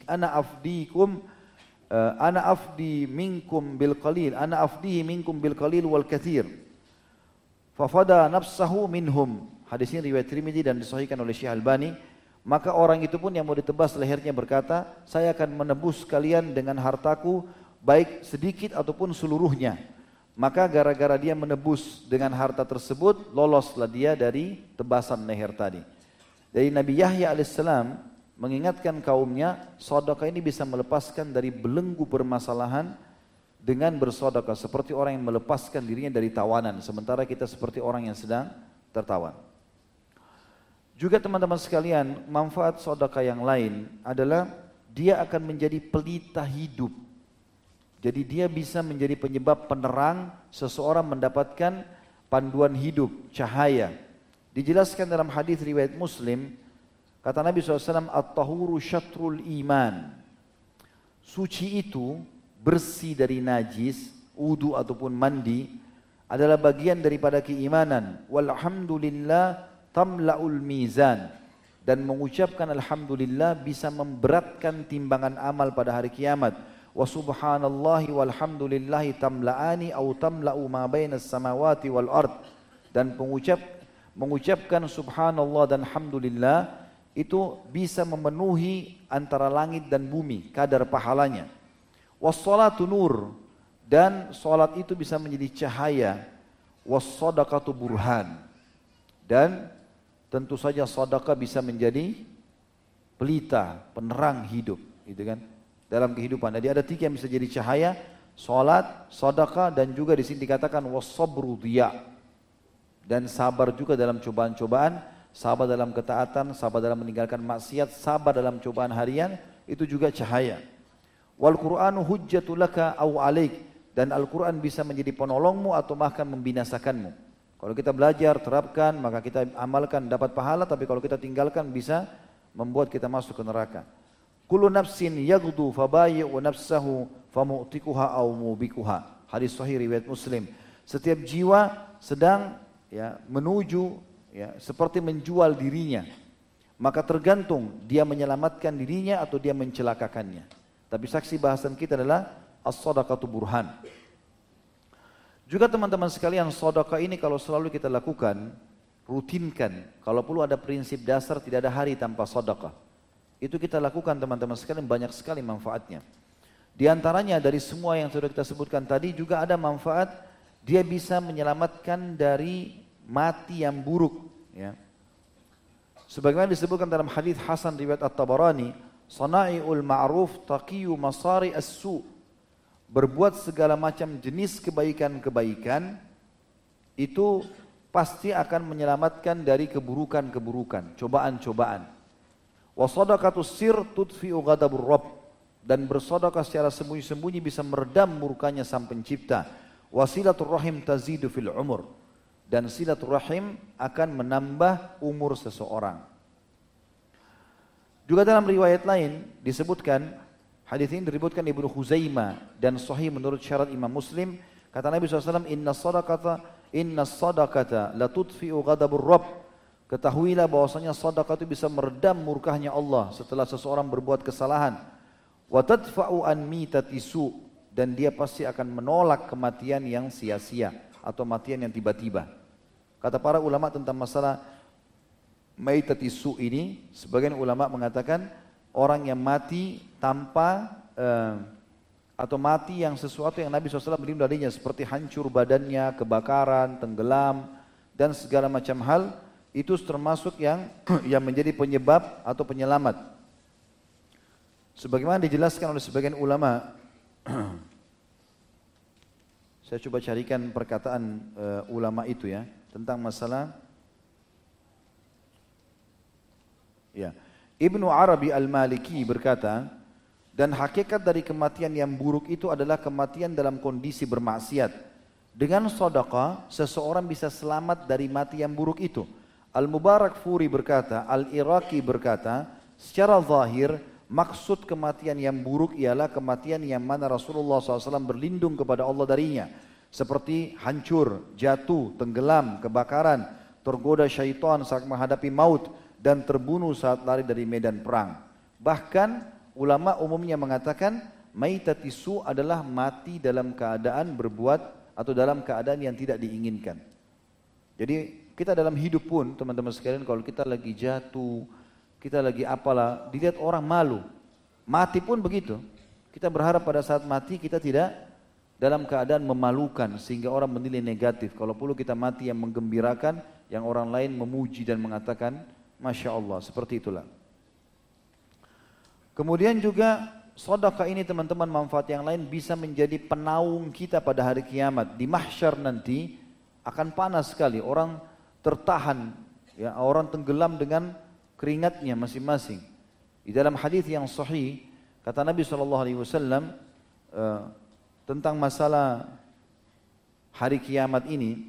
minkum bil qalil wal katsir. Fafada nafsahu minhum. Hadis ini riwayat Tirmidzi dan disahihkan oleh Syekh Albani. Maka orang itu pun yang mau ditebas lehernya berkata, saya akan menebus kalian dengan hartaku, baik sedikit ataupun seluruhnya. Maka gara-gara dia menebus dengan harta tersebut, loloslah dia dari tebasan leher tadi. Dari Nabi Yahya alaihissalam mengingatkan kaumnya, sedekah ini bisa melepaskan dari belenggu permasalahan dengan bersedekah, seperti orang yang melepaskan dirinya dari tawanan, sementara kita seperti orang yang sedang tertawan. Juga teman-teman sekalian, manfaat sedekah yang lain adalah dia akan menjadi pelita hidup. Jadi dia bisa menjadi penyebab penerang seseorang mendapatkan panduan hidup, cahaya. Dijelaskan dalam hadis riwayat Muslim, kata Nabi SAW, at-tahuru syatrul iman. Suci itu, bersih dari najis, wudu ataupun mandi, adalah bagian daripada keimanan. Walhamdulillah tamla'ul mizan. Dan mengucapkan alhamdulillah bisa memberatkan timbangan amal pada hari kiamat. Wa subhanallahi walhamdulillahi tamla'ani au tamla'u ma bainas samawati wal ard. Dan mengucapkan subhanallah dan alhamdulillah itu bisa memenuhi antara langit dan bumi kadar pahalanya. Wassalatu nur, dan salat itu bisa menjadi cahaya. Wassadaqatu burhan, dan tentu saja sedekah bisa menjadi pelita, penerang hidup, gitu kan? dalam kehidupan. Jadi ada 3 yang bisa jadi cahaya, salat, sedekah, dan juga di sini dikatakan was-sabru diya. Dan sabar juga dalam cobaan-cobaan, sabar dalam ketaatan, sabar dalam meninggalkan maksiat, sabar dalam cobaan harian, itu juga cahaya. Wal Qur'anu hujjatul laka aw 'alaik, dan Al-Quran bisa menjadi penolongmu atau bahkan membinasakanmu. Kalau kita belajar, terapkan, maka kita amalkan, dapat pahala, tapi kalau kita tinggalkan bisa membuat kita masuk ke neraka. Kullu nafsin yaghdu fabayi'u nafsahu famu'tikuha aw mubikuha. Hadis sahih riwayat Muslim. Setiap jiwa sedang menuju seperti menjual dirinya. Maka tergantung dia menyelamatkan dirinya atau dia mencelakakannya. Tapi saksi bahasan kita adalah as-sadaqatu burhan. Juga teman-teman sekalian, sedekah ini kalau selalu kita lakukan, rutinkan. Kalau perlu ada prinsip dasar, tidak ada hari tanpa sedekah. Itu kita lakukan teman-teman sekalian, banyak sekali manfaatnya. Di antaranya dari semua yang sudah kita sebutkan tadi juga ada manfaat, dia bisa menyelamatkan dari mati yang buruk. Ya. Sebagaimana disebutkan dalam hadis Hasan riwayat At-Tabarani, sana'iul ma'ruf taqiyu masari as-su'. Berbuat segala macam jenis kebaikan-kebaikan itu pasti akan menyelamatkan dari keburukan-keburukan, cobaan-cobaan. Wa shadaqatus sir tudfi'u ghadabur rabb, dan bersedekah secara sembunyi-sembunyi bisa meredam murkanya Sang Pencipta. Wa silatur rahim tazidu fil umur, dan silatur rahim akan menambah umur seseorang. Juga dalam riwayat lain disebutkan, hadis ini disebutkan Ibnu Khuzaimah dan sahih menurut syarat Imam Muslim, kata Nabi SAW, inna sadaqata la tudfi'u ghadabur rabb. Ketahuilah bahwasanya sedekah itu bisa meredam murkahnya Allah setelah seseorang berbuat kesalahan. Wa tadfa'u an mitati su', dan dia pasti akan menolak kematian yang sia-sia atau matian yang tiba-tiba. Kata para ulama tentang masalah maitati su' ini, sebagian ulama mengatakan orang yang mati tanpa atau mati yang sesuatu yang Nabi SAW berlindung darinya, seperti hancur badannya, kebakaran, tenggelam, dan segala macam hal, itu termasuk yang menjadi penyebab atau penyelamat. Sebagaimana dijelaskan oleh sebagian ulama, saya coba carikan perkataan ulama itu ya, tentang masalah Ibnu Arabi Al-Maliki berkata, dan hakikat dari kematian yang buruk itu adalah kematian dalam kondisi bermaksiat. Dengan sedekah, seseorang bisa selamat dari mati yang buruk itu. Al-Mubarak Furi berkata, Al-Iraqi berkata, secara zahir, maksud kematian yang buruk ialah kematian yang mana Rasulullah SAW berlindung kepada Allah darinya. Seperti hancur, jatuh, tenggelam, kebakaran, tergoda syaitan saat menghadapi maut, dan terbunuh saat lari dari medan perang. Bahkan ulama umumnya mengatakan maitati su' adalah mati dalam keadaan berbuat atau dalam keadaan yang tidak diinginkan. Jadi kita dalam hidup pun teman-teman sekalian, kalau kita lagi jatuh, kita lagi apalah, dilihat orang malu. Mati pun begitu. Kita berharap pada saat mati kita tidak dalam keadaan memalukan sehingga orang menilai negatif. Kalau perlu kita mati yang menggembirakan, yang orang lain memuji dan mengatakan Masya Allah, seperti itulah. Kemudian juga sedekah ini teman-teman, manfaat yang lain bisa menjadi penaung kita pada hari kiamat. Di mahsyar nanti akan panas sekali, orang tertahan, ya, orang tenggelam dengan keringatnya masing-masing. Di dalam hadis yang sahih, kata Nabi SAW tentang masalah hari kiamat ini,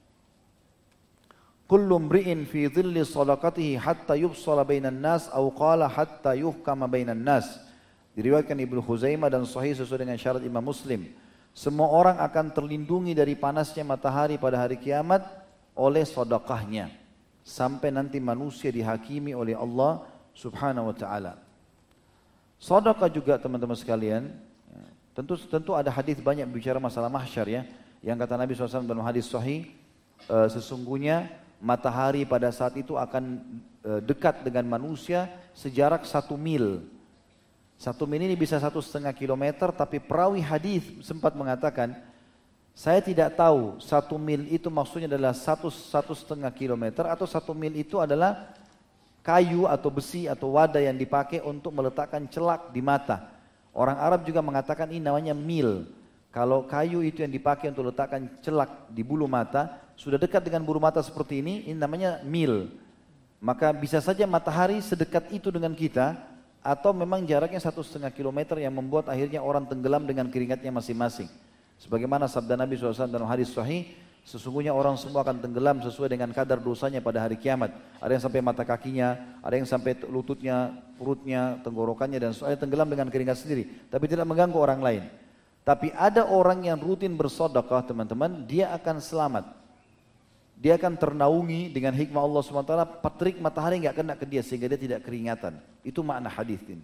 kullu mri'in fi dhilli sadaqatihi hatta yufsala bainan nas aw qala hatta yuhkama bainan nas. Diriwayatkan Ibnu Khuzaimah dan sahih sesuai dengan syarat Imam Muslim. Semua orang akan terlindungi dari panasnya matahari pada hari kiamat oleh sedekahnya sampai nanti manusia dihakimi oleh Allah Subhanahu wa taala. Sedekah juga teman-teman sekalian, tentu ada hadis banyak bicara masalah mahsyar ya, yang kata Nabi SAW dalam hadis sahih, sesungguhnya matahari pada saat itu akan dekat dengan manusia sejarak 1 mil. 1 mil ini bisa 1,5 kilometer, tapi perawi hadis sempat mengatakan, saya tidak tahu 1 mil itu maksudnya adalah 1,5 kilometer atau 1 mil itu adalah kayu atau besi atau wadah yang dipakai untuk meletakkan celak di mata. Orang Arab juga mengatakan ini namanya mil. Kalau kayu itu yang dipakai untuk letakkan celak di bulu mata, sudah dekat dengan bulu mata seperti ini namanya mil. Maka bisa saja matahari sedekat itu dengan kita, atau memang jaraknya 1,5 kilometer yang membuat akhirnya orang tenggelam dengan keringatnya masing-masing. Sebagaimana sabda Nabi SAW dalam hadis sahih, sesungguhnya orang semua akan tenggelam sesuai dengan kadar dosanya pada hari kiamat. Ada yang sampai mata kakinya, ada yang sampai lututnya, perutnya, tenggorokannya, dan soalnya tenggelam dengan keringat sendiri. Tapi tidak mengganggu orang lain. Tapi ada orang yang rutin bersedekah teman-teman, dia akan selamat. Dia akan ternaungi dengan hikmah Allah SWT, terik matahari nggak kena ke dia sehingga dia tidak keringatan. Itu makna hadis ini.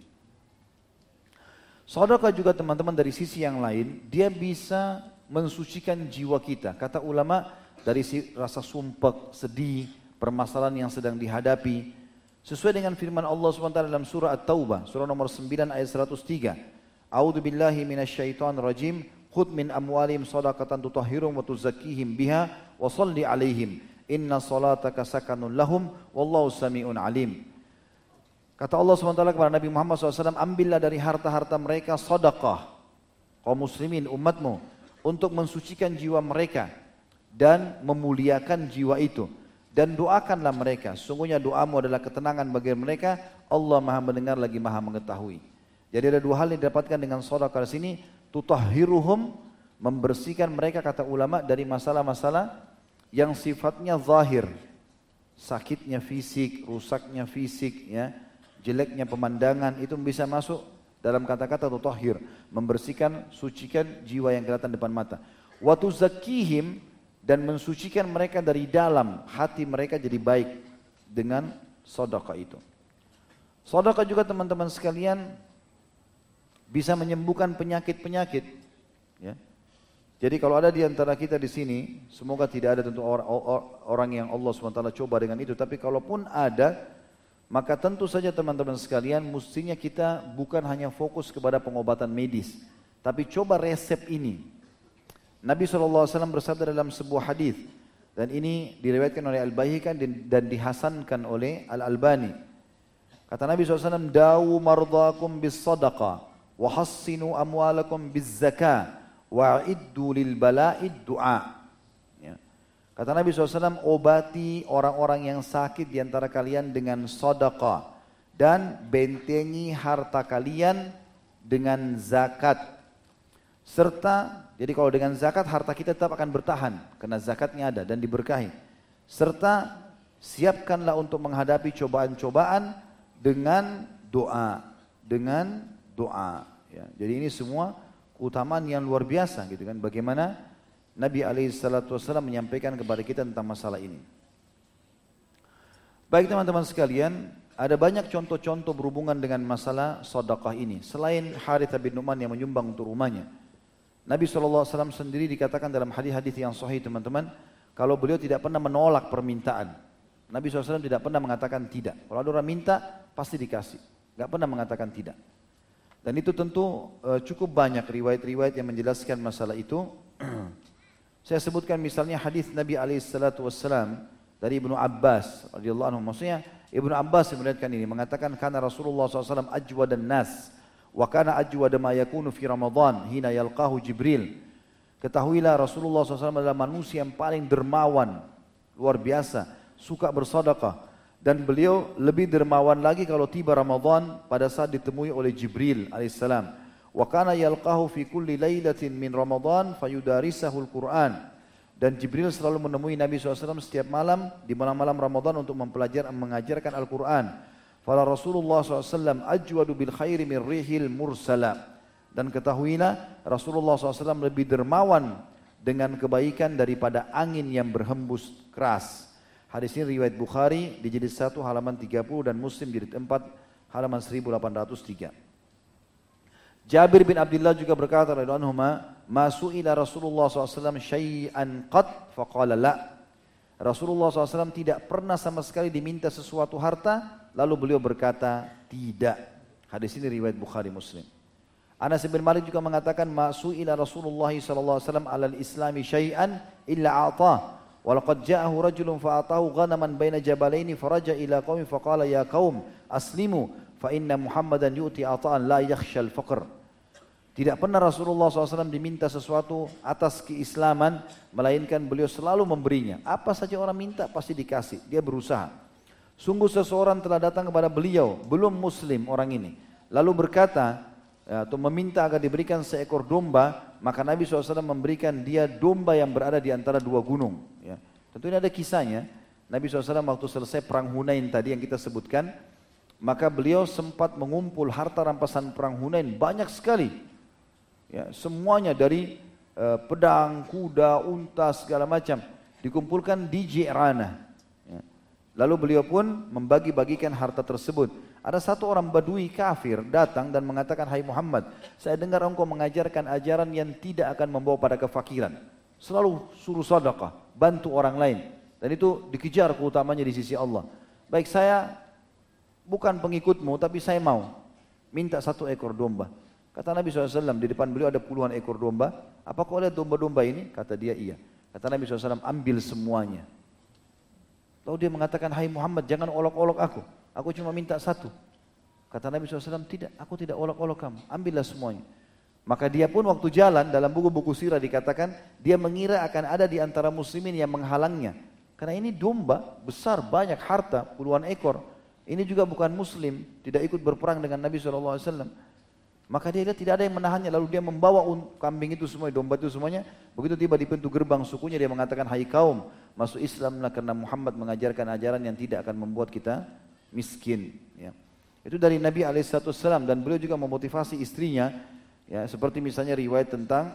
Sedekah juga teman-teman dari sisi yang lain, dia bisa mensucikan jiwa kita. Kata ulama, dari rasa sumpek, sedih, permasalahan yang sedang dihadapi. Sesuai dengan firman Allah SWT dalam surah At-Taubah, surah nomor 9 ayat 103. A'udzu billahi minasyaitonir rajim. Khudh min amwalihim shadaqatan tutahhiruhum wa tuzakkihim biha wa shalli 'alaihim. Inna salataka sakanun lahum wallahu samiun alim. Kata Allah SWT kepada Nabi Muhammad SAW, ambillah dari harta-harta mereka sedekah, kaum muslimin umatmu, untuk mensucikan jiwa mereka dan memuliakan jiwa itu. Dan doakanlah mereka, sungguhnya doamu adalah ketenangan bagi mereka, Allah maha mendengar lagi maha mengetahui. Jadi ada dua hal yang didapatkan dengan sedekah di sini, tutahhiruhum, membersihkan mereka kata ulama dari masalah-masalah yang sifatnya zahir, sakitnya fisik, rusaknya fisik, ya, jeleknya pemandangan, itu bisa masuk dalam kata-kata tutahhir, membersihkan, sucikan jiwa yang kelihatan depan mata. Wa tuzakkihim, dan mensucikan mereka dari dalam, hati mereka jadi baik dengan sedekah itu. Sedekah juga teman-teman sekalian bisa menyembuhkan penyakit-penyakit, ya. Jadi kalau ada di antara kita di sini, semoga tidak ada tentu orang yang Allah SWT coba dengan itu, tapi kalaupun ada, maka tentu saja teman-teman sekalian mestinya kita bukan hanya fokus kepada pengobatan medis, tapi coba resep ini. Nabi SAW bersabda dalam sebuah hadis, dan ini diriwayatkan oleh Al-Baihaqi dan dihasankan oleh Al-Albani. Kata Nabi SAW, dawu mardakum bis sadaqah wa hassinu amwalakum biz zakah wa'iddu lil bala'id du'a. Ya. Kata Nabi SAW, obati orang-orang yang sakit di antara kalian dengan sedekah dan bentengi harta kalian dengan zakat. Serta, jadi kalau dengan zakat harta kita tetap akan bertahan karena zakatnya ada dan diberkahi. Serta siapkanlah untuk menghadapi cobaan-cobaan dengan doa, Ya. Jadi ini semua keutamaan yang luar biasa gitu kan. Bagaimana Nabi SAW menyampaikan kepada kita tentang masalah ini. Baik teman-teman sekalian, ada banyak contoh-contoh berhubungan dengan masalah sedekah ini. Selain Harithah bin Nu'man yang menyumbang untuk rumahnya, Nabi SAW sendiri dikatakan dalam hadis-hadis yang sahih teman-teman, kalau beliau tidak pernah menolak permintaan. Nabi SAW tidak pernah mengatakan tidak. Kalau ada orang minta, pasti dikasih. Gak pernah mengatakan tidak. Dan itu tentu cukup banyak riwayat-riwayat yang menjelaskan masalah itu. Saya sebutkan misalnya hadis Nabi SAW dari Ibnu Abbas radhiyallahu anhu. Maksudnya Ibnu Abbas meriwayatkan ini, mengatakan karena Rasulullah SAW ajwadan nas wa kana ajwada ma yakunu fi Ramadan hina yalqahu Jibril. Ketahuilah Rasulullah SAW adalah manusia yang paling dermawan, luar biasa, suka bersedekah. Dan beliau lebih dermawan lagi kalau tiba Ramadan pada saat ditemui oleh Jibril alaihissalam. Wa kana yalqahu fi kulli lailatin min Ramadan fayudarisahul Quran. Dan Jibril selalu menemui Nabi SAW setiap malam di malam-malam Ramadan untuk mengajarkan Al-Quran. Fala Rasulullah SAW ajwadu bil khairi min rihil mursala. Dan ketahuilah Rasulullah SAW lebih dermawan dengan kebaikan daripada angin yang berhembus keras. Hadis ini riwayat Bukhari di jilid 1 halaman 30 dan Muslim jilid 4 halaman 1803. Jabir bin Abdullah juga berkata radhiyallahu anhuma, "Ma su'ila Rasulullah SAW syai'an qad faqala la." Rasulullah SAW tidak pernah sama sekali diminta sesuatu harta, lalu beliau berkata tidak. Hadis ini riwayat Bukhari Muslim. Anas bin Malik juga mengatakan, "Ma su'ila Rasulullah SAW 'alal Islami syai'an illa a'tah." Walaqad ja'ahu rajulun fa'atahu ghanaman baina jabalaini faraja ila qaumi faqala ya qaum aslimu fa inna Muhammadan yu'ti ata'an la yakhshal faqr. Tidak pernah Rasulullah SAW diminta sesuatu atas keislaman, melainkan beliau selalu memberinya. Apa saja orang minta pasti dikasih, dia berusaha. Sungguh seseorang telah datang kepada beliau, belum muslim orang ini. Lalu berkata, atau meminta agar diberikan seekor domba, maka Nabi SAW memberikan dia domba yang berada di antara dua gunung. Ya. Tentu ini ada kisahnya. Nabi SAW waktu selesai perang Hunain tadi yang kita sebutkan, maka beliau sempat mengumpul harta rampasan perang Hunain banyak sekali. Ya, semuanya dari pedang, kuda, unta, segala macam dikumpulkan di Ji'ranah. Ya. Lalu beliau pun membagi-bagikan harta tersebut. Ada satu orang Badui kafir datang dan mengatakan, "Hai Muhammad, saya dengar engkau mengajarkan ajaran yang tidak akan membawa pada kefakiran. Selalu suruh sedekah, bantu orang lain. Dan itu dikejar keutamanya di sisi Allah. Baik, saya bukan pengikutmu, tapi saya mau minta 1 ekor domba." Kata Nabi SAW, di depan beliau ada puluhan ekor domba. "Apa kau lihat domba-domba ini?" Kata dia, "Iya." Kata Nabi SAW, "Ambil semuanya." Lalu dia mengatakan, "Hai Muhammad, jangan olok-olok aku cuma minta 1. Kata Nabi SAW, "Tidak, aku tidak olok-olok kamu, ambillah semuanya." Maka dia pun waktu jalan, dalam buku-buku sirah dikatakan, dia mengira akan ada di antara muslimin yang menghalangnya. Karena ini domba, besar, banyak harta, puluhan ekor. Ini juga bukan muslim, tidak ikut berperang dengan Nabi SAW. Maka dia lihat tidak ada yang menahannya, lalu dia membawa kambing itu semua, domba itu semuanya. Begitu tiba di pintu gerbang sukunya, dia mengatakan, "Hai kaum, masuk Islamlah karena Muhammad mengajarkan ajaran yang tidak akan membuat kita miskin." Ya. Itu dari Nabi SAW, dan beliau juga memotivasi istrinya. Ya, seperti misalnya riwayat tentang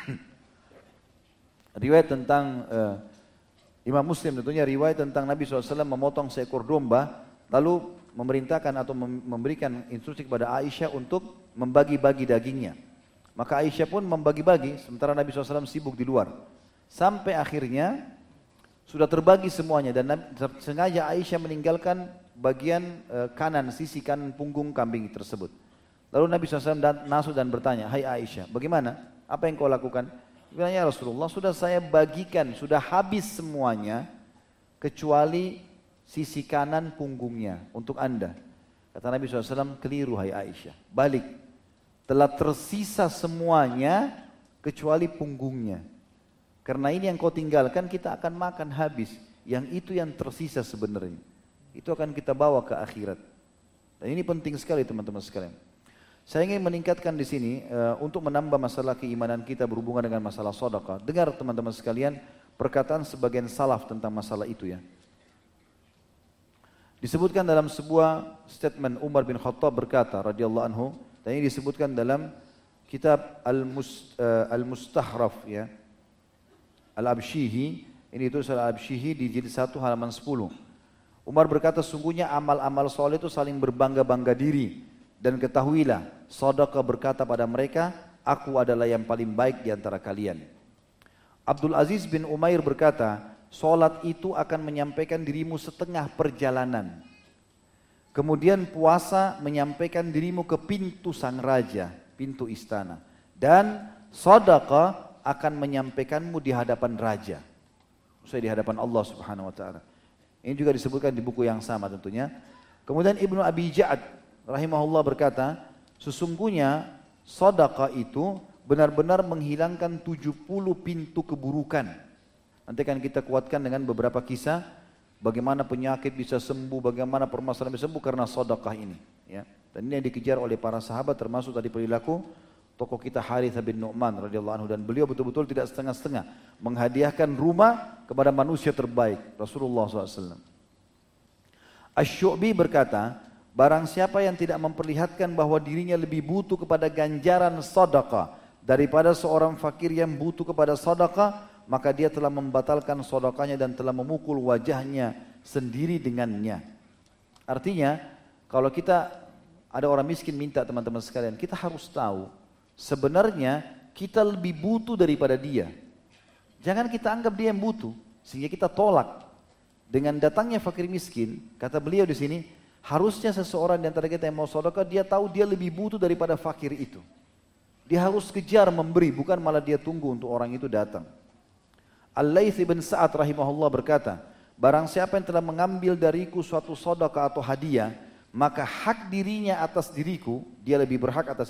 Imam Muslim tentunya, riwayat tentang Nabi SAW memotong seekor domba, lalu memerintahkan atau memberikan instruksi kepada Aisyah untuk membagi-bagi dagingnya. Maka Aisyah pun membagi-bagi, sementara Nabi SAW sibuk di luar. Sampai akhirnya sudah terbagi semuanya, dan sengaja Aisyah meninggalkan bagian kanan, sisi kanan punggung kambing tersebut. Lalu Nabi SAW masuk dan bertanya, "Hai Aisyah, bagaimana? Apa yang kau lakukan?" Dia bilang, "Ya Rasulullah, sudah saya bagikan, sudah habis semuanya, kecuali sisi kanan punggungnya untuk anda." Kata Nabi SAW, "Keliru hai Aisyah, balik. Telah tersisa semuanya kecuali punggungnya. Karena ini yang kau tinggalkan, kita akan makan habis. Yang itu yang tersisa sebenarnya. Itu akan kita bawa ke akhirat." Dan ini penting sekali teman-teman sekalian. Saya ingin meningkatkan di sini untuk menambah masalah keimanan kita berhubungan dengan masalah sedekah. Dengar teman-teman sekalian perkataan sebagian salaf tentang masalah itu ya. Disebutkan dalam sebuah statement Umar bin Khattab berkata radhiyallahu anhu, dan ini disebutkan dalam kitab Al-Mustahraf ya. Al-Abshihi, ini itu Al-Abshihi di jilid 1 halaman 10. Umar berkata, "Sungguhnya amal-amal soleh itu saling berbangga-bangga diri, dan ketahuilah, sedekah berkata pada mereka, aku adalah yang paling baik di antara kalian." Abdul Aziz bin Umair berkata, "Salat itu akan menyampaikan dirimu setengah perjalanan. Kemudian puasa menyampaikan dirimu ke pintu sang raja, pintu istana. Dan sedekah akan menyampaikanmu di hadapan raja." Maksudnya di hadapan Allah Subhanahu wa taala. Ini juga disebutkan di buku yang sama tentunya. Kemudian Ibnu Abi Ja'ad rahimahullah berkata, "Sesungguhnya sedekah itu benar-benar menghilangkan 70 pintu keburukan." Nanti akan kita kuatkan dengan beberapa kisah bagaimana penyakit bisa sembuh, bagaimana permasalahan bisa sembuh karena sedekah ini. Ya. Dan ini yang dikejar oleh para sahabat, termasuk tadi perilaku tokoh kita Harithah bin Nu'man radhiyallahu anhu, dan beliau betul-betul tidak setengah-setengah menghadiahkan rumah kepada manusia terbaik Rasulullah SAW. Asy-Syu'bi berkata, "Barang siapa yang tidak memperlihatkan bahwa dirinya lebih butuh kepada ganjaran sedekah daripada seorang fakir yang butuh kepada sedekah, maka dia telah membatalkan sedekahnya dan telah memukul wajahnya sendiri dengannya." Artinya, kalau kita ada orang miskin minta teman-teman sekalian, kita harus tahu sebenarnya kita lebih butuh daripada dia. Jangan kita anggap dia yang butuh sehingga kita tolak. Dengan datangnya fakir miskin, kata beliau di sini, harusnya seseorang di antara kita yang mau sedekah, dia tahu dia lebih butuh daripada fakir itu. Dia harus kejar memberi, bukan malah dia tunggu untuk orang itu datang. Al-Laits bin Sa'ad rahimahullah berkata, "Barang siapa yang telah mengambil dariku suatu sedekah atau hadiah, maka hak dirinya atas diriku, dia lebih berhak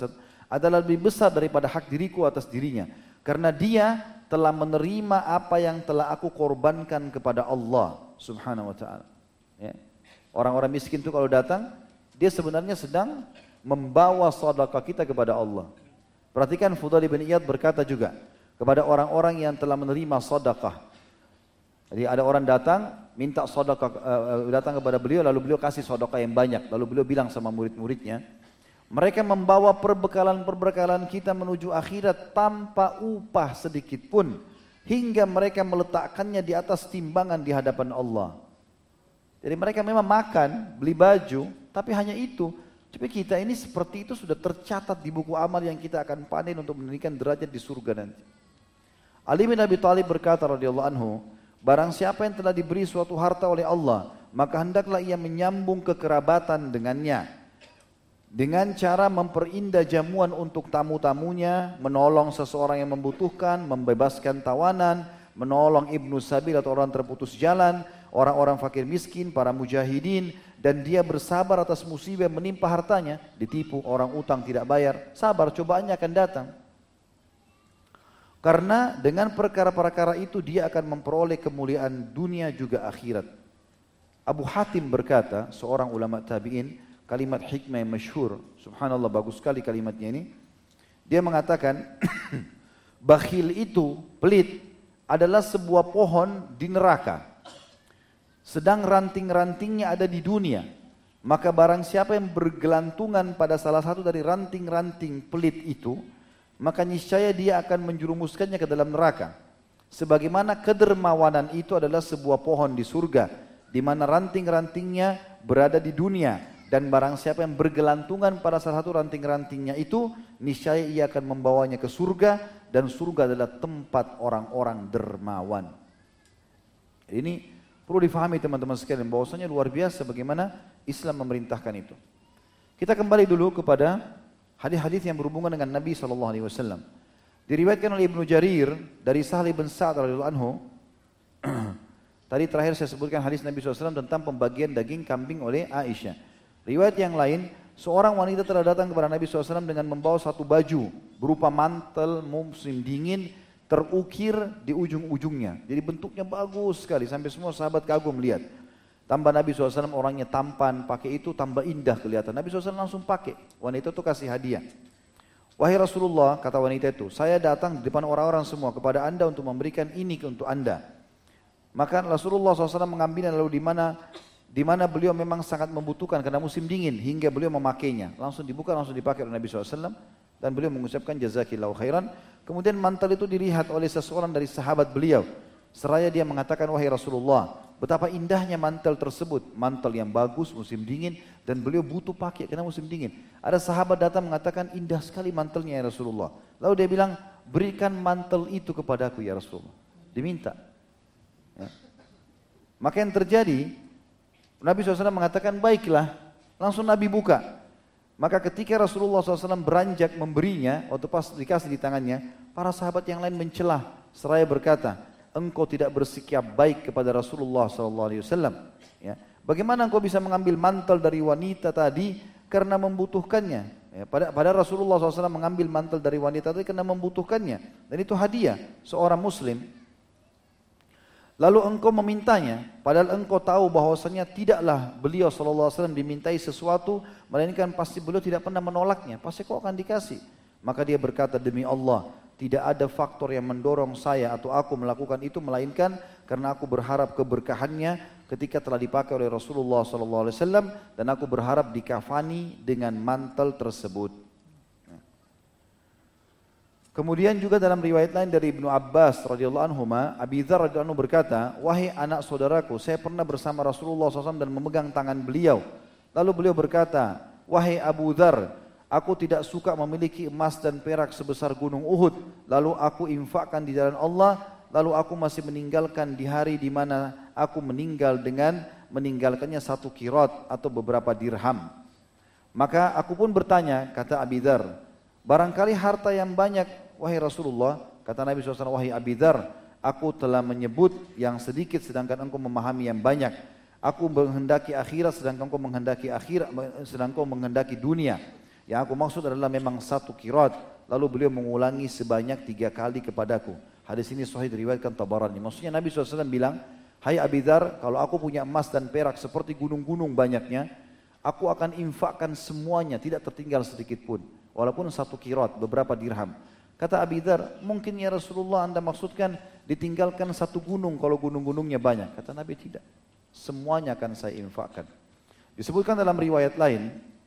adalah lebih besar daripada hak diriku atas dirinya. Karena dia telah menerima apa yang telah aku korbankan kepada Allah subhanahu wa ta'ala. Ya. Orang-orang miskin itu kalau datang, dia sebenarnya sedang membawa sedekah kita kepada Allah. Perhatikan Fudail bin Iyad berkata juga kepada orang-orang yang telah menerima sedekah. Jadi ada orang datang, minta sedekah, datang kepada beliau, lalu beliau kasih sedekah yang banyak. Lalu beliau bilang sama murid-muridnya, mereka membawa perbekalan-perbekalan kita menuju akhirat tanpa upah sedikit pun, hingga mereka meletakkannya di atas timbangan di hadapan Allah. Jadi mereka memang makan, beli baju, tapi hanya itu. Tapi kita ini seperti itu sudah tercatat di buku amal yang kita akan panen untuk meninggikan derajat di surga nanti. Ali bin Abi Thalib berkata radhiyallahu anhu, barang siapa yang telah diberi suatu harta oleh Allah, maka hendaklah ia menyambung kekerabatan dengannya. Dengan cara memperindah jamuan untuk tamu-tamunya, menolong seseorang yang membutuhkan, membebaskan tawanan, menolong ibnu sabil atau orang terputus jalan, orang-orang fakir miskin, para mujahidin, dan dia bersabar atas musibah yang menimpa hartanya, ditipu, orang utang tidak bayar, sabar, cobaannya akan datang. Karena dengan perkara-perkara itu dia akan memperoleh kemuliaan dunia juga akhirat. Abu Hatim berkata, seorang ulama tabi'in, kalimat hikmah yang masyhur, subhanallah bagus sekali kalimatnya ini. Dia mengatakan, bakhil itu, pelit, adalah sebuah pohon di neraka. Sedang ranting-rantingnya ada di dunia. Maka barang siapa yang bergelantungan pada salah satu dari ranting-ranting pelit itu, maka niscaya dia akan menjerumuskannya ke dalam neraka. Sebagaimana kedermawanan itu adalah sebuah pohon di surga, di mana ranting-rantingnya berada di dunia. Dan barang siapa yang bergelantungan pada salah satu ranting-rantingnya itu, niscaya ia akan membawanya ke surga, dan surga adalah tempat orang-orang dermawan. Ini perlu difahami teman-teman sekalian, bahwasanya luar biasa bagaimana Islam memerintahkan itu. Kita kembali dulu kepada hadis-hadis yang berhubungan dengan Nabi SAW. Diriwayatkan oleh Ibnu Jarir dari Sahal bin Sa'ad radhiyallahu anhu. Tadi terakhir saya sebutkan hadis Nabi SAW tentang pembagian daging kambing oleh Aisyah. Riwayat yang lain, seorang wanita telah datang kepada Nabi SAW dengan membawa satu baju berupa mantel musim dingin terukir di ujung-ujungnya. Jadi bentuknya bagus sekali sampai semua sahabat kagum melihat. Tambah Nabi SAW orangnya tampan, pakai itu tambah indah kelihatan. Nabi SAW langsung pakai. Wanita itu kasih hadiah. Wahai Rasulullah, kata wanita itu, saya datang di depan orang-orang semua kepada anda untuk memberikan ini untuk anda. Maka Rasulullah SAW mengambilnya lalu di mana beliau memang sangat membutuhkan karena musim dingin hingga beliau memakainya. Langsung dibuka, langsung dipakai oleh Nabi SAW dan beliau mengucapkan jazakillahu khairan. Kemudian mantel itu dilihat oleh seseorang dari sahabat beliau. Seraya dia mengatakan, wahai Rasulullah, betapa indahnya mantel tersebut. Mantel yang bagus musim dingin dan beliau butuh pakai karena musim dingin. Ada sahabat datang mengatakan, indah sekali mantelnya ya Rasulullah. Lalu dia bilang, berikan mantel itu kepadaku ya Rasulullah. Diminta. Ya. Maka yang terjadi, Nabi SAW mengatakan, baiklah, langsung Nabi buka. Maka ketika Rasulullah SAW beranjak memberinya, waktu pas dikasih di tangannya, para sahabat yang lain mencelah, seraya berkata, engkau tidak bersikap baik kepada Rasulullah SAW. Ya. Bagaimana engkau bisa mengambil mantel dari wanita tadi karena membutuhkannya? Ya, pada Rasulullah SAW mengambil mantel dari wanita tadi karena membutuhkannya. Dan itu hadiah seorang muslim. Lalu engkau memintanya, padahal engkau tahu bahwasanya tidaklah beliau SAW dimintai sesuatu, melainkan pasti beliau tidak pernah menolaknya, pasti kau akan dikasih. Maka dia berkata, demi Allah, tidak ada faktor yang mendorong saya atau aku melakukan itu, melainkan karena aku berharap keberkahannya ketika telah dipakai oleh Rasulullah SAW, dan aku berharap dikafani dengan mantel tersebut. Kemudian juga dalam riwayat lain dari Ibnu Abbas radhiyallahu anhu, Abi Dzar radhiyallahu anhu berkata, wahai anak saudaraku, saya pernah bersama Rasulullah SAW dan memegang tangan beliau. Lalu beliau berkata, wahai Abu Dzar, aku tidak suka memiliki emas dan perak sebesar gunung Uhud. Lalu aku infakkan di jalan Allah. Lalu aku masih meninggalkan di hari di mana aku meninggal dengan meninggalkannya 1 qirat atau beberapa dirham. Maka aku pun bertanya, kata Abi Dzar, barangkali harta yang banyak, wahai Rasulullah. Kata Nabi SAW, wahai Abi Dzar, aku telah menyebut yang sedikit sedangkan engkau memahami yang banyak. Aku menghendaki akhirat sedangkan engkau menghendaki dunia. Yang aku maksud adalah memang 1 qiraat. Lalu beliau mengulangi sebanyak 3 kali kepadaku. Hadis ini sahih diriwayatkan Tabarani. Maksudnya Nabi SAW bilang, hai Abi Dzar, kalau aku punya emas dan perak seperti gunung-gunung banyaknya, aku akan infakkan semuanya, tidak tertinggal sedikit pun. Walaupun 1 qiraat, beberapa dirham. Kata Abi Dzar, mungkin ya Rasulullah Anda maksudkan ditinggalkan 1 gunung kalau gunung-gunungnya banyak. Kata Nabi, tidak. Semuanya akan saya infakkan. Disebutkan dalam riwayat lain,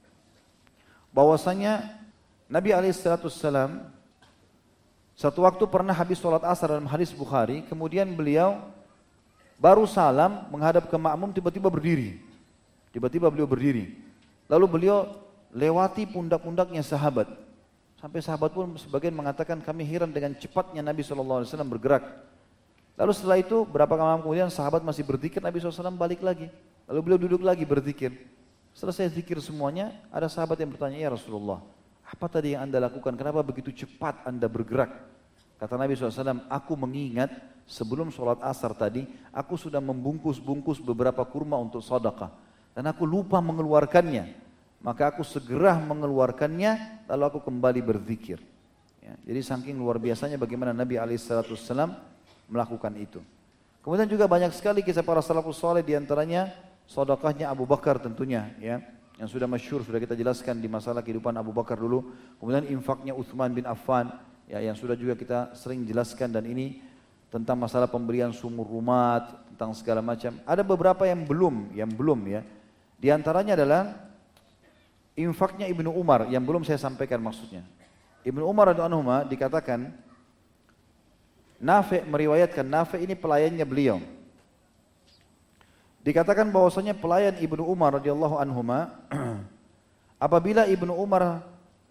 bahwasanya Nabi SAW satu waktu pernah habis sholat asar dalam hadis Bukhari, kemudian beliau baru salam menghadap ke makmum, tiba-tiba berdiri. Tiba-tiba beliau berdiri. Lalu beliau lewati pundak-pundaknya sahabat. Sampai sahabat pun sebagian mengatakan kami heran dengan cepatnya Nabi SAW bergerak. Lalu setelah itu berapa malam kemudian sahabat masih berzikir, Nabi SAW balik lagi. Lalu beliau duduk lagi berzikir. Selesai zikir semuanya, ada sahabat yang bertanya, ya Rasulullah, apa tadi yang Anda lakukan? Kenapa begitu cepat Anda bergerak? Kata Nabi SAW, aku mengingat sebelum sholat asar tadi, aku sudah membungkus-bungkus beberapa kurma untuk sedekah. Dan aku lupa mengeluarkannya. Maka aku segera mengeluarkannya, lalu aku kembali berzikir. Ya, jadi saking luar biasanya bagaimana Nabi SAW melakukan itu. Kemudian juga banyak sekali kisah para salafus saleh, diantaranya sedekahnya Abu Bakar tentunya, ya, yang sudah masyhur, sudah kita jelaskan di masalah kehidupan Abu Bakar dulu. Kemudian infaknya Utsman bin Affan, ya, yang sudah juga kita sering jelaskan, dan ini tentang masalah pemberian sumur rumat, tentang segala macam. Ada beberapa yang belum ya. Di antaranya adalah infaknya Ibnu Umar yang belum saya sampaikan maksudnya. Ibnu Umar radhiyallahu anhu dikatakan, Nafi' meriwayatkan, Nafi' ini pelayannya beliau. Dikatakan bahwasanya pelayan Ibnu Umar radhiyallahu anhu apabila Ibnu Umar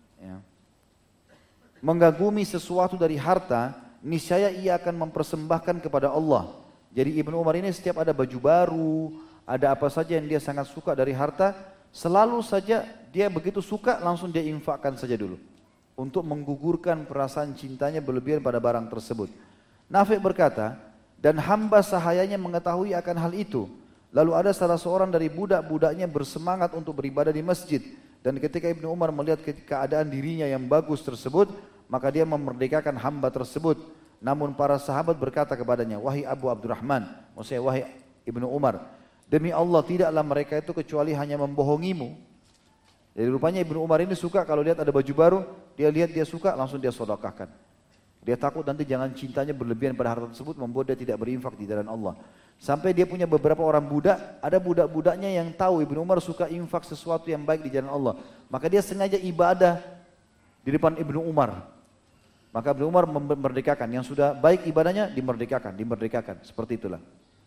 mengagumi sesuatu dari harta, niscaya ia akan mempersembahkan kepada Allah. Jadi Ibnu Umar ini setiap ada baju baru, ada apa saja yang dia sangat suka dari harta, selalu saja dia begitu suka langsung dia infakkan saja dulu untuk menggugurkan perasaan cintanya berlebihan pada barang tersebut. Nafi' berkata, dan hamba sahayanya mengetahui akan hal itu. Lalu ada salah seorang dari budak-budaknya bersemangat untuk beribadah di masjid, dan ketika Ibnu Umar melihat keadaan dirinya yang bagus tersebut, maka dia memerdekakan hamba tersebut. Namun para sahabat berkata kepadanya, wahai Abu Abdurrahman, maksudnya wahai Ibnu Umar, demi Allah tidaklah mereka itu kecuali hanya membohongimu. Jadi rupanya Ibnu Umar ini suka kalau lihat ada baju baru, dia lihat dia suka langsung dia sedekahkan. Dia takut nanti jangan cintanya berlebihan pada harta tersebut membuat dia tidak berinfak di jalan Allah. Sampai dia punya beberapa orang budak, ada budak-budaknya yang tahu Ibnu Umar suka infak sesuatu yang baik di jalan Allah. Maka dia sengaja ibadah di depan Ibnu Umar. Maka Ibnu Umar memerdekakan, yang sudah baik ibadahnya dimerdekakan. Seperti itulah.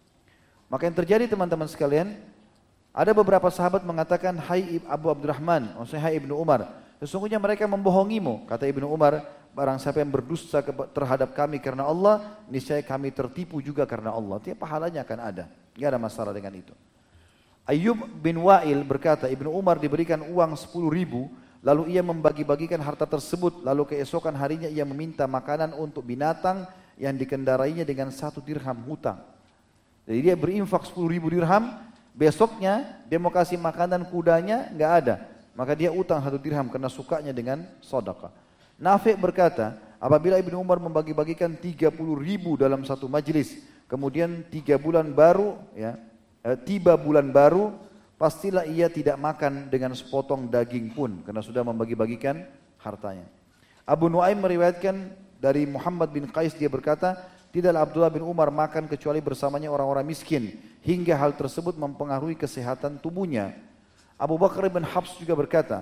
Maka yang terjadi teman-teman sekalian, ada beberapa sahabat mengatakan, hai Abu Abdurrahman, maksudnya hai Ibnu Umar, sesungguhnya mereka membohongimu. Kata Ibnu Umar, barang siapa yang berdusta terhadap kami karena Allah, niscaya kami tertipu juga karena Allah. Tiap pahalanya akan ada. Tidak ada masalah dengan itu. Ayyub bin Wa'il berkata, Ibnu Umar diberikan uang 10.000, lalu ia membagi-bagikan harta tersebut, lalu keesokan harinya ia meminta makanan untuk binatang yang dikendarainya dengan 1 dirham hutang. Jadi dia berinfak 10.000 dirham, besoknya dia mau kasih makanan kudanya, nggak ada. Maka dia utang 1 dirham karena sukanya dengan sedekah. Nafi' berkata, apabila Ibnu Umar membagi-bagikan 30.000 dalam satu majlis, kemudian 3 bulan baru, tiba bulan baru, pastilah ia tidak makan dengan sepotong daging pun, karena sudah membagi-bagikan hartanya. Abu Nuaim meriwayatkan dari Muhammad bin Qais, dia berkata, tidaklah Abdullah bin Umar makan kecuali bersamanya orang-orang miskin, hingga hal tersebut mempengaruhi kesehatan tubuhnya. Abu Bakar bin Habs juga berkata,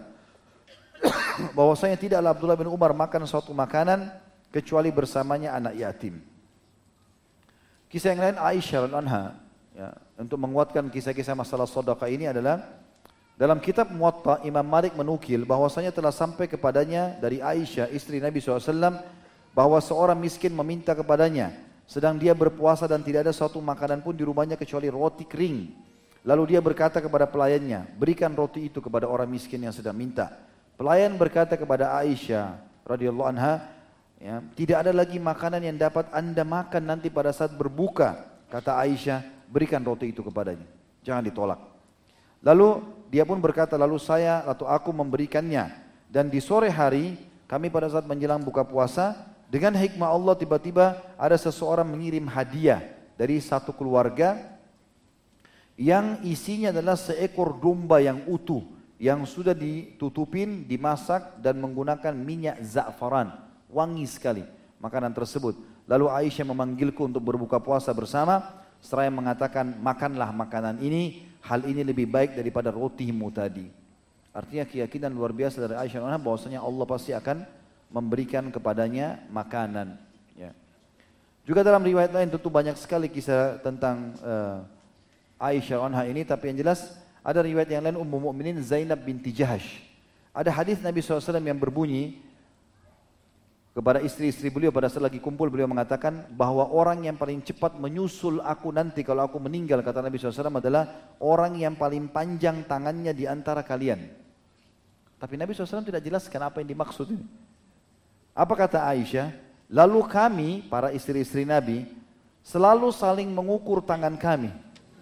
bahwasanya tidaklah Abdullah bin Umar makan suatu makanan kecuali bersamanya anak yatim. Kisah yang lain Aisyah radhiyallahu anha, untuk menguatkan kisah-kisah masalah sedekah ini adalah dalam kitab Muwatta, Imam Malik menukil bahwasanya telah sampai kepadanya dari Aisyah istri Nabi SAW bahwa seorang miskin meminta kepadanya sedang dia berpuasa dan tidak ada suatu makanan pun di rumahnya kecuali roti kering. Lalu dia berkata kepada pelayannya, berikan roti itu kepada orang miskin yang sedang minta. Pelayan berkata kepada Aisyah radhiyallahu anha, tidak ada lagi makanan yang dapat anda makan nanti pada saat berbuka. Kata Aisyah, berikan roti itu kepadanya, jangan ditolak. Lalu dia pun berkata, lalu aku memberikannya. Dan di sore hari, kami pada saat menjelang buka puasa, dengan hikmah Allah tiba-tiba ada seseorang mengirim hadiah dari satu keluarga yang isinya adalah seekor domba yang utuh, yang sudah ditutupin, dimasak dan menggunakan minyak za'faran. Wangi sekali makanan tersebut. Lalu Aisyah memanggilku untuk berbuka puasa bersama, seraya mengatakan, makanlah makanan ini, hal ini lebih baik daripada rotimu tadi. Artinya keyakinan luar biasa dari Aisyah bahwasanya Allah pasti akan memberikan kepadanya makanan. Ya. Juga dalam riwayat lain tentu banyak sekali kisah tentang Aisyah anha ini, tapi yang jelas ada riwayat yang lain Ummu Mukminin Zainab binti Jahash. Ada hadis Nabi SAW yang berbunyi kepada istri-istri beliau pada saat lagi kumpul, beliau mengatakan bahwa orang yang paling cepat menyusul aku nanti kalau aku meninggal, kata Nabi SAW, adalah orang yang paling panjang tangannya di antara kalian. Tapi Nabi SAW tidak jelaskan apa yang dimaksud ini. Apa kata Aisyah? Lalu kami, para istri-istri Nabi, selalu saling mengukur tangan kami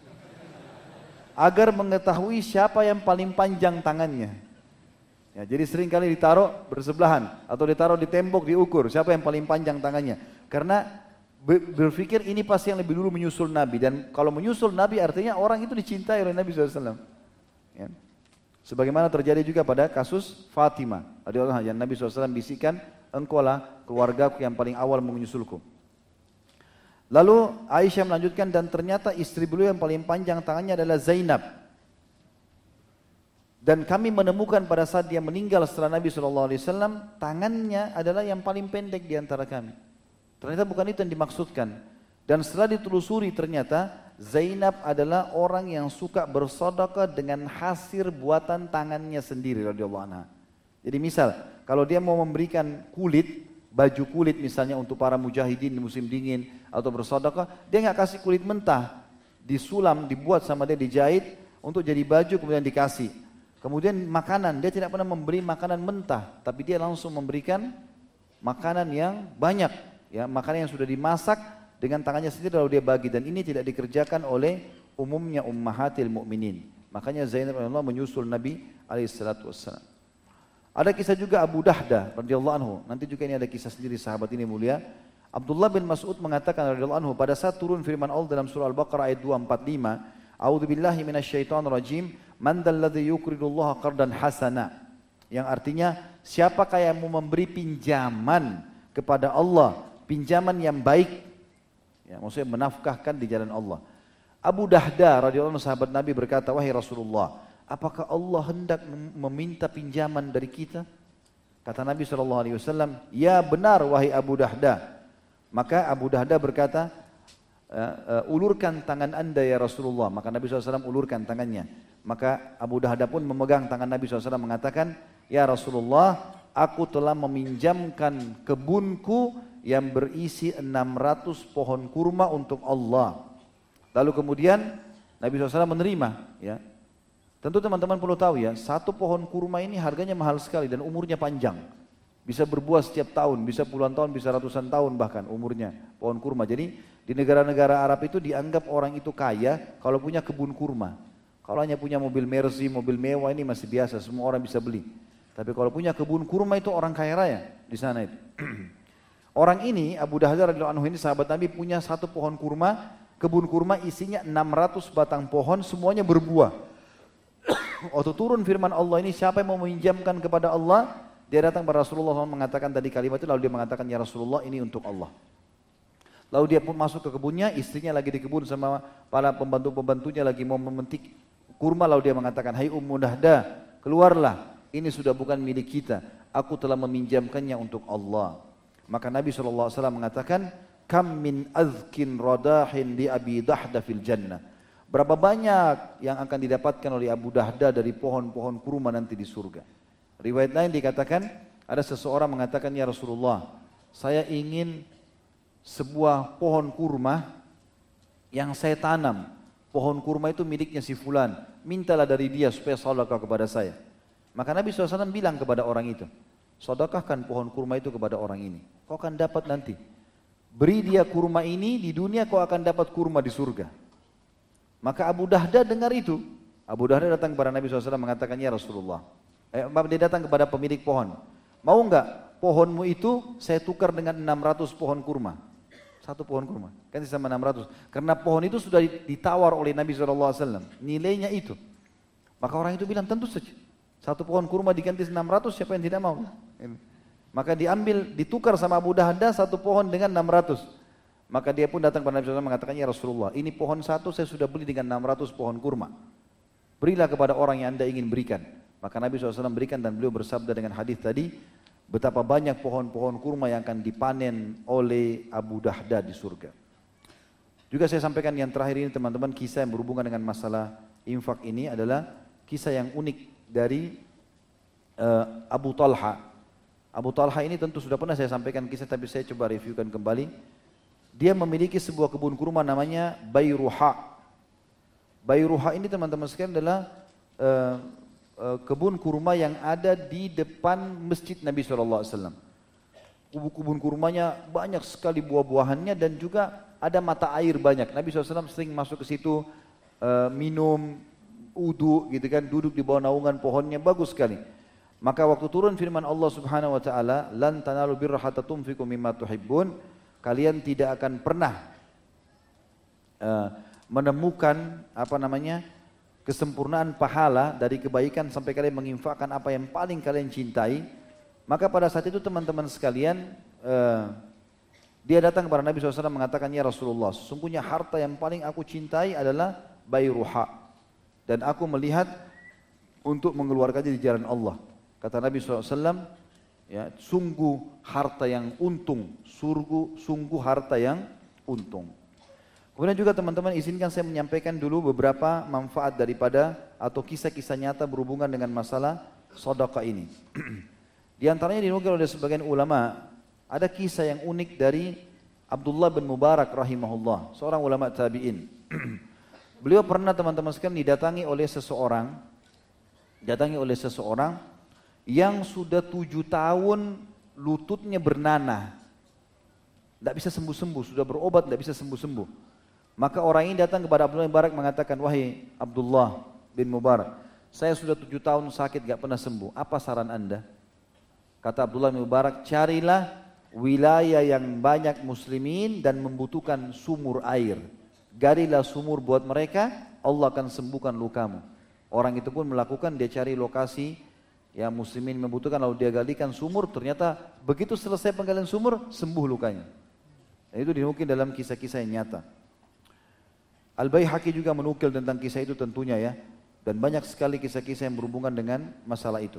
agar mengetahui siapa yang paling panjang tangannya. Ya, jadi sering kali ditaruh bersebelahan atau ditaruh di tembok diukur siapa yang paling panjang tangannya. Karena berpikir ini pasti yang lebih dulu menyusul Nabi, dan kalau menyusul Nabi artinya orang itu dicintai oleh Nabi SAW. Ya. Sebagaimana terjadi juga pada kasus Fatimah radhiyallahu anha, yang Nabi SAW bisikan, engkaulah keluargaku yang paling awal menyusulku. Lalu Aisyah melanjutkan, dan ternyata istri beliau yang paling panjang tangannya adalah Zainab. Dan kami menemukan pada saat dia meninggal setelah Nabi SAW, tangannya adalah yang paling pendek di antara kami. Ternyata bukan itu yang dimaksudkan. Dan setelah ditelusuri ternyata Zainab adalah orang yang suka bersedekah dengan hasil buatan tangannya sendiri radhiyallahu anha. Jadi misal, kalau dia mau memberikan kulit, baju kulit misalnya untuk para mujahidin di musim dingin atau bersedekah, dia nggak kasih kulit mentah, disulam, dibuat sama dia, dijahit untuk jadi baju kemudian dikasih. Kemudian makanan, dia tidak pernah memberi makanan mentah, tapi dia langsung memberikan makanan yang banyak, ya, makanan yang sudah dimasak dengan tangannya sendiri lalu dia bagi, dan ini tidak dikerjakan oleh umumnya ummahatil mukminin. Makanya Zainab radhiyallahu menyusul Nabi alaihissalam. Ada kisah juga Abu Dahda radhiyallahu anhu. Nanti juga ini ada kisah sendiri sahabat ini mulia. Abdullah bin Mas'ud mengatakan radhiyallahu anhu, pada saat turun firman Allah dalam surah Al-Baqarah ayat 245, A'udzubillahi minasyaitonirrajim, man dzalladzi yuqridullaha qardan hasana, yang artinya siapakah yang mau memberi pinjaman kepada Allah, pinjaman yang baik, ya, maksudnya menafkahkan di jalan Allah. Abu Dahda radhiyallahu anhu sahabat Nabi berkata, wahai Rasulullah, apakah Allah hendak meminta pinjaman dari kita? Kata Nabi SAW, ya benar wahai Abu Dahda. Maka Abu Dahda berkata, ulurkan tangan anda ya Rasulullah. Maka Nabi SAW ulurkan tangannya. Maka Abu Dahda pun memegang tangan Nabi SAW mengatakan, ya Rasulullah, aku telah meminjamkan kebunku yang berisi 600 pohon kurma untuk Allah. Lalu kemudian Nabi SAW menerima. Ya. Tentu teman-teman perlu tahu ya, satu pohon kurma ini harganya mahal sekali dan umurnya panjang. Bisa berbuah setiap tahun, bisa puluhan tahun, bisa ratusan tahun bahkan umurnya pohon kurma. Jadi di negara-negara Arab itu dianggap orang itu kaya kalau punya kebun kurma. Kalau hanya punya mobil Mercy, mobil mewah ini masih biasa, semua orang bisa beli. Tapi kalau punya kebun kurma itu orang kaya raya di sana itu. Orang ini, Abu Dahda radhiyallahu anhu ini sahabat Nabi, punya satu pohon kurma, kebun kurma isinya 600 batang pohon, semuanya berbuah. Waktu turun firman Allah ini, siapa yang mau meminjamkan kepada Allah? Dia datang kepada Rasulullah SAW mengatakan tadi kalimat itu, lalu dia mengatakan, ya Rasulullah ini untuk Allah. Lalu dia pun masuk ke kebunnya, istrinya lagi di kebun sama para pembantu-pembantunya lagi mau memetik kurma, lalu dia mengatakan, hai Ummu Dahda, keluarlah, ini sudah bukan milik kita, aku telah meminjamkannya untuk Allah. Maka Nabi SAW mengatakan, kam min azkin radahin li Abi Dahda fil jannah. Berapa banyak yang akan didapatkan oleh Abu Dahda dari pohon-pohon kurma nanti di surga. Riwayat lain dikatakan, ada seseorang mengatakan, ya Rasulullah, saya ingin sebuah pohon kurma yang saya tanam. Pohon kurma itu miliknya si fulan, mintalah dari dia supaya sedekah kepada saya. Maka Nabi SAW bilang kepada orang itu, sedekahkan pohon kurma itu kepada orang ini, kau akan dapat nanti. Beri dia kurma ini di dunia, kau akan dapat kurma di surga. Maka Abu Dahda dengar itu. Abu Dahda datang kepada Nabi SAW mengatakan, ya Rasulullah, Dia datang kepada pemilik pohon. Mau enggak pohonmu itu saya tukar dengan 600 pohon kurma. Satu pohon kurma, kan sama 600. Karena pohon itu sudah ditawar oleh Nabi SAW. Nilainya itu. Maka orang itu bilang tentu saja. Satu pohon kurma diganti 600, siapa yang tidak mau? Maka ditukar sama Abu Dahdah satu pohon dengan 600. Maka dia pun datang kepada Nabi SAW mengatakan, ya Rasulullah, ini pohon satu saya sudah beli dengan 600 pohon kurma. Berilah kepada orang yang anda ingin berikan. Maka Nabi SAW berikan dan beliau bersabda dengan hadis tadi, betapa banyak pohon-pohon kurma yang akan dipanen oleh Abu Dahdah di surga. Juga saya sampaikan yang terakhir ini teman-teman, kisah yang berhubungan dengan masalah infak ini adalah kisah yang unik dari Abu Talha. Abu Talha ini tentu sudah pernah saya sampaikan kisah, tapi saya coba reviewkan kembali. Dia memiliki sebuah kebun kurma namanya Bayruha. Bayruha ini teman-teman sekalian adalah kebun kurma yang ada di depan masjid Nabi SAW. Kebun kurmanya banyak sekali buah-buahannya dan juga ada mata air banyak. Nabi SAW sering masuk ke situ minum, wudu gitu kan, duduk di bawah naungan pohonnya, bagus sekali. Maka waktu turun firman Allah Subhanahu wa taala, "Lan tanalu birra hatta tunfiqu mimma tuhibbun." Kalian tidak akan pernah menemukan kesempurnaan pahala dari kebaikan sampai kalian menginfakkan apa yang paling kalian cintai. Maka pada saat itu teman-teman sekalian, dia datang kepada Nabi SAW mengatakan, ya Rasulullah, sesungguhnya harta yang paling aku cintai adalah Bayruha, dan aku melihat untuk mengeluarkannya di jalan Allah. Kata Nabi SAW, ya, sungguh harta yang untung, sungguh harta yang untung. Kemudian juga teman-teman izinkan saya menyampaikan dulu beberapa manfaat daripada atau kisah-kisah nyata berhubungan dengan masalah sedekah ini. Di antaranya dinukil oleh sebagian ulama, ada kisah yang unik dari Abdullah bin Mubarak rahimahullah, seorang ulama tabi'in. Beliau pernah teman-teman sekalian didatangi oleh seseorang yang sudah 7 tahun lututnya bernanah, tidak bisa sembuh-sembuh, sudah berobat tidak bisa sembuh-sembuh. Maka orang ini datang kepada Abdullah bin Mubarak mengatakan, wahai Abdullah bin Mubarak, saya sudah 7 tahun sakit gak pernah sembuh, apa saran anda? Kata Abdullah bin Mubarak, carilah wilayah yang banyak muslimin dan membutuhkan sumur air. Galilah sumur buat mereka, Allah akan sembuhkan lukamu. Orang itu pun melakukan, dia cari lokasi yang muslimin membutuhkan, lalu dia galikan sumur, ternyata begitu selesai penggalian sumur, sembuh lukanya. Dan itu dinukil dalam kisah-kisah yang nyata. Al-Baihaqi juga menukil tentang kisah itu tentunya ya, dan banyak sekali kisah-kisah yang berhubungan dengan masalah itu.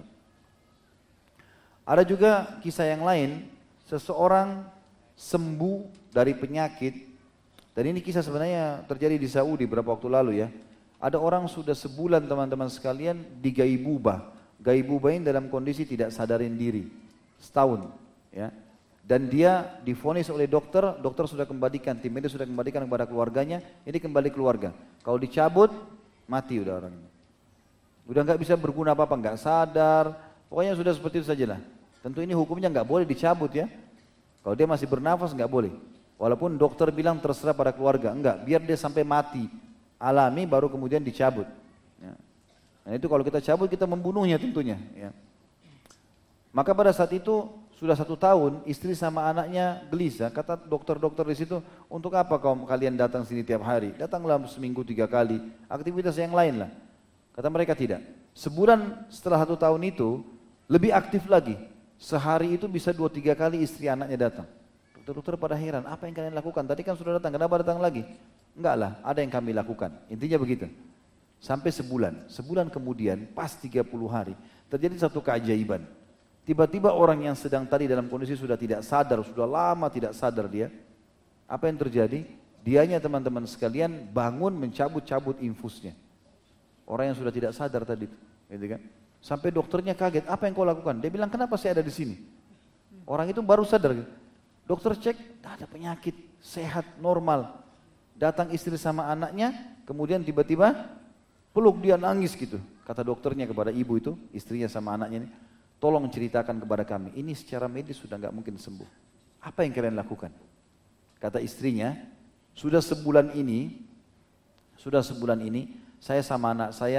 Ada juga kisah yang lain, seseorang sembuh dari penyakit, dan ini kisah sebenarnya terjadi di Saudi beberapa waktu lalu ya. Ada orang sudah sebulan teman-teman sekalian di gaibubah. Gaibubah ini dalam kondisi tidak sadarin diri, setahun ya. Dan dia divonis oleh dokter sudah kembalikan, tim medis sudah kembalikan kepada keluarganya, ini kembali keluarga. Kalau dicabut, mati udah orang ini. Udah nggak bisa berguna apa-apa, nggak sadar, pokoknya sudah seperti itu sajalah. Tentu ini hukumnya nggak boleh dicabut ya. Kalau dia masih bernafas nggak boleh. Walaupun dokter bilang terserah pada keluarga, enggak, biar dia sampai mati, alami baru kemudian dicabut. Ya. Nah itu kalau kita cabut kita membunuhnya tentunya. Ya. Maka pada saat itu sudah 1 tahun, istri sama anaknya gelisah. Kata dokter-dokter di situ, untuk apa kalian datang sini tiap hari? Datanglah seminggu 3 kali, aktivitas yang lain lah. Kata mereka tidak. Sebulan setelah 1 tahun itu, lebih aktif lagi. Sehari itu bisa 2-3 kali istri anaknya datang. Dokter-dokter pada heran, apa yang kalian lakukan? Tadi kan sudah datang, kenapa datang lagi? Enggak lah, ada yang kami lakukan. Intinya begitu. Sampai sebulan kemudian, pas 30 hari, terjadi satu keajaiban. Tiba-tiba orang yang sedang tadi dalam kondisi sudah tidak sadar, sudah lama tidak sadar dia. Apa yang terjadi? Dianya teman-teman sekalian bangun mencabut-cabut infusnya. Orang yang sudah tidak sadar tadi, gitu kan? Sampai dokternya kaget, apa yang kau lakukan? Dia bilang, kenapa saya ada di sini? Orang itu baru sadar. Dokter cek, tak ada penyakit, sehat, normal. Datang istri sama anaknya, kemudian tiba-tiba peluk dia nangis gitu. Kata dokternya kepada ibu itu, istrinya sama anaknya ini, tolong ceritakan kepada kami, ini secara medis sudah nggak mungkin sembuh. Apa yang kalian lakukan? Kata istrinya, sudah sebulan ini, saya sama anak saya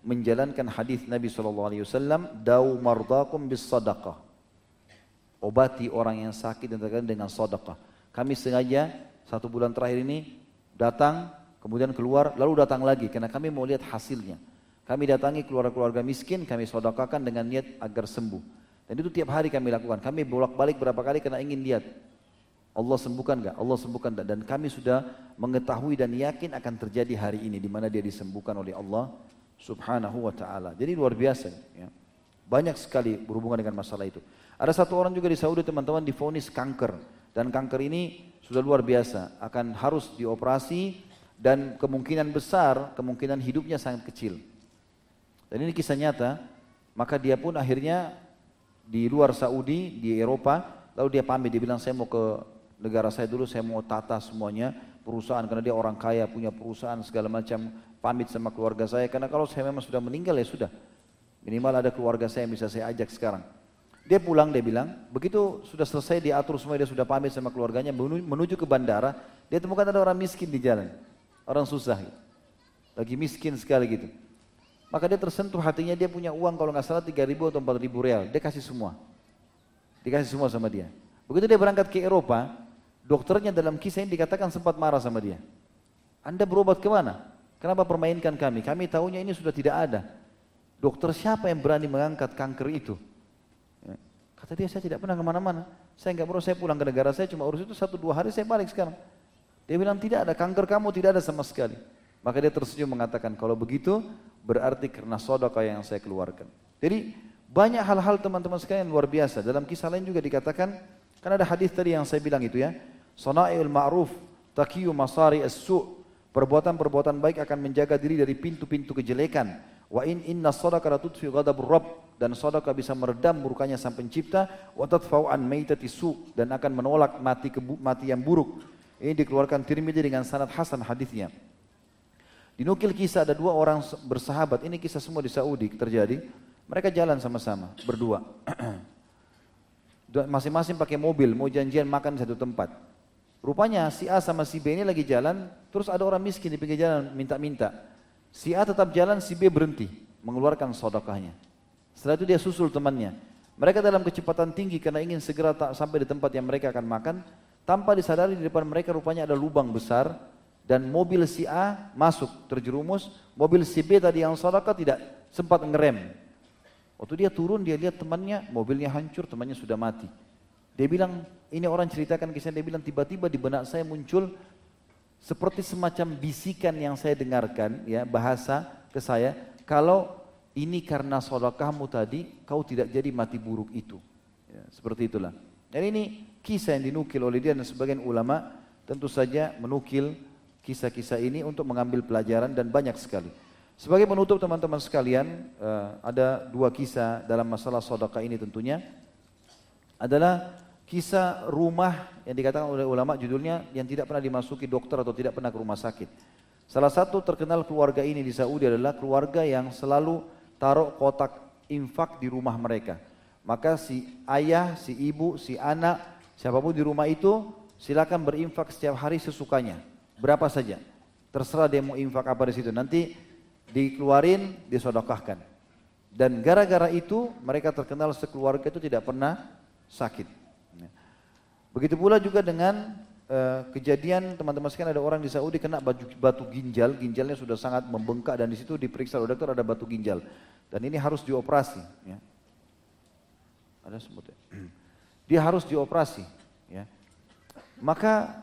menjalankan hadis Nabi SAW, "Dau mardakum bis sadaqah." Obati orang yang sakit dan terkadang dengan sedekah. Kami sengaja 1 bulan terakhir ini datang, kemudian keluar, lalu datang lagi karena kami mau lihat hasilnya. Kami datangi keluarga-keluarga miskin, kami sedekahkan dengan niat agar sembuh. Dan itu tiap hari kami lakukan. Kami bolak-balik berapa kali karena ingin lihat Allah sembuhkan enggak? Allah sembuhkan enggak? Dan kami sudah mengetahui dan yakin akan terjadi hari ini di mana dia disembuhkan oleh Allah Subhanahu wa taala. Jadi luar biasa ya. Banyak sekali berhubungan dengan masalah itu. Ada satu orang juga di Saudi teman-teman divonis kanker, dan kanker ini sudah luar biasa, akan harus dioperasi dan kemungkinan besar, kemungkinan hidupnya sangat kecil. Dan ini kisah nyata, maka dia pun akhirnya di luar Saudi, di Eropa, lalu dia pamit, dia bilang saya mau ke negara saya dulu, saya mau tata semuanya, perusahaan, karena dia orang kaya, punya perusahaan segala macam, pamit sama keluarga saya, karena kalau saya memang sudah meninggal ya sudah, minimal ada keluarga saya yang bisa saya ajak sekarang. Dia pulang, dia bilang, begitu sudah selesai diatur semua, dia sudah pamit sama keluarganya, menuju ke bandara, dia temukan ada orang miskin di jalan, orang susah, lagi miskin sekali gitu. Maka dia tersentuh hatinya, dia punya uang kalau nggak salah 3.000 atau 4.000 real, dia kasih semua, dikasih semua sama dia. Begitu dia berangkat ke Eropa, dokternya dalam kisah ini dikatakan sempat marah sama dia. Anda berobat kemana? Kenapa permainkan kami? Kami tahunya ini sudah tidak ada. Dokter siapa yang berani mengangkat kanker itu? Kata dia, saya tidak pernah kemana-mana. Saya nggak perlu, saya pulang ke negara saya, cuma urus itu 1-2 hari saya balik sekarang. Dia bilang tidak ada, kanker kamu tidak ada sama sekali. Maka dia tersenyum mengatakan, kalau begitu berarti karena sedekah yang saya keluarkan. Jadi banyak hal-hal teman-teman sekalian luar biasa. Dalam kisah lain juga dikatakan, kan ada hadis tadi yang saya bilang itu ya, Sana'iul ma'ruf taqiyu masari as-su'. Perbuatan-perbuatan baik akan menjaga diri dari pintu-pintu kejelekan. Wa inna sadaqata tudfi ghadabur rabb, dan sedekah bisa meredam murkanya sang pencipta, wa tadfa'u an maitati su', dan akan menolak mati yang buruk. Ini dikeluarkan Tirmidzi dengan sanad hasan hadisnya. Dinukil kisah ada 2 orang bersahabat, ini kisah semua di Saudi terjadi. Mereka jalan sama-sama berdua. Masing-masing pakai mobil, mau janjian makan di satu tempat. Rupanya si A sama si B ini lagi jalan, terus ada orang miskin di pinggir jalan minta-minta. Si A tetap jalan, si B berhenti mengeluarkan sedekahnya. Setelah itu dia susul temannya. Mereka dalam kecepatan tinggi karena ingin segera sampai di tempat yang mereka akan makan. Tanpa disadari di depan mereka rupanya ada lubang besar, dan mobil si A masuk terjerumus. Mobil si B tadi yang sedekah tidak sempat ngerem. Waktu dia turun, dia lihat temannya, mobilnya hancur, temannya sudah mati. Dia bilang, ini orang ceritakan kisah, dia bilang tiba-tiba di benak saya muncul seperti semacam bisikan yang saya dengarkan, ya, bahasa ke saya, kalau ini karena sedekahmu tadi, kau tidak jadi mati buruk itu. Ya, seperti itulah. Dan ini kisah yang dinukil oleh dia, dan sebagian ulama tentu saja menukil kisah-kisah ini untuk mengambil pelajaran, dan banyak sekali. Sebagai penutup teman-teman sekalian, ada 2 kisah dalam masalah sedekah ini tentunya. Adalah kisah rumah yang dikatakan oleh ulama judulnya yang tidak pernah dimasuki dokter atau tidak pernah ke rumah sakit. Salah satu terkenal keluarga ini di Saudi adalah keluarga yang selalu taruh kotak infak di rumah mereka. Maka si ayah, si ibu, si anak, siapapun di rumah itu silakan berinfak setiap hari sesukanya, berapa saja. Terserah dia mau infak apa di situ, nanti dikeluarin, disedekahkan. Dan gara-gara itu mereka terkenal sekeluarga itu tidak pernah sakit. Begitu pula juga dengan kejadian teman-teman sekalian, ada orang di Saudi kena batu ginjal, ginjalnya sudah sangat membengkak, dan di situ diperiksa oleh dokter ada batu ginjal, dan ini harus dioperasi. Ya. Ada semut ya. Dia harus dioperasi. Ya. Maka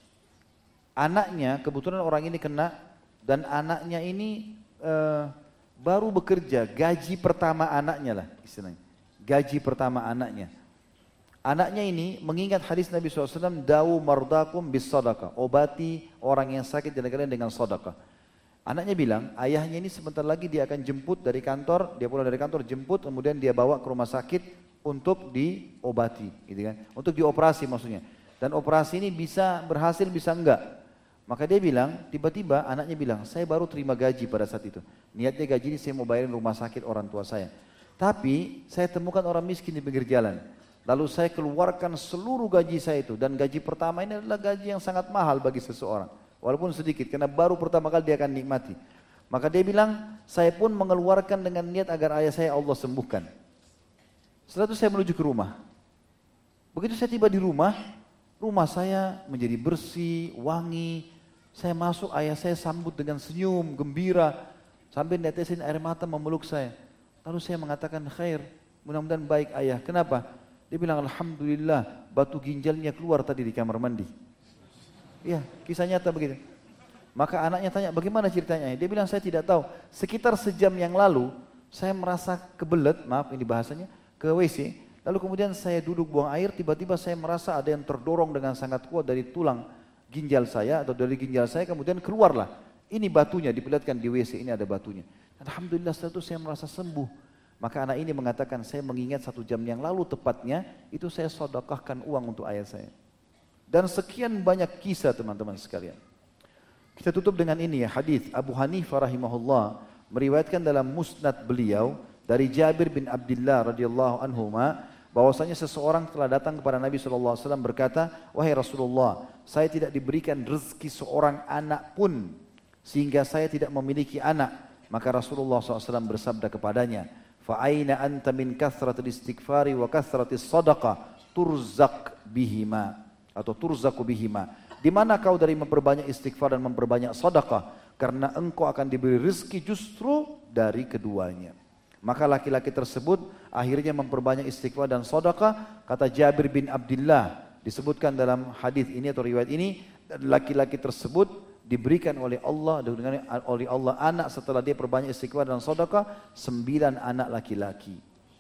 anaknya, kebetulan orang ini kena, dan anaknya ini baru bekerja, gaji pertama anaknya lah istilahnya, gaji pertama anaknya. Anaknya ini mengingat hadis Nabi SAW, Da'u mardakum bis sadaqah, obati orang yang sakit dan kalian dengan sedekah. Anaknya bilang, ayahnya ini sebentar lagi dia akan jemput dari kantor, dia pulang dari kantor jemput, kemudian dia bawa ke rumah sakit untuk diobati, gitu kan? Untuk dioperasi maksudnya. Dan operasi ini bisa berhasil, bisa enggak. Maka dia bilang, tiba-tiba anaknya bilang, saya baru terima gaji pada saat itu. Niatnya gaji ini saya mau bayarin rumah sakit orang tua saya. Tapi saya temukan orang miskin di pinggir jalan. Lalu saya keluarkan seluruh gaji saya itu, dan gaji pertama ini adalah gaji yang sangat mahal bagi seseorang, walaupun sedikit, karena baru pertama kali dia akan nikmati. Maka dia bilang, saya pun mengeluarkan dengan niat agar ayah saya Allah sembuhkan. Setelah itu saya menuju ke rumah. Begitu saya tiba di rumah saya menjadi bersih, wangi. Saya masuk, ayah saya sambut dengan senyum, gembira. Sambil netesin air mata memeluk saya. Lalu saya mengatakan, khair, mudah-mudahan baik ayah. Kenapa? Dia bilang, alhamdulillah, batu ginjalnya keluar tadi di kamar mandi. Iya, kisah nyata begitu. Maka anaknya tanya, bagaimana ceritanya? Dia bilang, saya tidak tahu. Sekitar sejam yang lalu, saya merasa kebelet, maaf ini bahasanya, ke WC. Lalu kemudian saya duduk buang air, tiba-tiba saya merasa ada yang terdorong dengan sangat kuat dari tulang ginjal saya, atau dari ginjal saya, kemudian keluarlah. Ini batunya, diperlihatkan di WC, ini ada batunya. Alhamdulillah setelah itu saya merasa sembuh. Maka anak ini mengatakan, saya mengingat 1 jam yang lalu tepatnya, itu saya sedekahkan uang untuk ayah saya. Dan sekian banyak kisah teman-teman sekalian. Kita tutup dengan ini ya, hadis Abu Hanifah rahimahullah meriwayatkan dalam musnad beliau dari Jabir bin Abdullah radhiyallahu anhuma bahwasanya seseorang telah datang kepada Nabi SAW berkata, wahai Rasulullah, saya tidak diberikan rezeki seorang anak pun sehingga saya tidak memiliki anak. Maka Rasulullah SAW bersabda kepadanya, fa aina anta min kathratil istighfari wa kathratis sadaqah turzaq bihima atau turzaku bihima. Di mana kau dari memperbanyak istighfar dan memperbanyak sedekah? Karena engkau akan diberi rezeki justru dari keduanya. Maka laki-laki tersebut akhirnya memperbanyak istighfar dan sedekah. Kata Jabir bin Abdullah, disebutkan dalam hadis ini atau riwayat ini, laki-laki tersebut diberikan oleh Allah anak setelah dia perbanyak istighfar dan sedekah, 9 anak laki-laki.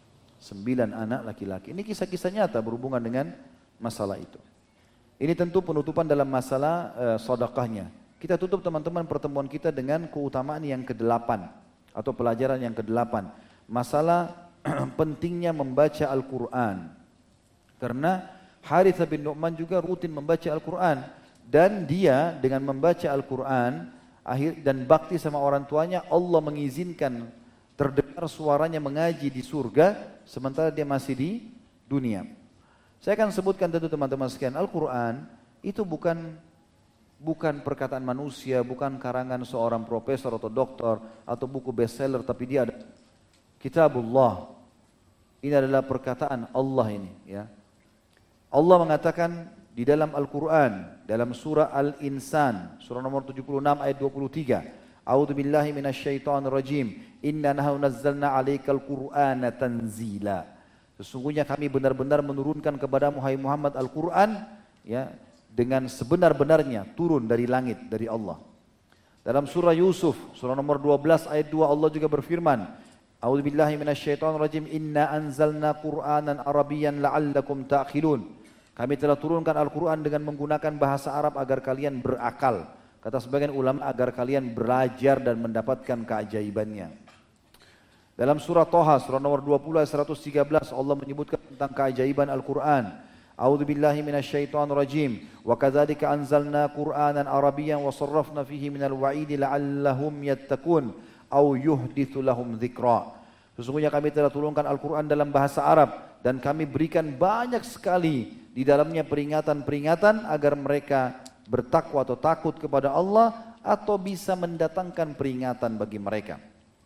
9 anak laki-laki. Ini kisah-kisah nyata berhubungan dengan masalah itu. Ini tentu penutupan dalam masalah sedekahnya. Kita tutup teman-teman pertemuan kita dengan keutamaan yang ke-8 atau pelajaran yang ke-8. Masalah pentingnya membaca Al-Quran. Karena Harithah bin Nu'man juga rutin membaca Al-Quran. Dan dia dengan membaca Al-Quran dan bakti sama orang tuanya, Allah mengizinkan terdengar suaranya mengaji di surga sementara dia masih di dunia. Saya akan sebutkan tentu teman-teman sekalian, Al-Quran itu bukan perkataan manusia, bukan karangan seorang profesor atau doktor atau buku bestseller, tapi dia ada Kitabullah. Ini adalah perkataan Allah ini. Ya. Allah mengatakan di dalam Al-Quran, dalam surah Al-Insan, surah nomor 76 ayat 23. A'udzu billahi minasyaitonir rajim. Inna nahnu nazzalna 'alaikal Qur'ana tanzila. Sesungguhnya kami benar-benar menurunkan kepadamu hai Muhammad Al-Quran ya, dengan sebenar-benarnya turun dari langit, dari Allah. Dalam surah Yusuf, surah nomor 12 ayat 2 Allah juga berfirman, A'udzubillahi minasyaitonirrajim, inna anzalna Qur'anan Arabiyyan la'allakum ta'qilun. Kami telah turunkan Al-Quran dengan menggunakan bahasa Arab agar kalian berakal. Kata sebagian ulama agar kalian belajar dan mendapatkan keajaibannya. Dalam surah Toha, surah nomor 20 ayat 113 Allah menyebutkan tentang keajaiban Al-Quran. A'udzubillahi minasyaitonirrajim. Wa kadzalika anzalna Qur'anan Arabiyyan wa sarrafna fihi minal wa'idi la'allahum yattaqun aw yuhditsu lahum dzikra. Sesungguhnya kami telah turunkan Al-Quran dalam bahasa Arab dan kami berikan banyak sekali di dalamnya peringatan-peringatan agar mereka bertakwa atau takut kepada Allah atau bisa mendatangkan peringatan bagi mereka.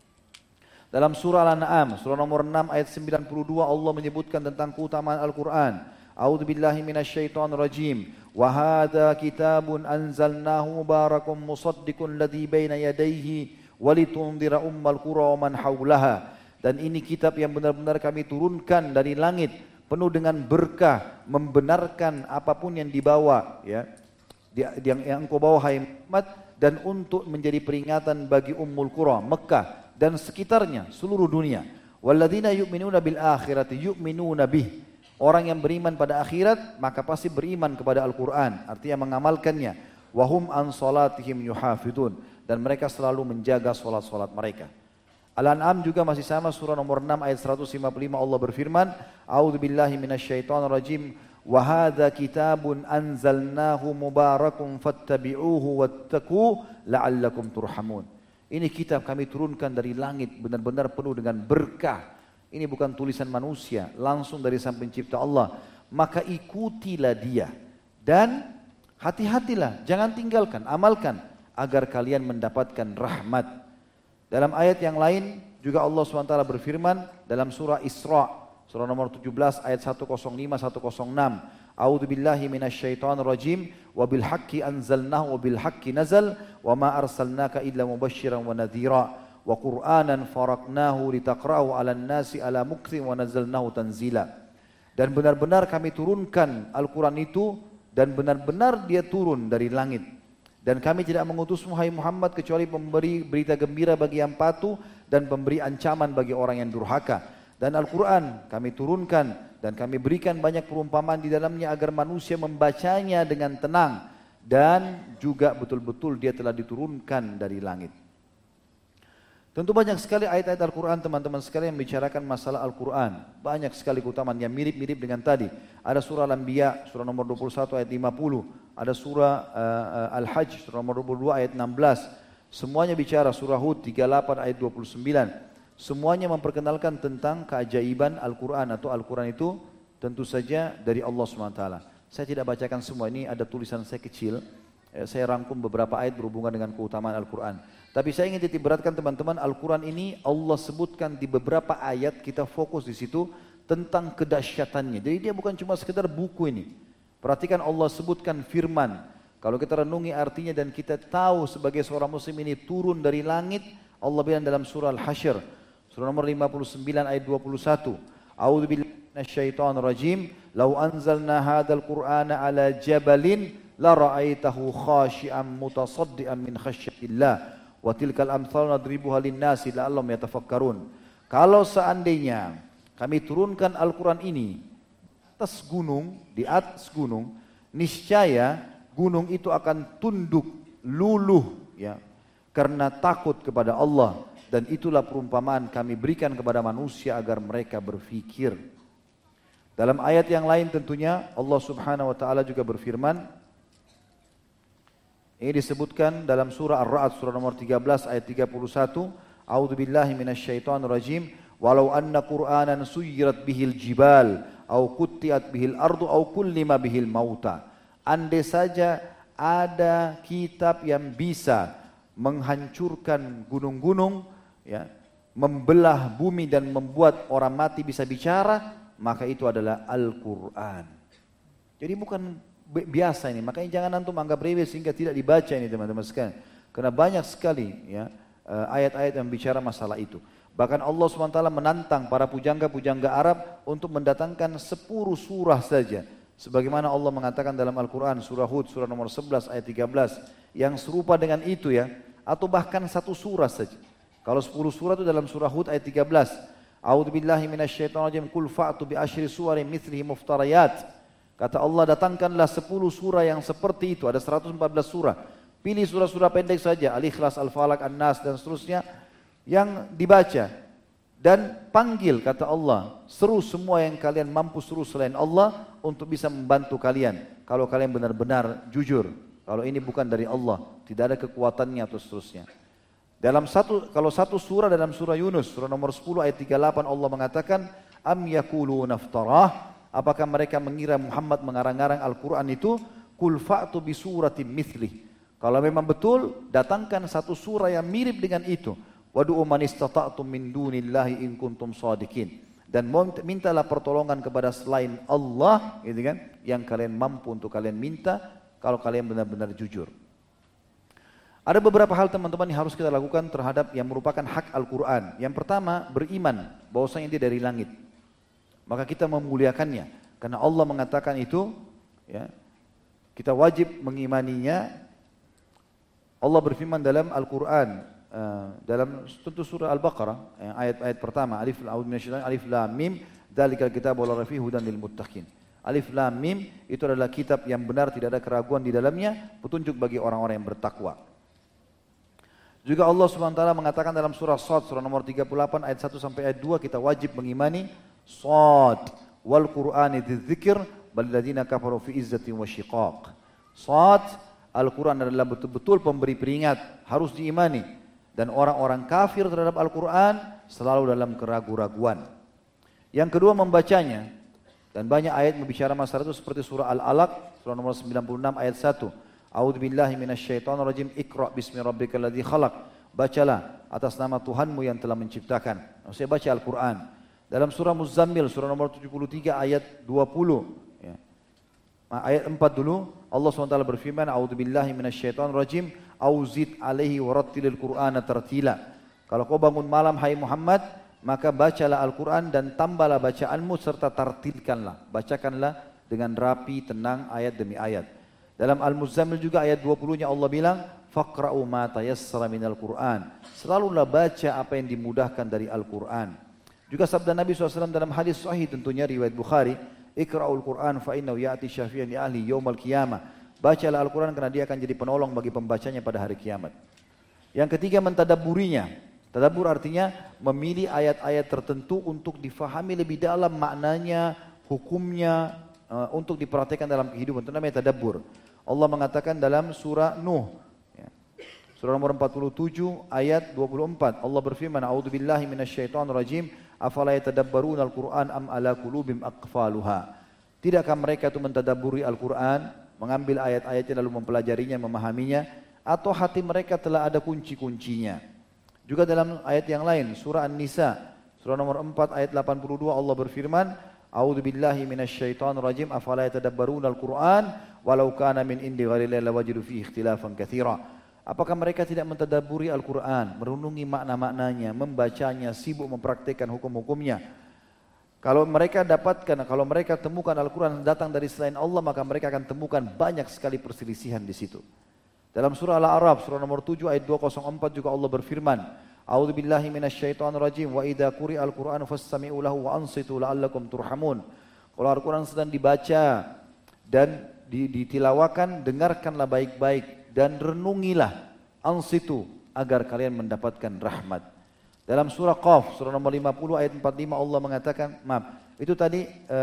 Dalam surah Al-An'am, surah nomor 6 ayat 92 Allah menyebutkan tentang keutamaan Al-Quran. A'udzubillahi minasyaitonirrajim. Wa hadza kitabun anzalnahu mubarakun musaddiqun ladzi baina yadayhi walitundira ummal qura wa man haulaha. Dan ini kitab yang benar-benar kami turunkan dari langit, penuh dengan berkah, membenarkan apapun yang dibawa ya. Yang engkau bawa hai Muhammad, dan untuk menjadi peringatan bagi Ummul Qura, Mekah dan sekitarnya, seluruh dunia. Walladzina yu'minuna bil akhirati yu'minuna bih. Orang yang beriman pada akhirat maka pasti beriman kepada Al-Quran, artinya mengamalkannya. Wahum an salatihim yuhafidun, dan mereka selalu menjaga salat-salat mereka. Al-An'am juga masih sama, surah nomor 6 ayat 155 Allah berfirman, A'udzubillahi minasyaitonirrajim, wa hadza kitabun anzalnahu mubarakun fattabi'uhu wattaqu la'allakum turhamun. Ini kitab kami turunkan dari langit, benar-benar penuh dengan berkah. Ini bukan tulisan manusia, langsung dari Sang Pencipta Allah. Maka ikutilah dia dan hati-hatilah, jangan tinggalkan, amalkan agar kalian mendapatkan rahmat. Dalam ayat yang lain juga Allah SWT berfirman dalam surah Isra, surah nomor 17 ayat 105-106. A'udzu billahi minasyaitonir rajim wa bil haqqi anzalnahu wa bil haqqi nazal wa ma arsalnaka illa mubasysyiran wa nadhira wa qur'anan faraqnahu litaqra'u 'alan nasi 'ala mukthin wa nazzalnahu tanzila. Dan benar-benar kami turunkan Al-Qur'an itu dan benar-benar dia turun dari langit. Dan kami tidak mengutus Muhammad Muhammad kecuali memberi berita gembira bagi yang patuh dan memberi ancaman bagi orang yang durhaka. Dan Al-Quran kami turunkan dan kami berikan banyak perumpamaan di dalamnya agar manusia membacanya dengan tenang. Dan juga betul-betul dia telah diturunkan dari langit. Tentu banyak sekali ayat-ayat Al-Quran teman-teman sekalian yang membicarakan masalah Al-Quran. Banyak sekali keutamaan yang mirip-mirip dengan tadi. Ada surah Al-Anbiya, surah nomor 21 ayat 50. Ada surah Al-Hajj, surah nomor 22 ayat 16. Semuanya bicara surah Hud 38 ayat 29. Semuanya memperkenalkan tentang keajaiban Al-Quran atau Al-Quran itu tentu saja dari Allah SWT. Saya tidak bacakan semua, ini ada tulisan saya kecil. Saya rangkum beberapa ayat berhubungan dengan keutamaan Al-Quran. Tapi saya ingin titik beratkan teman-teman, Al-Quran ini Allah sebutkan di beberapa ayat, kita fokus di situ tentang kedahsyatannya. Jadi dia bukan cuma sekedar buku ini. Perhatikan Allah sebutkan firman. Kalau kita renungi artinya dan kita tahu sebagai seorang muslim ini turun dari langit, Allah bilang dalam surah Al-Hasyr, surah nomor 59 ayat 21. A'udzu billahi minasyaitonir rajim. Lau anzalna hadzal Qur'ana 'ala jabalin la ra'aitahu khashi'an mutasaddian min khasyatillah. Wa tilkal amthal nadribuha lin-nasi la'allahum yatafakkarun. Kalau seandainya kami turunkan Al-Quran ini di atas gunung, niscaya gunung itu akan tunduk, luluh ya, karena takut kepada Allah. Dan itulah perumpamaan kami berikan kepada manusia agar mereka berfikir. Dalam ayat yang lain tentunya Allah Subhanahu wa taala juga berfirman. Ini disebutkan dalam surah Ar-Ra'd surah nomor 13 ayat 31. A'udzu billahi minasyaitonir rajim. Walau anna Qur'anan suyirat bihil jibal au qutti'at bihil ardu au kullima bihil mauta. Andai saja ada kitab yang bisa menghancurkan gunung-gunung, ya, membelah bumi dan membuat orang mati bisa bicara, maka itu adalah Al-Quran. Jadi bukan biasa ini, makanya jangan antum anggap remeh sehingga tidak dibaca ini teman-teman sekalian. Karena banyak sekali ya ayat-ayat yang bicara masalah itu. Bahkan Allah SWT menantang para pujangga-pujangga Arab untuk mendatangkan 10 surah saja. Sebagaimana Allah mengatakan dalam Al-Quran surah Hud surah nomor 11 ayat 13 yang serupa dengan itu ya, atau bahkan 1 surah saja. Kalau 10 surah itu dalam surah Hud ayat 13. A'udzu billahi minasyaitonir rajim. Qul fa'tu bi asyri suwarin mithlihi muftariyat. Kata Allah, datangkanlah 10 surah yang seperti itu. Ada 114 surah. Pilih surah-surah pendek saja. Al-Ikhlas, Al-Falaq, An-Nas dan seterusnya yang dibaca. Dan panggil, kata Allah, seru semua yang kalian mampu seru selain Allah untuk bisa membantu kalian. Kalau kalian benar-benar jujur. Kalau ini bukan dari Allah, tidak ada kekuatannya atau seterusnya. Kalau satu surah dalam surah Yunus, surah nomor 10 ayat 38 Allah mengatakan, Am yakuluna iftarah. Apakah mereka mengira Muhammad mengarang-arang Al-Quran itu? Qul fa'tu bi suratin mithlih. Kalau memang betul, datangkan 1 surah yang mirip dengan itu. Wadu'u man istata'tum min dunillahi in kuntum shadiqin. Dan mintalah pertolongan kepada selain Allah, gitu kan? Yang kalian mampu untuk kalian minta kalau kalian benar-benar jujur. Ada beberapa hal teman-teman yang harus kita lakukan terhadap yang merupakan hak Al-Quran. Yang pertama, beriman bahwasanya dia dari langit. Maka kita memuliakannya. Karena Allah mengatakan itu, ya, kita wajib mengimaninya. Allah berfirman dalam Al-Quran, dalam tentu surah Al-Baqarah, ayat-ayat pertama, Alif Lam Mim, Dzalikal kitabu la raiba fihi hudan lil muttaqin. Alif Lam Mim itu adalah kitab yang benar, tidak ada keraguan di dalamnya, petunjuk bagi orang-orang yang bertakwa. Juga Allah SWT mengatakan dalam surah Shad, surah nomor 38 ayat 1 sampai ayat 2, kita wajib mengimani Shad wal Qur'ani dzidzikr bal ladzina kafaru fi izzatin wa syiqaq. Shad, Al-Quran adalah betul-betul pemberi peringat, harus diimani. Dan orang-orang kafir terhadap Al-Quran selalu dalam keraguan-raguan. Yang kedua membacanya. Dan banyak ayat membicara masalah itu seperti surah Al-Alaq, surah nomor 96 ayat 1. A'udzu billahi minasyaitonir rajim. Iqra bismi rabbikal ladzi khalaq. bacalah atas nama Tuhanmu yang telah menciptakan. Saya baca Al-Quran. Dalam surah Muzammil, surah nomor 73 ayat 20. Ya. Ayat 4 dulu, Allah SWT berfirman, A'udzubillahi minasyaitonirrajim, auzid alaihi warattilil Qur'ana tartila. Kalau kau bangun malam, hai Muhammad, maka bacalah Al-Quran dan tambahlah bacaanmu serta tartilkanlah. Bacakanlah dengan rapi, tenang, ayat demi ayat. Dalam Al-Muzammil juga ayat 20-nya Allah bilang, faqra'u ma tayassara minal Qur'an. Selalulah baca apa yang dimudahkan dari Al-Quran. Juga sabda Nabi SAW dalam hadis sahih tentunya riwayat Bukhari, Iqra'ul Qur'an fa innahu ya'ti syafi'an li ahli yaumal qiyamah. Bacalah Al-Quran karena dia akan jadi penolong bagi pembacanya pada hari kiamat. Yang ketiga, mentadabburinya. Tadabbur artinya memilih ayat-ayat tertentu untuk difahami lebih dalam maknanya, hukumnya, untuk diperhatikan dalam kehidupan. Itu namanya tadabbur. Allah mengatakan dalam surah Nuh, surah nomor 47 ayat 24. Allah berfirman, A'udzubillahi minasyaitonirrajim, afala yatadabbaruna al-Qur'an am ala qulubim aqfaluha. Tidakkah mereka itu mentadabburi Al-Quran, mengambil ayat-ayatnya lalu mempelajarinya, memahaminya, atau hati mereka telah ada kunci-kuncinya. Juga dalam ayat yang lain, surah An-Nisa, surah nomor 4 ayat 82, Allah berfirman, A'udzubillahi minasyaitonirrajim, afala yatadabbaruna al-Qur'an walau kana min indi ghairillah lawajidu fihi ikhtilafan katsira. Apakah mereka tidak mentadabburi Al-Quran, merenungi makna-maknanya, membacanya, sibuk mempraktikkan hukum-hukumnya? Kalau mereka temukan Al-Quran datang dari selain Allah, maka mereka akan temukan banyak sekali perselisihan di situ. Dalam surah Al-A'raf, surah nomor 7 ayat 204 juga Allah berfirman, A'udzubillahi minasyaitonirrajim, wa idza quri'al Qur'anu fastami'u lahu wa ansitu la'allakum turhamun. Kalau Al-Quran sedang dibaca dan ditilawakan, dengarkanlah baik-baik dan renungilah, ansitu, agar kalian mendapatkan rahmat. Dalam surah Qaf, surah nomor 50 ayat 45 Allah mengatakan, itu tadi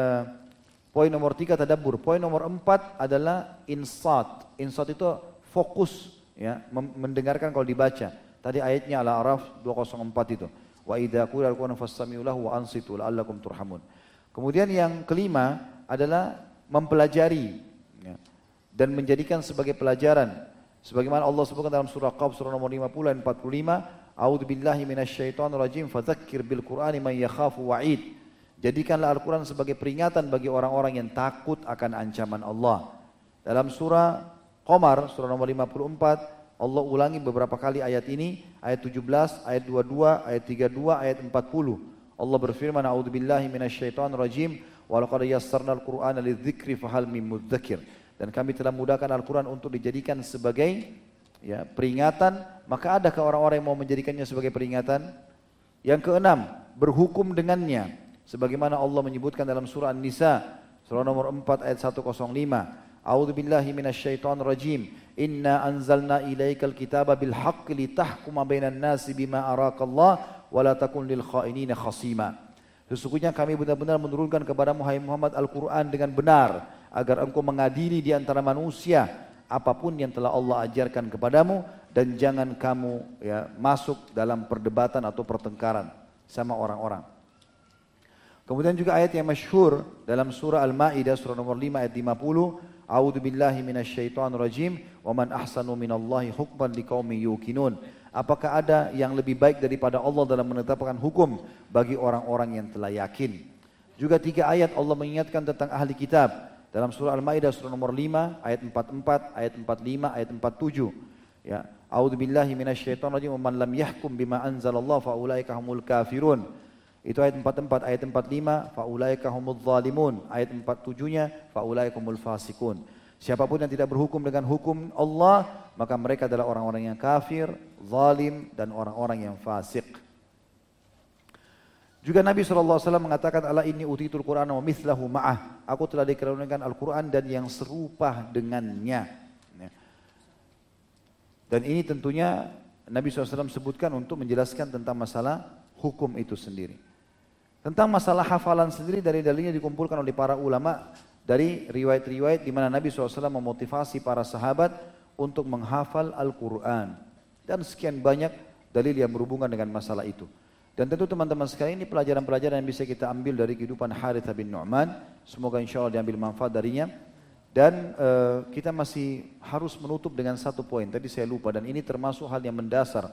poin nomor 3 tadabbur. Poin nomor 4 adalah insat. Insat itu fokus, ya, mendengarkan kalau dibaca. Tadi ayatnya Al-A'raf 204 itu. Wa idza quri'al Qur'anu fastami'u lahu wa ansitu la'allakum turhamun. Kemudian yang kelima adalah mempelajari, ya, dan menjadikan sebagai pelajaran. Sebagaimana Allah sebutkan dalam surah Qaf surah nomor 50 dan 45, A'udzubillahi minasyaitonirrajim fadzakkir bil Qur'ani man yakhafu wa'id. Jadikanlah Al-Quran sebagai peringatan bagi orang-orang yang takut akan ancaman Allah. Dalam surah Qamar surah nomor 54, Allah ulangi beberapa kali ayat ini, ayat 17, ayat 22, ayat 32, ayat 40. Allah berfirman, A'udzubillahi minasyaitonirrajim wa laqad yassarnal Qur'ana lidzikri fahal mim mudzakir. Dan kami telah mudahkan Al-Quran untuk dijadikan sebagai, ya, peringatan. Maka adakah orang-orang yang mau menjadikannya sebagai peringatan? Yang keenam, berhukum dengannya. Sebagaimana Allah menyebutkan dalam surah An-Nisa, surah nomor 4 ayat 105. A'udzubillahi minasyaitonirrajim. Inna anzalna ilaikal kitaba bil haqqi litahkuma bainan nasi bima araqallah wa la takun lil kha'inina khasima. Sesungguhnya kami benar-benar menurunkan kepadamu, hai Muhammad, Al-Quran dengan benar, agar engkau mengadili di antara manusia apapun yang telah Allah ajarkan kepadamu, dan jangan kamu, ya, masuk dalam perdebatan atau pertengkaran sama orang-orang. Kemudian juga ayat yang masyhur dalam surah Al-Maidah surah nomor 5 ayat 50, A'udzubillahi minasyaitonirrajim wa man ahsanu minallahi hukman liqaumin yuqinun. Apakah ada yang lebih baik daripada Allah dalam menetapkan hukum bagi orang-orang yang telah yakin? Juga 3 ayat Allah mengingatkan tentang ahli kitab. Dalam surah Al-Maidah surah nomor 5 ayat 44, ayat 45, ayat 47. Ya, A'udzubillahi minasyaitonirrajim wa man lam yahkum bima anzalallahu fa ulaika humul kafirun. Itu ayat 44, ayat 45 fa ulaika humudz zalimun. Ayat 47-nya fa ulaika humul fasiqun. Siapapun yang tidak berhukum dengan hukum Allah, maka mereka adalah orang-orang yang kafir, zalim, dan orang-orang yang fasik. Juga Nabi SAW mengatakan, Ala inni utitul Qur'ana wa mithlahu ma'ah. Aku telah dikaruniakan Al-Quran dan yang serupa dengannya. Dan ini tentunya Nabi SAW sebutkan untuk menjelaskan tentang masalah hukum itu sendiri. Tentang masalah hafalan sendiri, dari dalilnya dikumpulkan oleh para ulama dari riwayat-riwayat di mana Nabi SAW memotivasi para sahabat untuk menghafal Al-Quran. Dan sekian banyak dalil yang berhubungan dengan masalah itu. Dan tentu teman-teman sekalian, ini pelajaran-pelajaran yang bisa kita ambil dari kehidupan Harithah bin Nu'man. Semoga insya Allah diambil manfaat darinya. Dan kita masih harus menutup dengan satu poin. Tadi saya lupa, dan ini termasuk hal yang mendasar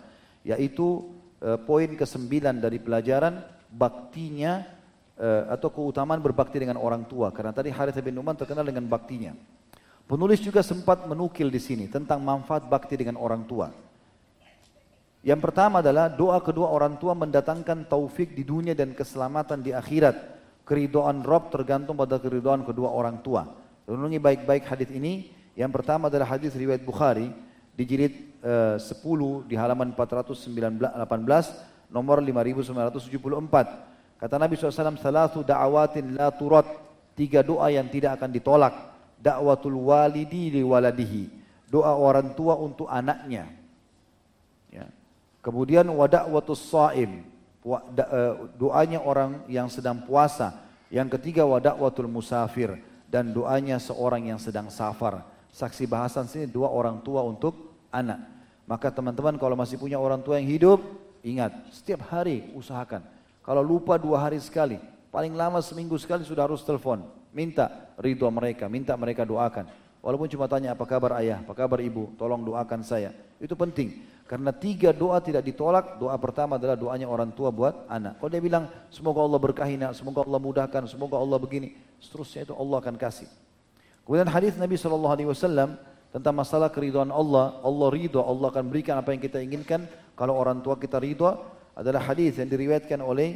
yaitu poin ke-9 dari pelajaran baktinya atau keutamaan berbakti dengan orang tua. Karena tadi Harith bin Nu'man terkenal dengan baktinya. Penulis juga sempat menukil di sini tentang manfaat bakti dengan orang tua. Yang pertama adalah doa kedua orang tua mendatangkan taufik di dunia dan keselamatan di akhirat. Keridhaan Rabb tergantung pada keridhaan kedua orang tua. Renungi baik-baik hadis ini. Yang pertama adalah hadis riwayat Bukhari di jilid 10 di halaman 418 nomor 5974. Kata Nabi SAW, "Thalathu da'awatin la turat." 3 doa yang tidak akan ditolak. Da'watul walidi li waladihi. Doa orang tua untuk anaknya. Ya. Kemudian wada'watus sha'im, doanya orang yang sedang puasa. Yang ketiga wada'watul musafir, dan doanya seorang yang sedang safar. Saksi bahasan sini doa orang tua untuk anak. Maka teman-teman kalau masih punya orang tua yang hidup, ingat setiap hari usahakan. Kalau lupa 2 hari sekali, paling lama seminggu sekali sudah harus telepon. Minta ridho mereka, minta mereka doakan. Walaupun cuma tanya apa kabar ayah, apa kabar ibu, tolong doakan saya. Itu penting. Karena 3 doa tidak ditolak. Doa pertama adalah doanya orang tua buat anak. Kalau dia bilang semoga Allah berkahi nak, semoga Allah mudahkan, semoga Allah begini, seterusnya itu Allah akan kasih. Kemudian hadis Nabi SAW tentang masalah keridhaan Allah. Allah ridho, Allah akan berikan apa yang kita inginkan. Kalau orang tua kita ridho, adalah hadis yang diriwayatkan oleh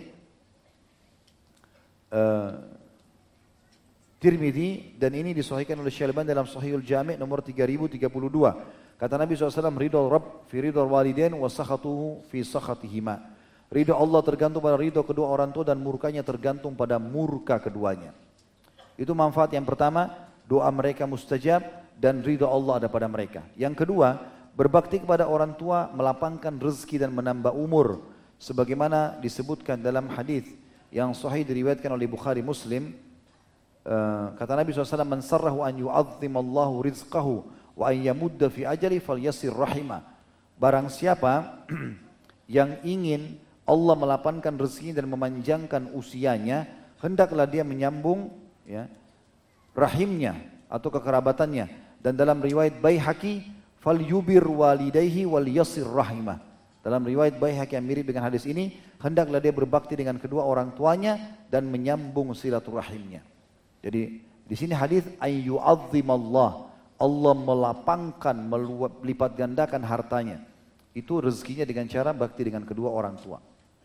Tirmidzi dan ini disahihkan oleh Syalban dalam Sahihul Jami' nomor 3032. Kata Nabi SAW, ridho Rabb fi ridho walidain wa sakhatuhu fi sakhatihima. Ridho Allah tergantung pada ridho kedua orang tua dan murkanya tergantung pada murka keduanya. Itu manfaat yang pertama, doa mereka mustajab dan ridho Allah ada pada mereka. Yang kedua, berbakti kepada orang tua melapangkan rezeki dan menambah umur. Sebagaimana disebutkan dalam hadis yang sahih diriwayatkan oleh Bukhari Muslim. Kata Nabi SAW, man sarrahu an yu'azzimallahu rizqahu wa an yamudda fi ajali falyasir rahimah. Barang siapa yang ingin Allah melapangkan rezeki dan memanjangkan usianya, hendaklah dia menyambung ya, rahimnya atau kekerabatannya. Dan dalam riwayat Baihaqi, falyubir walidayhi wal yasir rahimah. Dalam riwayat Baihaqi yang mirip dengan hadis ini, hendaklah dia berbakti dengan kedua orang tuanya dan menyambung silaturahimnya. Jadi di sini hadis ayyu'azzimallah, Allah melapangkan, melipat gandakan hartanya. Itu rezekinya dengan cara bakti dengan kedua orang tua.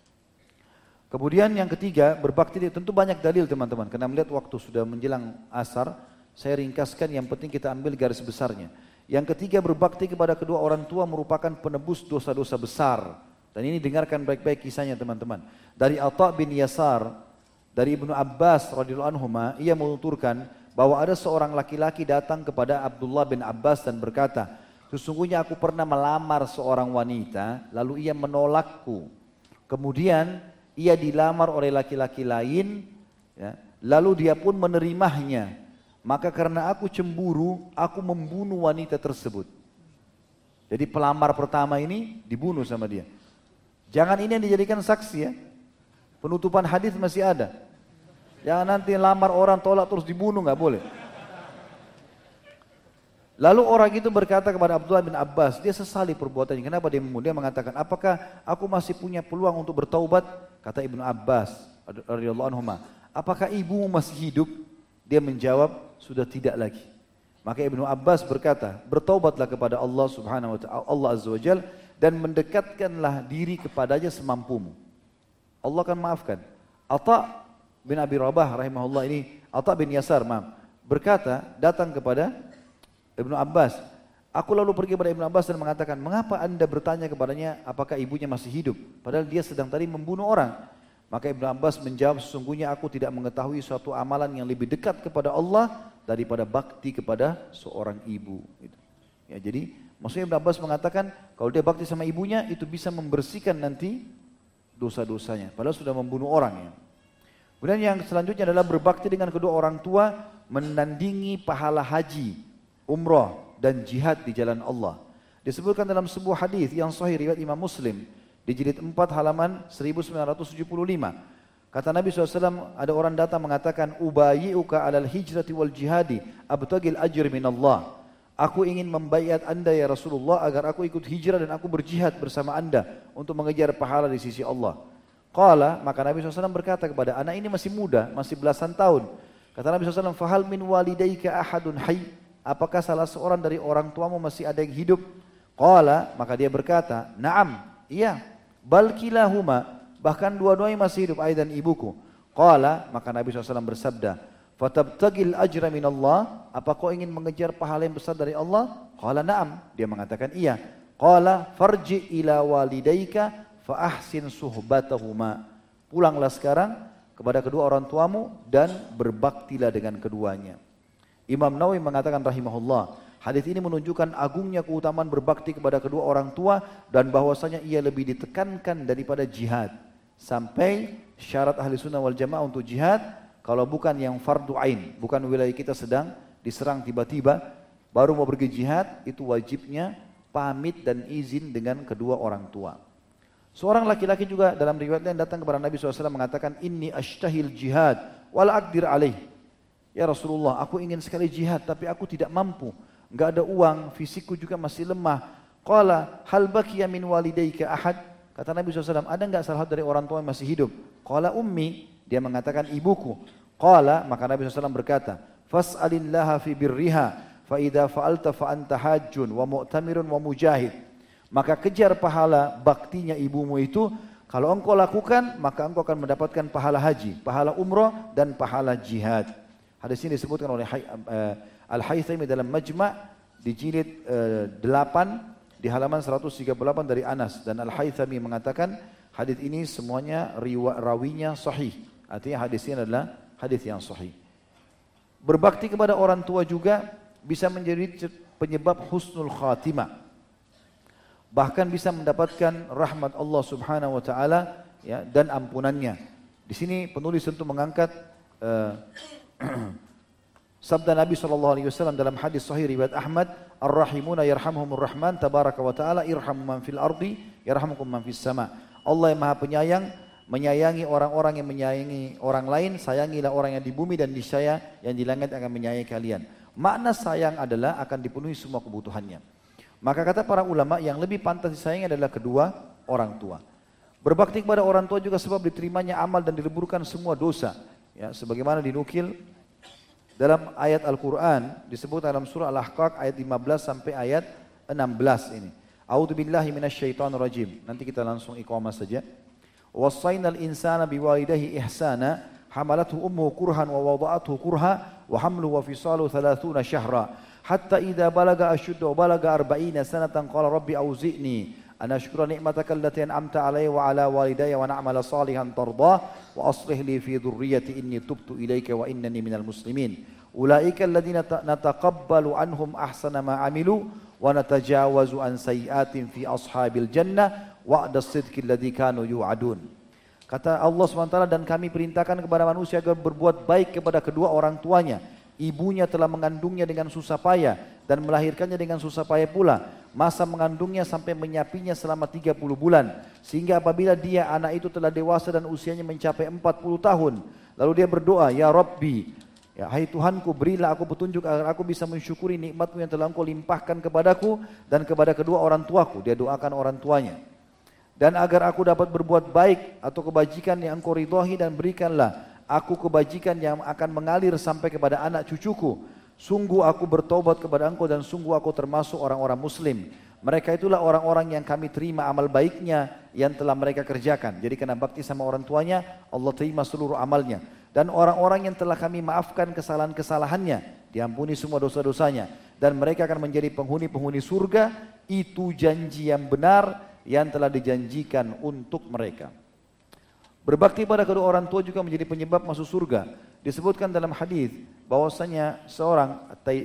Kemudian yang ketiga, berbakti, tentu banyak dalil teman-teman. Karena melihat waktu sudah menjelang asar, saya ringkaskan yang penting kita ambil garis besarnya. Yang ketiga, berbakti kepada kedua orang tua merupakan penebus dosa-dosa besar. Dan ini dengarkan baik-baik kisahnya teman-teman. Dari Atha bin Yasar, dari Ibnu Abbas radhiyallahu anhuma, ia menuturkan bahwa ada seorang laki-laki datang kepada Abdullah bin Abbas dan berkata, sesungguhnya aku pernah melamar seorang wanita, lalu ia menolakku. Kemudian ia dilamar oleh laki-laki lain, ya, lalu dia pun menerimanya. Maka karena aku cemburu, aku membunuh wanita tersebut. Jadi pelamar pertama ini dibunuh sama dia. Jangan ini yang dijadikan saksi ya. Penutupan hadis masih ada. Jangan nanti lamar orang tolak terus dibunuh, nggak boleh. Lalu orang itu berkata kepada Abdullah bin Abbas, dia sesali perbuatannya. Kenapa dia membunuh? Dia mengatakan, apakah aku masih punya peluang untuk bertaubat? Kata Ibnu Abbas radhiyallahu anhuma, apakah ibumu masih hidup? Dia menjawab, sudah tidak lagi. Maka Ibnu Abbas berkata, bertaubatlah kepada Allah Subhanahu wa taala, Allah Azza wa Jalla, dan mendekatkanlah diri kepadanya semampumu. Allah akan maafkan. Atha bin Abi Rabah rahimahullah ini, Atha bin Yasar berkata, datang kepada Ibnu Abbas. Aku lalu pergi kepada Ibnu Abbas dan mengatakan, mengapa anda bertanya kepadanya apakah ibunya masih hidup? Padahal dia sedang tadi membunuh orang. Maka Ibnu Abbas menjawab, sesungguhnya aku tidak mengetahui suatu amalan yang lebih dekat kepada Allah daripada bakti kepada seorang ibu. Ya, jadi maksudnya Ibnu Abbas mengatakan, kalau dia bakti sama ibunya, itu bisa membersihkan nanti dosa-dosanya. Padahal sudah membunuh orang ya. Kemudian yang selanjutnya adalah berbakti dengan kedua orang tua, menandingi pahala haji, umrah dan jihad di jalan Allah. Disebutkan dalam sebuah hadis yang sahih riwayat Imam Muslim di jilid 4 halaman 1975. Kata Nabi SAW, ada orang datang mengatakan, ubayi'uka alal hijrati wal jihadi abtagil ajr minallah. Aku ingin membaiat anda ya Rasulullah agar aku ikut hijrah dan aku berjihad bersama anda untuk mengejar pahala di sisi Allah. Qala, maka Nabi SAW berkata kepada anak ini masih muda, masih belasan tahun. Kata Nabi SAW, fahal min walidayka ahadun hayy? Apakah salah seorang dari orang tuamu masih ada yang hidup? Qala, maka dia berkata, na'am, iya. Bal kilahuma, bahkan dua-duanya masih hidup, ayah dan ibuku. Qala, maka Nabi SAW bersabda, fatabtagil ajra minallah, apa kau ingin mengejar pahala yang besar dari Allah? Qala na'am, dia mengatakan iya. Qala farji ila walidayka fa ahsin suhbatahuma. Pulanglah sekarang kepada kedua orang tuamu dan berbaktilah dengan keduanya. Imam Nawawi mengatakan rahimahullah, hadis ini menunjukkan agungnya keutamaan berbakti kepada kedua orang tua dan bahwasanya ia lebih ditekankan daripada jihad. Sampai syarat ahli sunnah wal jamaah untuk jihad, kalau bukan yang fardu ain, bukan wilayah kita sedang diserang tiba-tiba, baru mau pergi jihad, itu wajibnya pamit dan izin dengan kedua orang tua. Seorang laki-laki juga dalam riwayat yang datang kepada Nabi SAW mengatakan, inni ashtahil jihad wal aqdir alaih. Ya Rasulullah, aku ingin sekali jihad tapi aku tidak mampu, enggak ada uang, fisikku juga masih lemah. Qala hal baqiya min walidayka ahad? Kata Nabi SAW, ada enggak salah satu dari orang tua yang masih hidup? Qala ummi, dia mengatakan ibuku. Qala, maka Nabi SAW berkata, fas'alillaha fi birriha fa idza fa'alta fa anta hajjun wa mu'tamirun wa mujahid. Maka kejar pahala baktinya ibumu itu, kalau engkau lakukan maka engkau akan mendapatkan pahala haji, pahala umrah dan pahala jihad. Hadis ini disebutkan oleh Al-Haythami dalam Majma' di jilid 8 di halaman 138 dari Anas, dan Al-Haythami mengatakan hadis ini semuanya rawinya sahih. Artinya hadis ini adalah hadis yang sahih. Berbakti kepada orang tua juga bisa menjadi penyebab husnul khatimah. Bahkan bisa mendapatkan rahmat Allah Subhanahu wa taala ya, dan ampunannya. Di sini penulis tentu mengangkat sabda Nabi SAW dalam hadis sahih riwayat Ahmad, ar-rahimuna yarhamhumur rahman tabaraka wa ta'ala irhamu man fil ardi yarhamukum man fis sama. Allah yang Maha Penyayang menyayangi orang-orang yang menyayangi orang lain, sayangilah orang yang di bumi dan niscaya yang di langit akan menyayangi kalian. Makna sayang adalah akan dipenuhi semua kebutuhannya. Maka kata para ulama yang lebih pantas disayangi adalah kedua orang tua. Berbakti kepada orang tua juga sebab diterimanya amal dan dileburkan semua dosa. Ya, sebagaimana dinukil dalam ayat Al-Quran disebut dalam surah Al-Ahqaq ayat 15 sampai ayat 16 ini. A'udzubillahi minasyaitonirrajim. Nanti kita langsung iqamah saja. Wassaynal insana biwalidayhi ihsana hamalathu ummuhu kurhan wa wada'athu kurha wa hamluhu wa fisaluhu 30 syahra. Hatta idza balaga ashudda wa balaga 40 sanatan qala rabbi auzi'ni an ashkura ni'mataka allati an'amta 'alayya wa 'ala walidayya wa na'mala salihan tardah wa aslih li fi dhurriyyati inni tubtu ilayka wa innani minal muslimin. Ulaika alladziina nataqabbalu 'anhum ahsana ma 'amilu wa natajawazu an sayyi'atin fi ashabil jannah wa'das sidqi alladzi kanu yu'adun. Kata Allah SWT, dan kami perintahkan kepada manusia agar berbuat baik kepada kedua orang tuanya. Ibunya telah mengandungnya dengan susah payah dan melahirkannya dengan susah payah pula. Masa mengandungnya sampai menyapinya selama 30 bulan. Sehingga apabila dia anak itu telah dewasa dan usianya mencapai 40 tahun. Lalu dia berdoa, ya Rabbi, ya hai Tuhanku, berilah aku petunjuk agar aku bisa mensyukuri nikmatmu yang telah engkau limpahkan kepadaku dan kepada kedua orang tuaku. Dia doakan orang tuanya. Dan agar aku dapat berbuat baik atau kebajikan yang engkau ridhai, dan berikanlah aku kebajikan yang akan mengalir sampai kepada anak cucuku. Sungguh aku bertobat kepada engkau dan sungguh aku termasuk orang-orang muslim. Mereka itulah orang-orang yang kami terima amal baiknya yang telah mereka kerjakan. Jadi karena bakti sama orang tuanya, Allah terima seluruh amalnya. Dan orang-orang yang telah kami maafkan kesalahan-kesalahannya, diampuni semua dosa-dosanya. Dan mereka akan menjadi penghuni-penghuni surga. Itu janji yang benar yang telah dijanjikan untuk mereka. Berbakti pada kedua orang tua juga menjadi penyebab masuk surga. Disebutkan dalam hadis bahwasanya seorang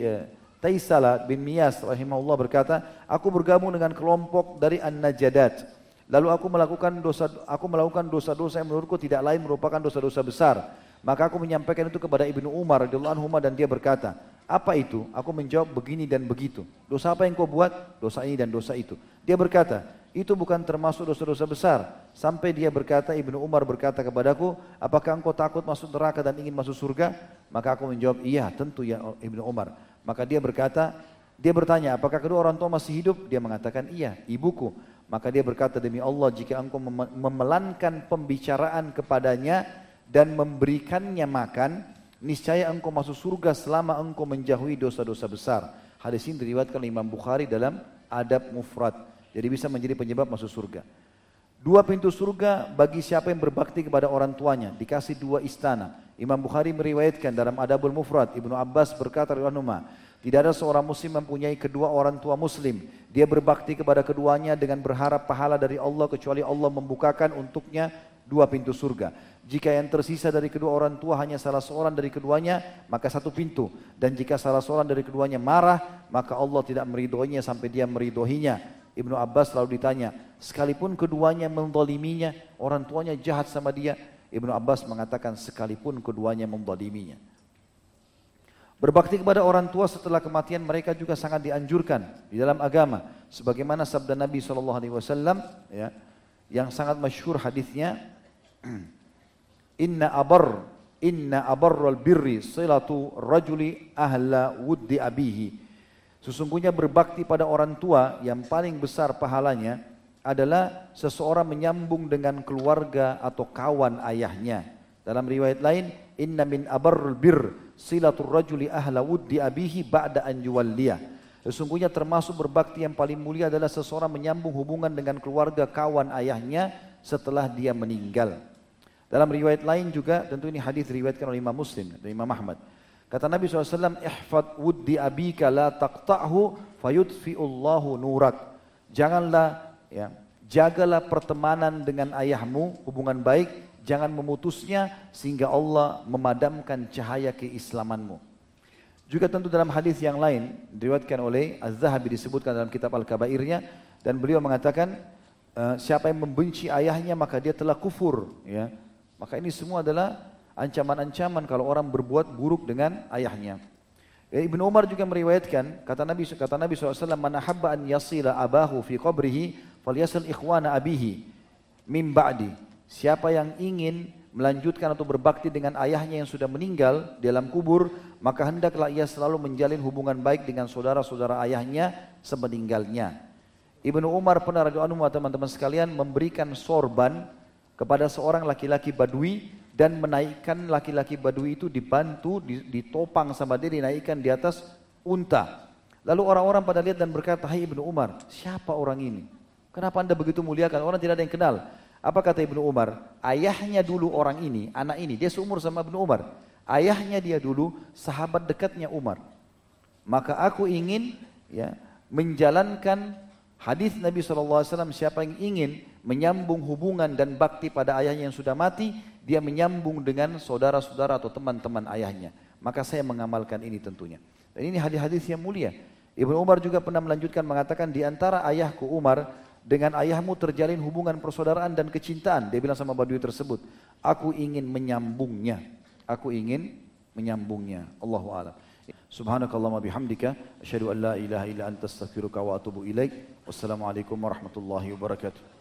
Taisala bin Miyas rahimahullah berkata, aku bergabung dengan kelompok dari An-Najadat. Lalu aku melakukan dosa-dosa yang menurutku tidak lain merupakan dosa-dosa besar. Maka aku menyampaikan itu kepada Ibnu Umar radhiyallahu anhu dan dia berkata, apa itu? Aku menjawab begini dan begitu. Dosa apa yang kau buat? Dosa ini dan dosa itu. Dia berkata, itu bukan termasuk dosa-dosa besar. Sampai dia berkata, Ibnu Umar berkata kepadaku, apakah engkau takut masuk neraka dan ingin masuk surga? Maka aku menjawab, iya tentu ya Ibnu Umar. Maka dia berkata, Dia bertanya, apakah kedua orang tua masih hidup? Dia mengatakan, iya, ibuku. Maka dia berkata, demi Allah, jika engkau memelankan pembicaraan kepadanya dan memberikannya makan, niscaya engkau masuk surga selama engkau menjauhi dosa-dosa besar. Hadis ini diriwayatkan oleh Imam Bukhari dalam Adab Mufrad. Jadi bisa menjadi penyebab masuk surga. 2 pintu surga bagi siapa yang berbakti kepada orang tuanya. Dikasih 2 istana. Imam Bukhari meriwayatkan dalam Adabul Mufrad, Ibnu Abbas berkata, tidak ada seorang muslim mempunyai kedua orang tua muslim. Dia berbakti kepada keduanya dengan berharap pahala dari Allah, kecuali Allah membukakan untuknya 2 pintu surga. Jika yang tersisa dari kedua orang tua hanya salah seorang dari keduanya, maka 1 pintu. Dan jika salah seorang dari keduanya marah, maka Allah tidak meridhoinya sampai dia meridhoinya. Ibnu Abbas lalu ditanya, sekalipun keduanya menzaliminya, orang tuanya jahat sama dia, Ibnu Abbas mengatakan sekalipun keduanya menzaliminya. Berbakti kepada orang tua setelah kematian mereka juga sangat dianjurkan di dalam agama. Sebagaimana sabda Nabi SAW ya, yang sangat masyhur hadisnya, Inna abarral birri silatu rajuli ahla wuddi abihi. Sesungguhnya berbakti pada orang tua yang paling besar pahalanya adalah seseorang menyambung dengan keluarga atau kawan ayahnya. Dalam riwayat lain, inna min abarrul bir silatul rajuli ahla wuddi abihi ba'da an yuwalliyah. Sesungguhnya termasuk berbakti yang paling mulia adalah seseorang menyambung hubungan dengan keluarga kawan ayahnya setelah dia meninggal. Dalam riwayat lain juga, tentu ini hadis diriwayatkan oleh Imam Muslim dan Imam Ahmad. Kata Nabi SAW, ihfad wuddi abika la taqta'hu fayudfi'ullahu nurak. Janganlah, ya, jagalah pertemanan dengan ayahmu, hubungan baik, jangan memutusnya sehingga Allah memadamkan cahaya keislamanmu. Juga tentu dalam hadis yang lain, diriwayatkan oleh Az-Zahabi, disebutkan dalam kitab Al-Kabairnya, dan beliau mengatakan, siapa yang membenci ayahnya maka dia telah kufur. Ya. Maka ini semua adalah ancaman-ancaman kalau orang berbuat buruk dengan ayahnya. Ibnu Umar juga meriwayatkan, kata Nabi SAW, man ahabba an yasila abahu fi qabrihi falyasil ikhwana abihi min ba'di. Siapa yang ingin melanjutkan atau berbakti dengan ayahnya yang sudah meninggal dalam kubur, maka hendaklah ia selalu menjalin hubungan baik dengan saudara-saudara ayahnya semeninggalnya. Ibnu Umar pernah radhiyallahu anhu, teman-teman sekalian, memberikan sorban kepada seorang laki-laki Badui dan menaikkan laki-laki Badui itu dibantu, ditopang sama dia, dinaikkan di atas unta. Lalu orang-orang pada lihat dan berkata, hai Ibnu Umar, siapa orang ini? Kenapa anda begitu muliakan? Orang tidak ada yang kenal. Apa kata Ibnu Umar? Ayahnya dulu orang ini, anak ini, dia seumur sama Ibnu Umar. Ayahnya dia dulu sahabat dekatnya Umar. Maka aku ingin, ya, menjalankan hadis Nabi SAW, siapa yang ingin menyambung hubungan dan bakti pada ayahnya yang sudah mati, dia menyambung dengan saudara-saudara atau teman-teman ayahnya. Maka saya mengamalkan ini tentunya. Dan ini hadis-hadis yang mulia. Ibnu Umar juga pernah melanjutkan mengatakan, di antara ayahku Umar dengan ayahmu terjalin hubungan persaudaraan dan kecintaan. Dia bilang sama Badui tersebut, aku ingin menyambungnya. Aku ingin menyambungnya. Allahu a'lam. Subhanakallahumma bihamdika asyhadu an la ilaha illa anta astaghfiruka wa atubu ilaik. Wassalamualaikum warahmatullahi wabarakatuh.